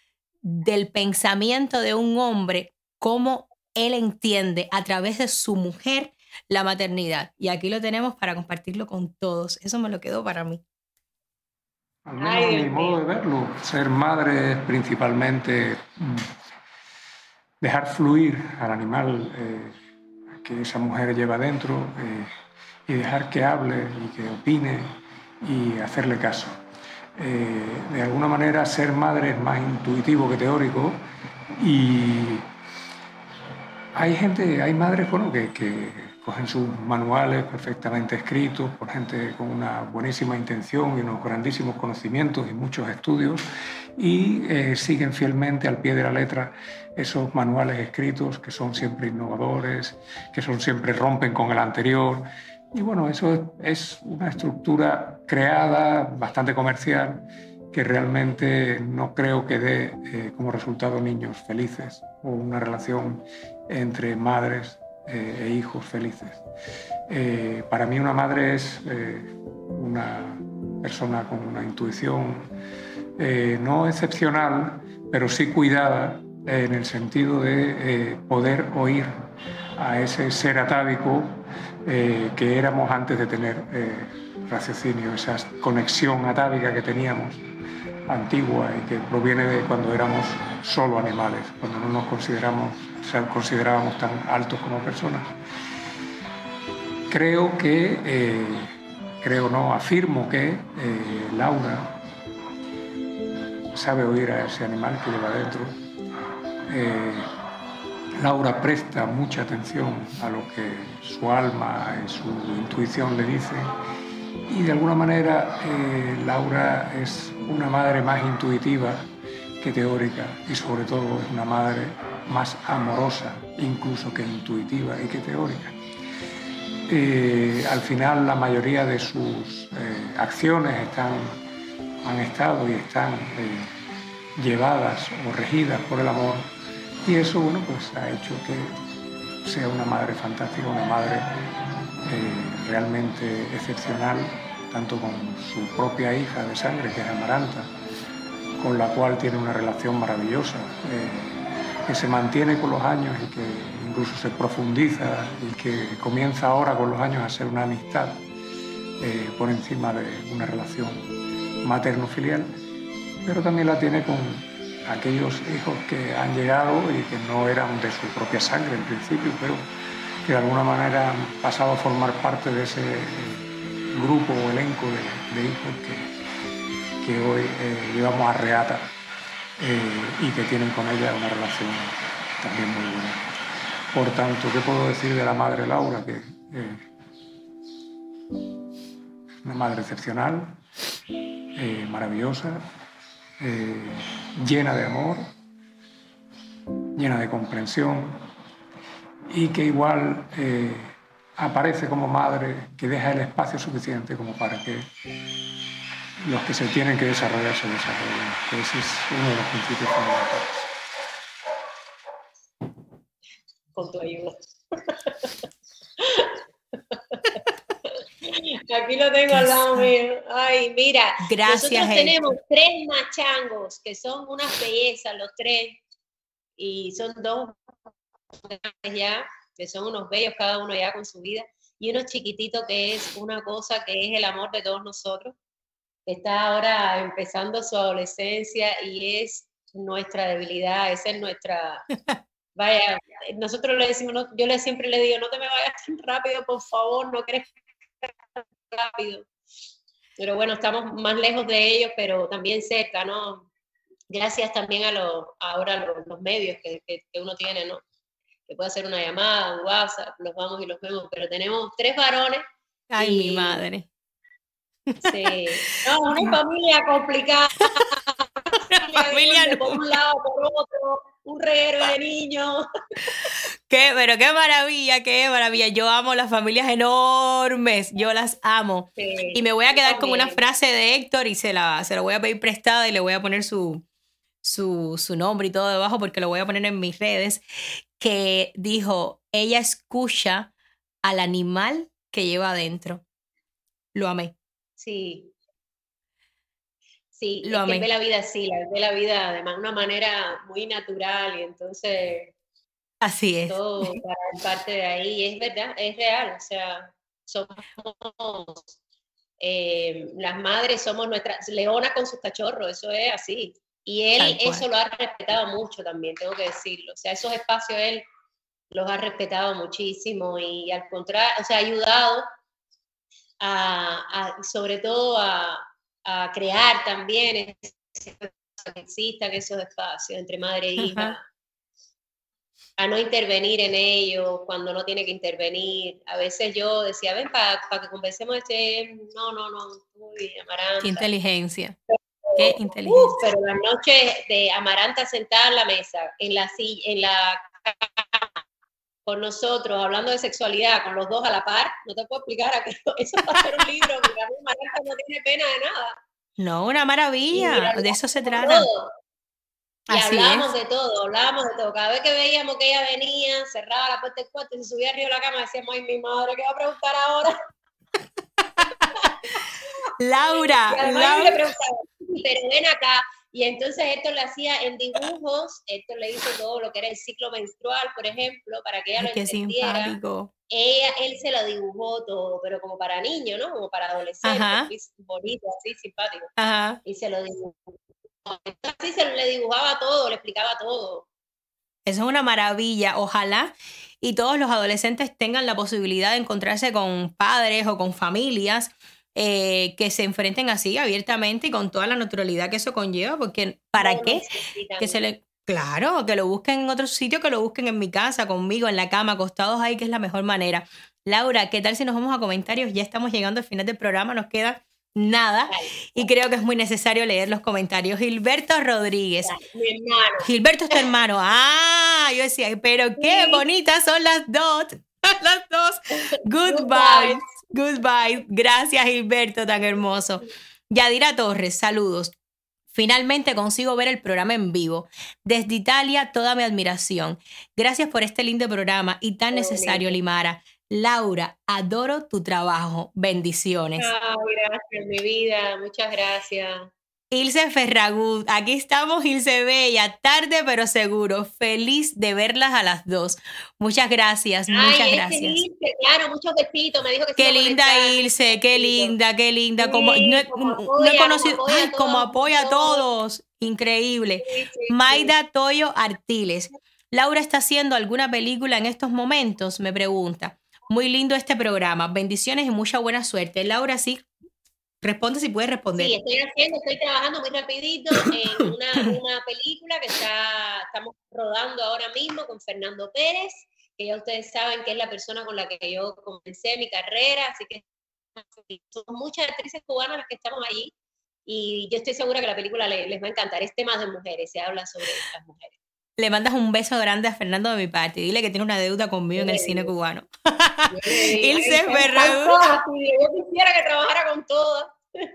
B: del pensamiento de un hombre cómo él entiende a través de su mujer la maternidad. Y aquí lo tenemos para compartirlo con todos. Eso me lo quedó para mí.
R: Al menos a mi modo de verlo, ser madre es principalmente mm, dejar fluir al animal eh, que esa mujer lleva dentro eh, y dejar que hable y que opine y hacerle caso. Eh, de alguna manera ser madre es más intuitivo que teórico y hay gente, hay madres bueno, que, que cogen sus manuales perfectamente escritos por gente con una buenísima intención y unos grandísimos conocimientos y muchos estudios y eh, siguen fielmente al pie de la letra esos manuales escritos que son siempre innovadores, que son siempre rompen con el anterior. Y bueno, eso es, es una estructura creada, bastante comercial, que realmente no creo que dé eh, como resultado niños felices o una relación entre madres eh, e hijos felices. Eh, para mí una madre es eh, una persona con una intuición eh, no excepcional, pero sí cuidada eh, en el sentido de eh, poder oír a ese ser atávico eh, que éramos antes de tener eh, raciocinio, esa conexión atávica que teníamos antigua y que proviene de cuando éramos solo animales, cuando no nos consideramos, o sea, considerábamos tan altos como personas. Creo que, eh, creo no, afirmo que eh, Laura sabe oír a ese animal que lleva dentro. Eh, Laura presta mucha atención a lo que su alma y su intuición le dicen y de alguna manera eh, Laura es una madre más intuitiva que teórica y sobre todo es una madre más amorosa incluso que intuitiva y que teórica. Eh, al final la mayoría de sus eh, acciones están, han estado y están eh, llevadas o regidas por el amor y eso bueno, pues, ha hecho que sea una madre fantástica, una madre eh, realmente excepcional, tanto con su propia hija de sangre, que es Amaranta, con la cual tiene una relación maravillosa, eh, que se mantiene con los años y que incluso se profundiza y que comienza ahora con los años a ser una amistad eh, por encima de una relación materno-filial, pero también la tiene con aquellos hijos que han llegado y que no eran de su propia sangre en principio, pero que de alguna manera han pasado a formar parte de ese grupo o elenco de, de hijos que, que hoy eh, llevamos a Reata eh, y que tienen con ella una relación también muy buena. Por tanto, ¿qué puedo decir de la madre Laura? Que eh, una madre excepcional, eh, maravillosa, eh, llena de amor, llena de comprensión y que igual eh, aparece como madre que deja el espacio suficiente como para que los que se tienen que desarrollar se desarrollen. Ese es uno de los principios fundamentales.
K: Con tu ayuda. Aquí lo tengo al lado mío. Ay, mira,
B: Gracias,
K: nosotros
B: Héctor.
K: tenemos tres machangos que son unas bellezas los tres y son dos ya, que son unos bellos cada uno ya con su vida y uno chiquitito que es una cosa que es el amor de todos nosotros. Está ahora empezando su adolescencia y es nuestra debilidad, esa es nuestra... Vaya, nosotros le decimos, no, yo le siempre le digo, no te me vayas tan rápido, por favor, no crezcas rápido. Pero bueno, estamos más lejos de ellos, pero también cerca, ¿no? Gracias también a los, ahora a los, los medios que, que, que uno tiene, ¿no? Que puede hacer una llamada, un WhatsApp, los vamos y los vemos, pero tenemos tres varones.
B: Ay,
K: y,
B: mi madre.
K: Sí, no, una familia complicada. Una familia no. Por un lado, por otro, un reguero de niños.
B: Qué, pero qué maravilla, qué maravilla. Yo amo las familias enormes, yo las amo.
K: Sí,
B: y me voy a quedar
K: también.
B: con una frase de Héctor y se la, se la voy a pedir prestada y le voy a poner su, su, su nombre y todo debajo porque lo voy a poner en mis redes, que dijo, ella escucha al animal que lleva adentro. Lo amé.
K: Sí. Sí,
B: Lo
K: es que
B: amé.
K: ve la vida así, la ve la vida de una manera muy natural y entonces
B: Así es.
K: todo para parte de ahí, es verdad, es real, o sea, somos eh, las madres, somos nuestras leonas con sus cachorros, eso es así. Y él
B: Tal cual.
K: eso lo ha respetado mucho también, tengo que decirlo, o sea, esos espacios él los ha respetado muchísimo y al contrario, o sea, ha ayudado a, a sobre todo a a crear también que existan esos espacios entre madre e hija,
B: Ajá.
K: a no intervenir en ellos cuando no tiene que intervenir. A veces yo decía, ven, para pa que conversemos, este, no, no, no, uy, Amaranta.
B: Qué inteligencia. Qué inteligencia.
K: Uf, pero las noches de Amaranta sentada en la mesa, en la silla, en la cama, con nosotros, hablando de sexualidad, con los dos a la par, no te puedo explicar a qué, eso va a ser un libro, porque a mí Amaranta no tiene pena de nada.
B: No, una maravilla.
K: Mira,
B: de eso se
K: de
B: trata.
K: todo. Y
B: Así
K: hablábamos
B: es.
K: de todo, hablábamos de todo. Cada vez que veíamos que ella venía, cerraba la puerta del cuarto y se subía arriba de la cama, decíamos, ay, mi madre, ¿qué va a preguntar ahora?
B: Laura,
K: Y además yo
B: Laura.
K: le preguntaba, pero ven acá. Y entonces esto le hacía en dibujos, esto le hizo todo lo que era el ciclo menstrual, por ejemplo, para que ella
B: Ay,
K: lo
B: qué
K: entendiera.
B: simpático.
K: Ella, él se lo dibujó todo, pero como para niños, ¿no? Como para adolescentes,
B: Ajá.
K: bonito, así, simpático.
B: Ajá.
K: Y se lo dibujó. Así se le dibujaba todo, le explicaba todo.
B: Eso es una maravilla. Ojalá y todos los adolescentes tengan la posibilidad de encontrarse con padres o con familias eh, que se enfrenten así abiertamente y con toda la naturalidad que eso conlleva, porque ¿para
K: No
B: qué?
K: necesitan.
B: Que se le, Claro, que lo busquen en otro sitio, que lo busquen en mi casa, conmigo, en la cama, acostados ahí, que es la mejor manera. Laura, ¿qué tal si nos vamos a comentarios? Ya estamos llegando al final del programa, nos queda nada y creo que es muy necesario leer los comentarios. Gilberto Rodríguez.
K: Mi hermano.
B: Gilberto es tu hermano. Ah, yo decía, pero qué bonitas son las dos. Las dos. Goodbye. Goodbye. Gracias, Gilberto, tan hermoso. Yadira Torres, saludos. Finalmente consigo ver el programa en vivo. Desde Italia, toda mi admiración. Gracias por este lindo programa y tan necesario, Limara. Laura, adoro tu trabajo. Bendiciones.
K: Ah, gracias, mi vida. Muchas gracias.
B: Ilse Ferragut, aquí estamos, Ilse Bella, tarde pero seguro, feliz de verlas a las dos. Muchas gracias, muchas
K: Ay,
B: gracias.
K: Ilse, claro, muchos besitos, me dijo que
B: qué linda Ilse, qué linda, qué linda, como, sí, no, como apoya, no he conocido, como apoya, ay, como apoya a todos, increíble. Sí, sí, Maida sí. Toyo Artiles, Laura está haciendo alguna película en estos momentos, me pregunta. Muy lindo este programa, bendiciones y mucha buena suerte. Laura, sí. Responde si puedes responder.
K: Sí, estoy haciendo, estoy trabajando muy rapidito en una, una película que está, estamos rodando ahora mismo con Fernando Pérez, que ya ustedes saben que es la persona con la que yo comencé mi carrera, así que son muchas actrices cubanas las que estamos allí y yo estoy segura que la película les, les va a encantar. Es temas de mujeres, se habla sobre las mujeres.
B: Le mandas un beso grande a Fernando de mi parte. Dile que tiene una deuda conmigo en el cine cubano. Ilse Ferragut.
K: Yo quisiera que trabajara con todas.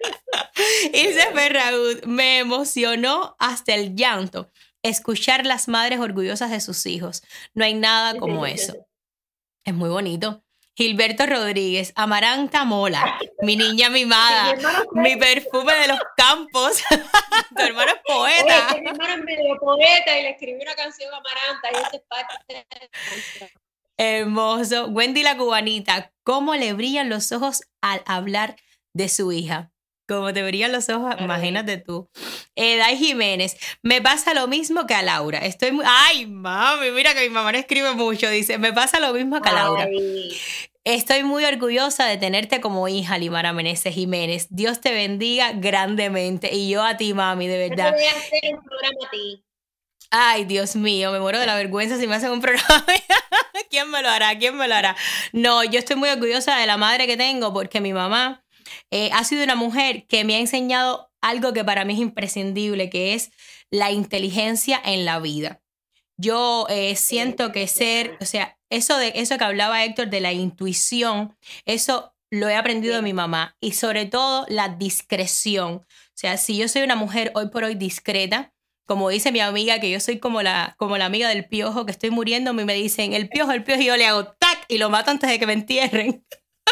B: Ilse Ferragut, me emocionó hasta el llanto escuchar las madres orgullosas de sus hijos. No hay nada como eso. Es muy bonito. Gilberto Rodríguez, Amaranta Mola, mi niña mimada, mi perfume de los campos. Tu hermano es poeta.
K: Oye, mi hermano es medio poeta y le escribí una canción a Amaranta y esa es parte de la canción.
B: Hermoso. Wendy la cubanita, ¿cómo le brillan los ojos al hablar de su hija? Como te brillan los ojos, ay, imagínate tú. Eday Jiménez, me pasa lo mismo que a Laura. Estoy muy... Ay, mami, mira que mi mamá no escribe mucho. Dice, me pasa lo mismo que a Laura.
K: Ay.
B: Estoy muy orgullosa de tenerte como hija, Limara Meneses Jiménez. Dios te bendiga grandemente. Y yo a ti, mami, de verdad.
K: Yo te voy a hacer un programa a ti.
B: Ay, Dios mío, me muero de la vergüenza si me hacen un programa. ¿Quién me lo hará? ¿Quién me lo hará? No, yo estoy muy orgullosa de la madre que tengo porque mi mamá eh, ha sido una mujer que me ha enseñado algo que para mí es imprescindible, que es la inteligencia en la vida. Yo eh, siento que ser, o sea, eso, de, eso que hablaba Héctor de la intuición, eso lo he aprendido de mi mamá y sobre todo la discreción. O sea, si yo soy una mujer hoy por hoy discreta, como dice mi amiga, que yo soy como la, como la amiga del piojo, que estoy muriéndome y me dicen, el piojo, el piojo, y yo le hago tac y lo mato antes de que me entierren.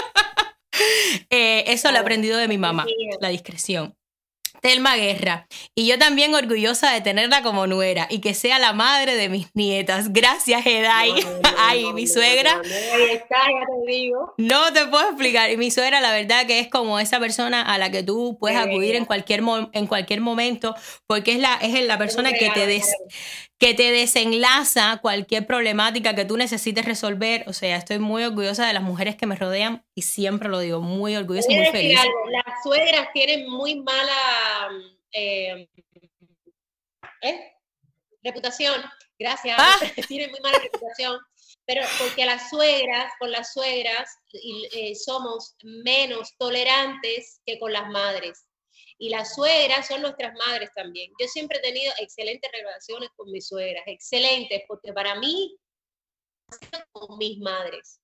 B: eh, eso lo he aprendido de mi mamá, la discreción. Telma Guerra, y yo también orgullosa de tenerla como nuera y que sea la madre de mis nietas. Gracias, Eday. No, no, no, Ay, no, mi no, suegra.
K: No, no, ahí está, ya te digo.
B: No te puedo explicar. Y mi suegra, la verdad, que es como esa persona a la que tú puedes sí, acudir en cualquier, en cualquier momento, porque es la, es la persona que te, des, que te desenlaza cualquier problemática que tú necesites resolver. O sea, estoy muy orgullosa de las mujeres que me rodean y siempre lo digo, muy orgullosa y muy feliz.
K: Algo. Las suegras tienen muy mala Eh, ¿eh? reputación, gracias, ah. tienen muy mala reputación, pero porque las suegras, con las suegras eh, somos menos tolerantes que con las madres, y las suegras son nuestras madres también. Yo siempre he tenido excelentes relaciones con mis suegras, excelentes, porque para mí son mis madres.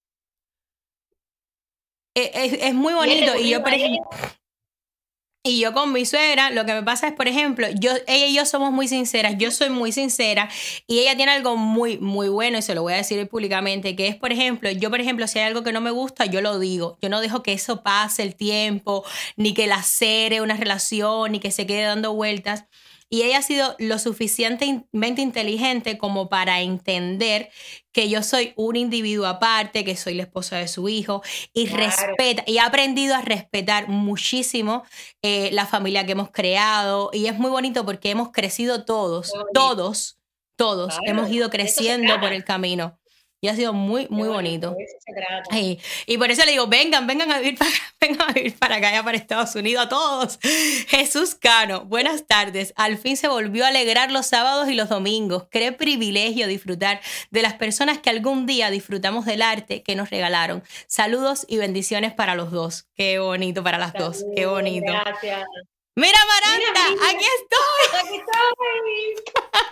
B: Es, es, es muy bonito, y yo por ejemplo Y yo con mi suegra, lo que me pasa es, por ejemplo, yo, ella y yo somos muy sinceras, yo soy muy sincera y ella tiene algo muy, muy bueno y se lo voy a decir públicamente, que es, por ejemplo, yo, por ejemplo, si hay algo que no me gusta, yo lo digo. Yo no dejo que eso pase el tiempo, ni que lacere una relación, ni que se quede dando vueltas. Y ella ha sido lo suficientemente inteligente como para entender que yo soy un individuo aparte, que soy la esposa de su hijo, y claro. respeta, y ha aprendido a respetar muchísimo eh, la familia que hemos creado. Y es muy bonito porque hemos crecido todos, todos, todos, claro. hemos ido creciendo por el camino. Y ha sido muy, muy
K: Qué
B: bonito.
K: de eso se trata.
B: Ay, y por eso le digo, vengan, vengan a vivir para acá, vengan a vivir para acá, ya para Estados Unidos a todos. Jesús Cano, buenas tardes. Al fin se volvió a alegrar los sábados y los domingos. Qué privilegio disfrutar de las personas que algún día disfrutamos del arte que nos regalaron. Saludos y bendiciones para los dos. Qué bonito para las
K: Saludos,
B: dos, qué bonito.
K: Gracias.
B: Mira, Amaranta,
K: Mira, mira.
B: aquí estoy.
K: Aquí estoy.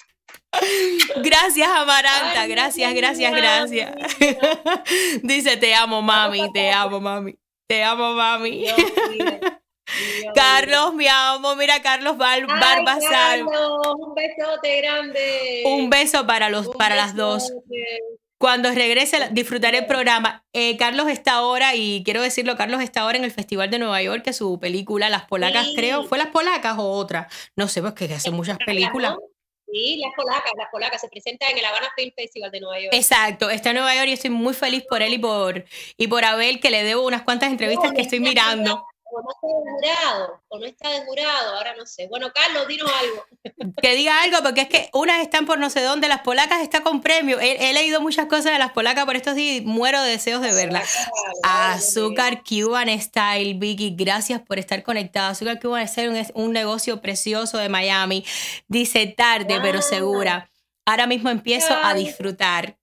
B: Gracias, Amaranta.
K: Ay,
B: gracias,
K: mi
B: gracias,
K: niña,
B: gracias. Dice, te amo, mami, te amo, mami. Te amo, mami.
K: Dios cuide, Dios
B: Carlos, mi amo. Mira, Carlos Bar
K: Ay,
B: Barbasal.
K: Carlos, un besote grande.
B: Un beso para, los,
K: Un
B: para las dos.
K: besote.
B: Cuando regrese, la- disfrutaré el programa. Eh, Carlos está ahora, y quiero decirlo, Carlos está ahora en el Festival de Nueva York, que su película, Las Polacas,
K: Sí.
B: creo, ¿fue Las Polacas o otra? No sé, pues que hace muchas películas.
K: Sí, las polacas, las polacas se presentan en el Havana Film Festival de Nueva York.
B: Exacto, está en Nueva York y estoy muy feliz por él y por, y por Abel, que le debo unas cuantas entrevistas
K: No,
B: que estoy
K: no está-
B: mirando.
K: O no está de jurado, o no está de jurado, ahora no sé. Bueno, Carlos, dinos algo.
B: Que diga algo, porque es que unas están por no sé dónde, las polacas está con premio. He, he leído muchas cosas de las polacas por estos días y muero de deseos de verla. Azúcar Cuban Style, Vicky, gracias por estar conectada. Azúcar Cuban Style es un, un negocio precioso de Miami. Dice tarde, pero segura. Ahora mismo empiezo a disfrutar.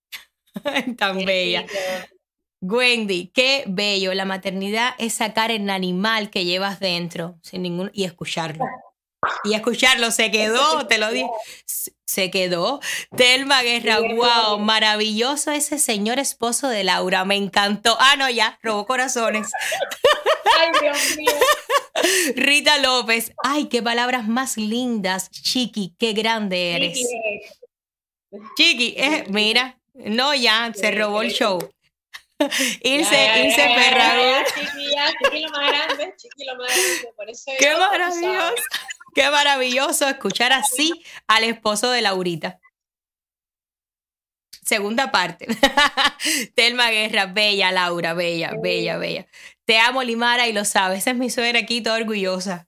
B: Tan bella. Wendy, qué bello. La maternidad es sacar el animal que llevas dentro sin ningún y escucharlo. Y escucharlo, se quedó, te lo dije. Se- Se quedó. Telma Guerra, wow, maravilloso ese señor esposo de Laura, me encantó. Ah, no, ya, robó corazones.
K: Ay, Dios mío.
B: Rita López, ay, qué palabras más lindas. Chiqui, qué grande eres.
K: Chiqui,
B: Chiqui, eh, mira, no, ya, se robó el show. Ilse,
K: Ya, ya,
B: Ilse
K: ya, ya, ya,
B: Ferragún.
K: Chiqui, ya, Chiqui lo más grande, Chiqui lo más grande. Por eso
B: Qué
K: yo, tú sabes.
B: maravilloso, qué maravilloso escuchar así al esposo de Laurita. Segunda parte. Telma Guerra, bella Laura, bella, bella, bella. Te amo, Limara, y lo sabes. Esa es mi suegra aquí, toda orgullosa.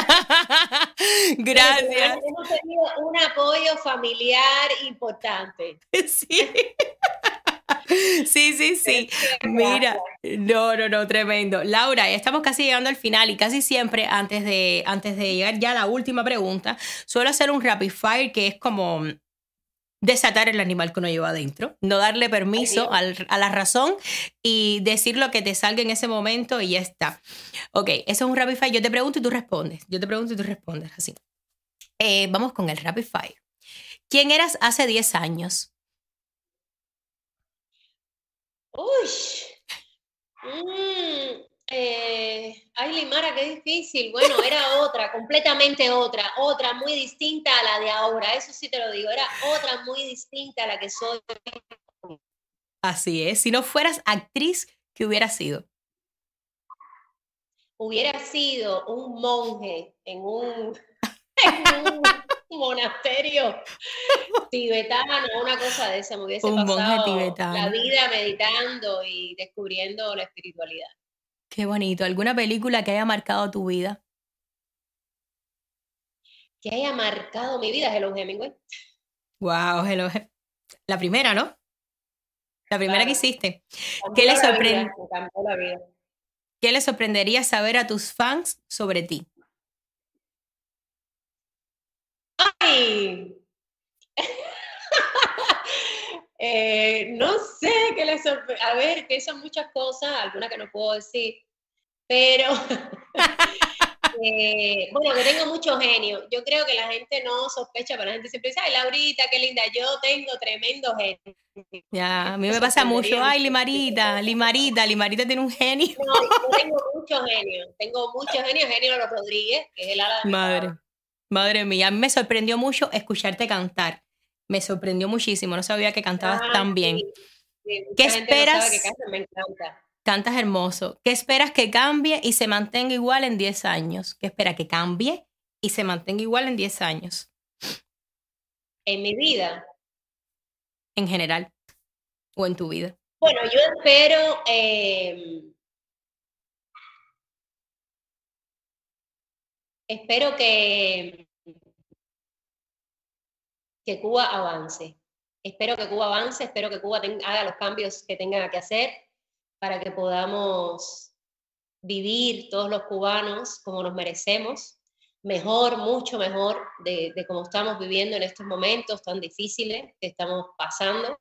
B: Gracias.
K: Hemos tenido un apoyo familiar importante.
B: Sí. Sí, sí, sí. Mira, no, no, no, tremendo. Laura, ya estamos casi llegando al final y casi siempre antes de, antes de llegar ya a la última pregunta, suelo hacer un rapid fire que es como desatar el animal que uno lleva adentro, no darle permiso al- a la razón y decir lo que te salga en ese momento y ya está. Ok, eso es un rapid fire. Yo te pregunto y tú respondes. Yo te pregunto y tú respondes, así. Eh, vamos con el rapid fire. ¿Quién eras hace diez años?
K: Uy. Mm, eh, ay, Limara, qué difícil. Bueno, era otra, completamente otra, otra muy distinta a la de ahora. Eso sí te lo digo, era otra muy distinta a la que soy.
B: Así es. Si no fueras actriz, ¿qué hubieras sido?
K: Hubiera sido un monje en un, en un monasterio tibetano, una cosa de esa. Me hubiese
B: Un monje
K: pasado
B: tibetano.
K: la vida meditando y descubriendo la espiritualidad.
B: Qué bonito. ¿Alguna película que haya marcado tu vida?
K: Que haya marcado mi vida, Hello Hemingway.
B: Wow, hello. La primera, ¿no? La primera
K: Claro.
B: que hiciste.
K: Cambió
B: ¿Qué le,
K: la
B: sorpre-
K: vida, me cambió la vida.
B: ¿Qué le sorprendería saber a tus fans sobre ti?
K: ¡Ay! Eh, no sé qué les sorpre- A ver, que son muchas cosas, algunas que no puedo decir, pero eh, bueno, que tengo mucho genio. Yo creo que la gente no sospecha, pero la gente siempre dice, ay, Laurita, qué linda. Yo tengo tremendo genio.
B: Ya, a mí me pasa mucho. Ay, Limarita, Limarita, Limarita tiene un genio.
K: No, yo tengo mucho genio. Tengo mucho genio. Genio Lolo Rodríguez, que es el ala de mi
B: Madre, madre mía. A mí me sorprendió mucho escucharte cantar. Me sorprendió muchísimo. No sabía que cantabas
K: Ah,
B: tan bien.
K: sí, sí, mucha
B: ¿Qué
K: gente no
B: esperas?
K: sabe que canta, me encanta.
B: Cantas hermoso. ¿Qué esperas que cambie y se mantenga igual en diez años? ¿Qué espera que cambie y se mantenga igual en diez años?
K: En mi vida.
B: En general. O en tu vida.
K: Bueno, yo espero eh, espero que, que Cuba avance, espero que Cuba avance, espero que Cuba ten, haga los cambios que tenga que hacer para que podamos vivir todos los cubanos como nos merecemos, mejor, mucho mejor de, de cómo estamos viviendo en estos momentos tan difíciles que estamos pasando.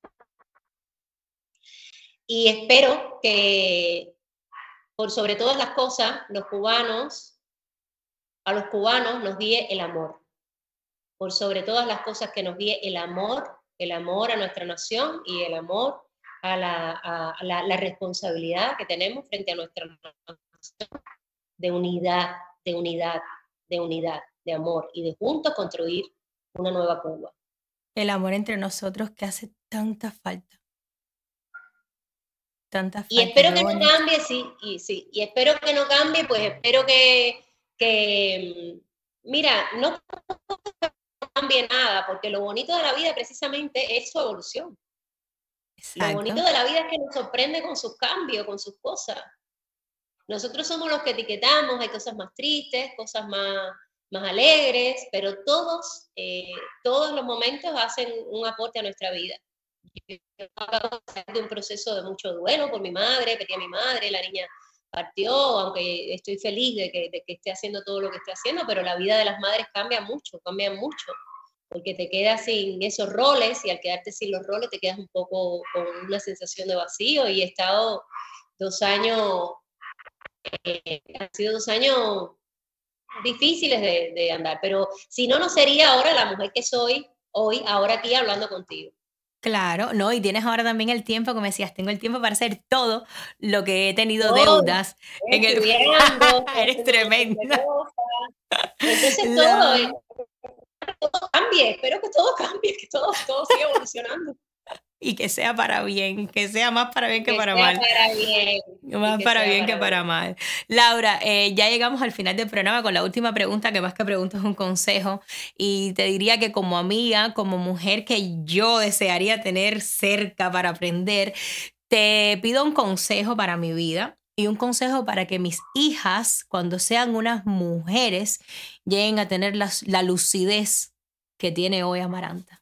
K: Y espero que, por sobre todas las cosas, los cubanos, a los cubanos nos guíe el amor. Por sobre todas las cosas que nos guíe el amor, el amor a nuestra nación y el amor a la, a la, la responsabilidad que tenemos frente a nuestra nación de unidad, de unidad, de unidad, de amor y de juntos construir una nueva Cuba.
B: El amor entre nosotros que hace tanta falta. Tanta falta.
K: Y espero que no cambie, sí, y sí, y espero que no cambie, pues espero que, que mira, no cambie nada, porque lo bonito de la vida precisamente es su evolución. Exacto. Lo bonito de la vida es que nos sorprende con sus cambios, con sus cosas. Nosotros somos los que etiquetamos, hay cosas más tristes, cosas más, más alegres, pero todos, eh, todos los momentos hacen un aporte a nuestra vida. Yo acabo de un proceso de mucho duelo por mi madre, perdí a mi madre, la niña partió, aunque estoy feliz de que, de que esté haciendo todo lo que esté haciendo, pero la vida de las madres cambia mucho, cambia mucho, porque te quedas sin esos roles y al quedarte sin los roles te quedas un poco con una sensación de vacío y he estado dos años, eh, han sido dos años difíciles de, de andar, pero si no, no sería ahora la mujer que soy hoy, ahora aquí hablando contigo.
B: Claro, no, y tienes ahora también el tiempo, como decías, tengo el tiempo para hacer todo lo que he tenido oh, deudas en el eres tremenda.
K: Entonces todo, eh, todo cambie, espero que todo cambie, que todo, todo siga evolucionando.
B: Y que sea para bien, que sea más para bien que, que para
K: sea
B: mal.
K: Para bien.
B: Más para bien que para mal. Laura, eh, ya llegamos al final del programa con la última pregunta, que más que pregunta es un consejo. Y te diría que como amiga, como mujer que yo desearía tener cerca para aprender, te pido un consejo para mi vida y un consejo para que mis hijas, cuando sean unas mujeres, lleguen a tener la, la lucidez que tiene hoy Amaranta.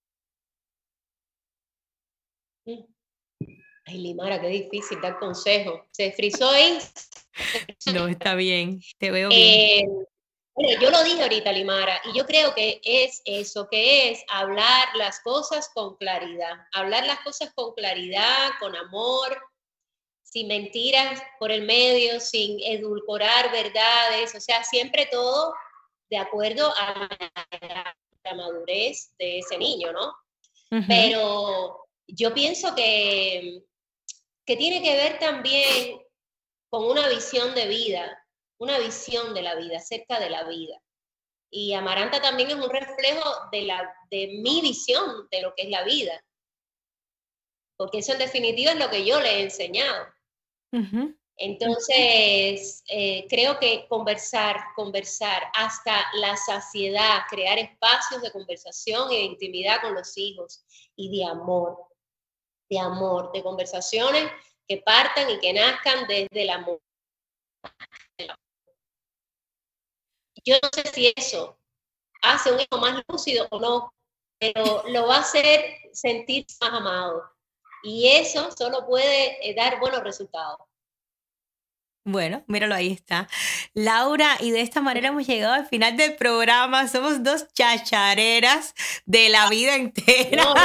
K: Ay, Limara, qué difícil dar consejo. Se frizó ahí.
B: No, está bien. Te veo
K: eh,
B: bien.
K: Bueno, yo lo dije ahorita, Limara, y yo creo que es eso, que es hablar las cosas con claridad. Hablar las cosas con claridad, con amor, sin mentiras por el medio, sin edulcorar verdades. O sea, siempre todo de acuerdo a la, la madurez de ese niño, ¿no? Uh-huh. Pero yo pienso que, que tiene que ver también con una visión de vida, una visión de la vida, acerca de la vida. Y Amaranta también es un reflejo de, la, de mi visión de lo que es la vida. Porque eso en definitiva es lo que yo le he enseñado. Uh-huh. Entonces, eh, creo que conversar, conversar hasta la saciedad, crear espacios de conversación y de intimidad con los hijos y de amor. de amor, de conversaciones que partan y que nazcan desde el amor. Yo no sé si eso hace un hijo más lúcido o no, pero lo va a hacer sentirse más amado. Y eso solo puede eh, dar buenos resultados.
B: Bueno, míralo, ahí está. Laura, y de esta manera hemos llegado al final del programa. Somos dos chachareras de la vida entera. No,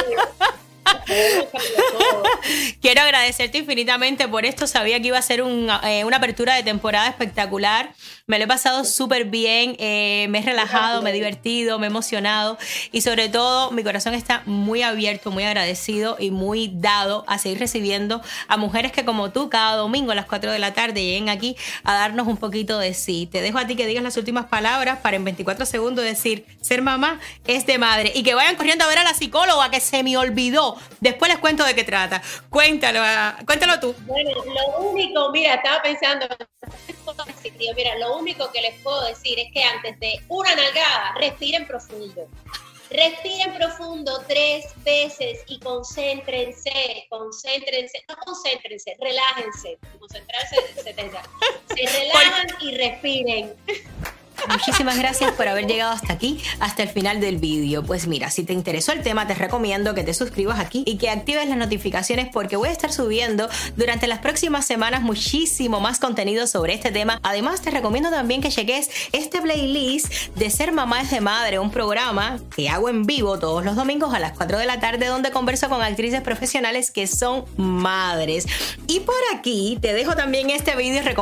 B: quiero agradecerte infinitamente por esto. Sabía que iba a ser un, eh, una apertura de temporada espectacular. Me lo he pasado súper bien, eh, me he relajado, me he divertido, me he emocionado y sobre todo mi corazón está muy abierto, muy agradecido y muy dado a seguir recibiendo a mujeres que como tú cada domingo a las cuatro de la tarde lleguen aquí a darnos un poquito de sí. Te dejo a ti que digas las últimas palabras para en veinticuatro segundos decir: ser mamá es de madre, y que vayan corriendo a ver a la psicóloga que se me olvidó. Después les cuento de qué trata. Cuéntalo, cuéntalo tú.
K: Bueno, lo único, mira, estaba pensando, mira, lo único que les puedo decir es que antes de una nalgada, respiren profundo. Respiren profundo tres veces y concéntrense, concéntrense, no concéntrense, relájense. Concentrarse, setenta. Se relajan y respiren.
B: muchísimas gracias por haber llegado hasta aquí, hasta el final del vídeo. Pues mira, si te interesó el tema, te recomiendo que te suscribas aquí y que actives las notificaciones porque voy a estar subiendo durante las próximas semanas muchísimo más contenido sobre este tema. Además, te recomiendo también que cheques este playlist de Ser Mamá es de Madre, un programa que hago en vivo todos los domingos a las cuatro de la tarde, donde converso con actrices profesionales que son madres. Y por aquí te dejo también este vídeo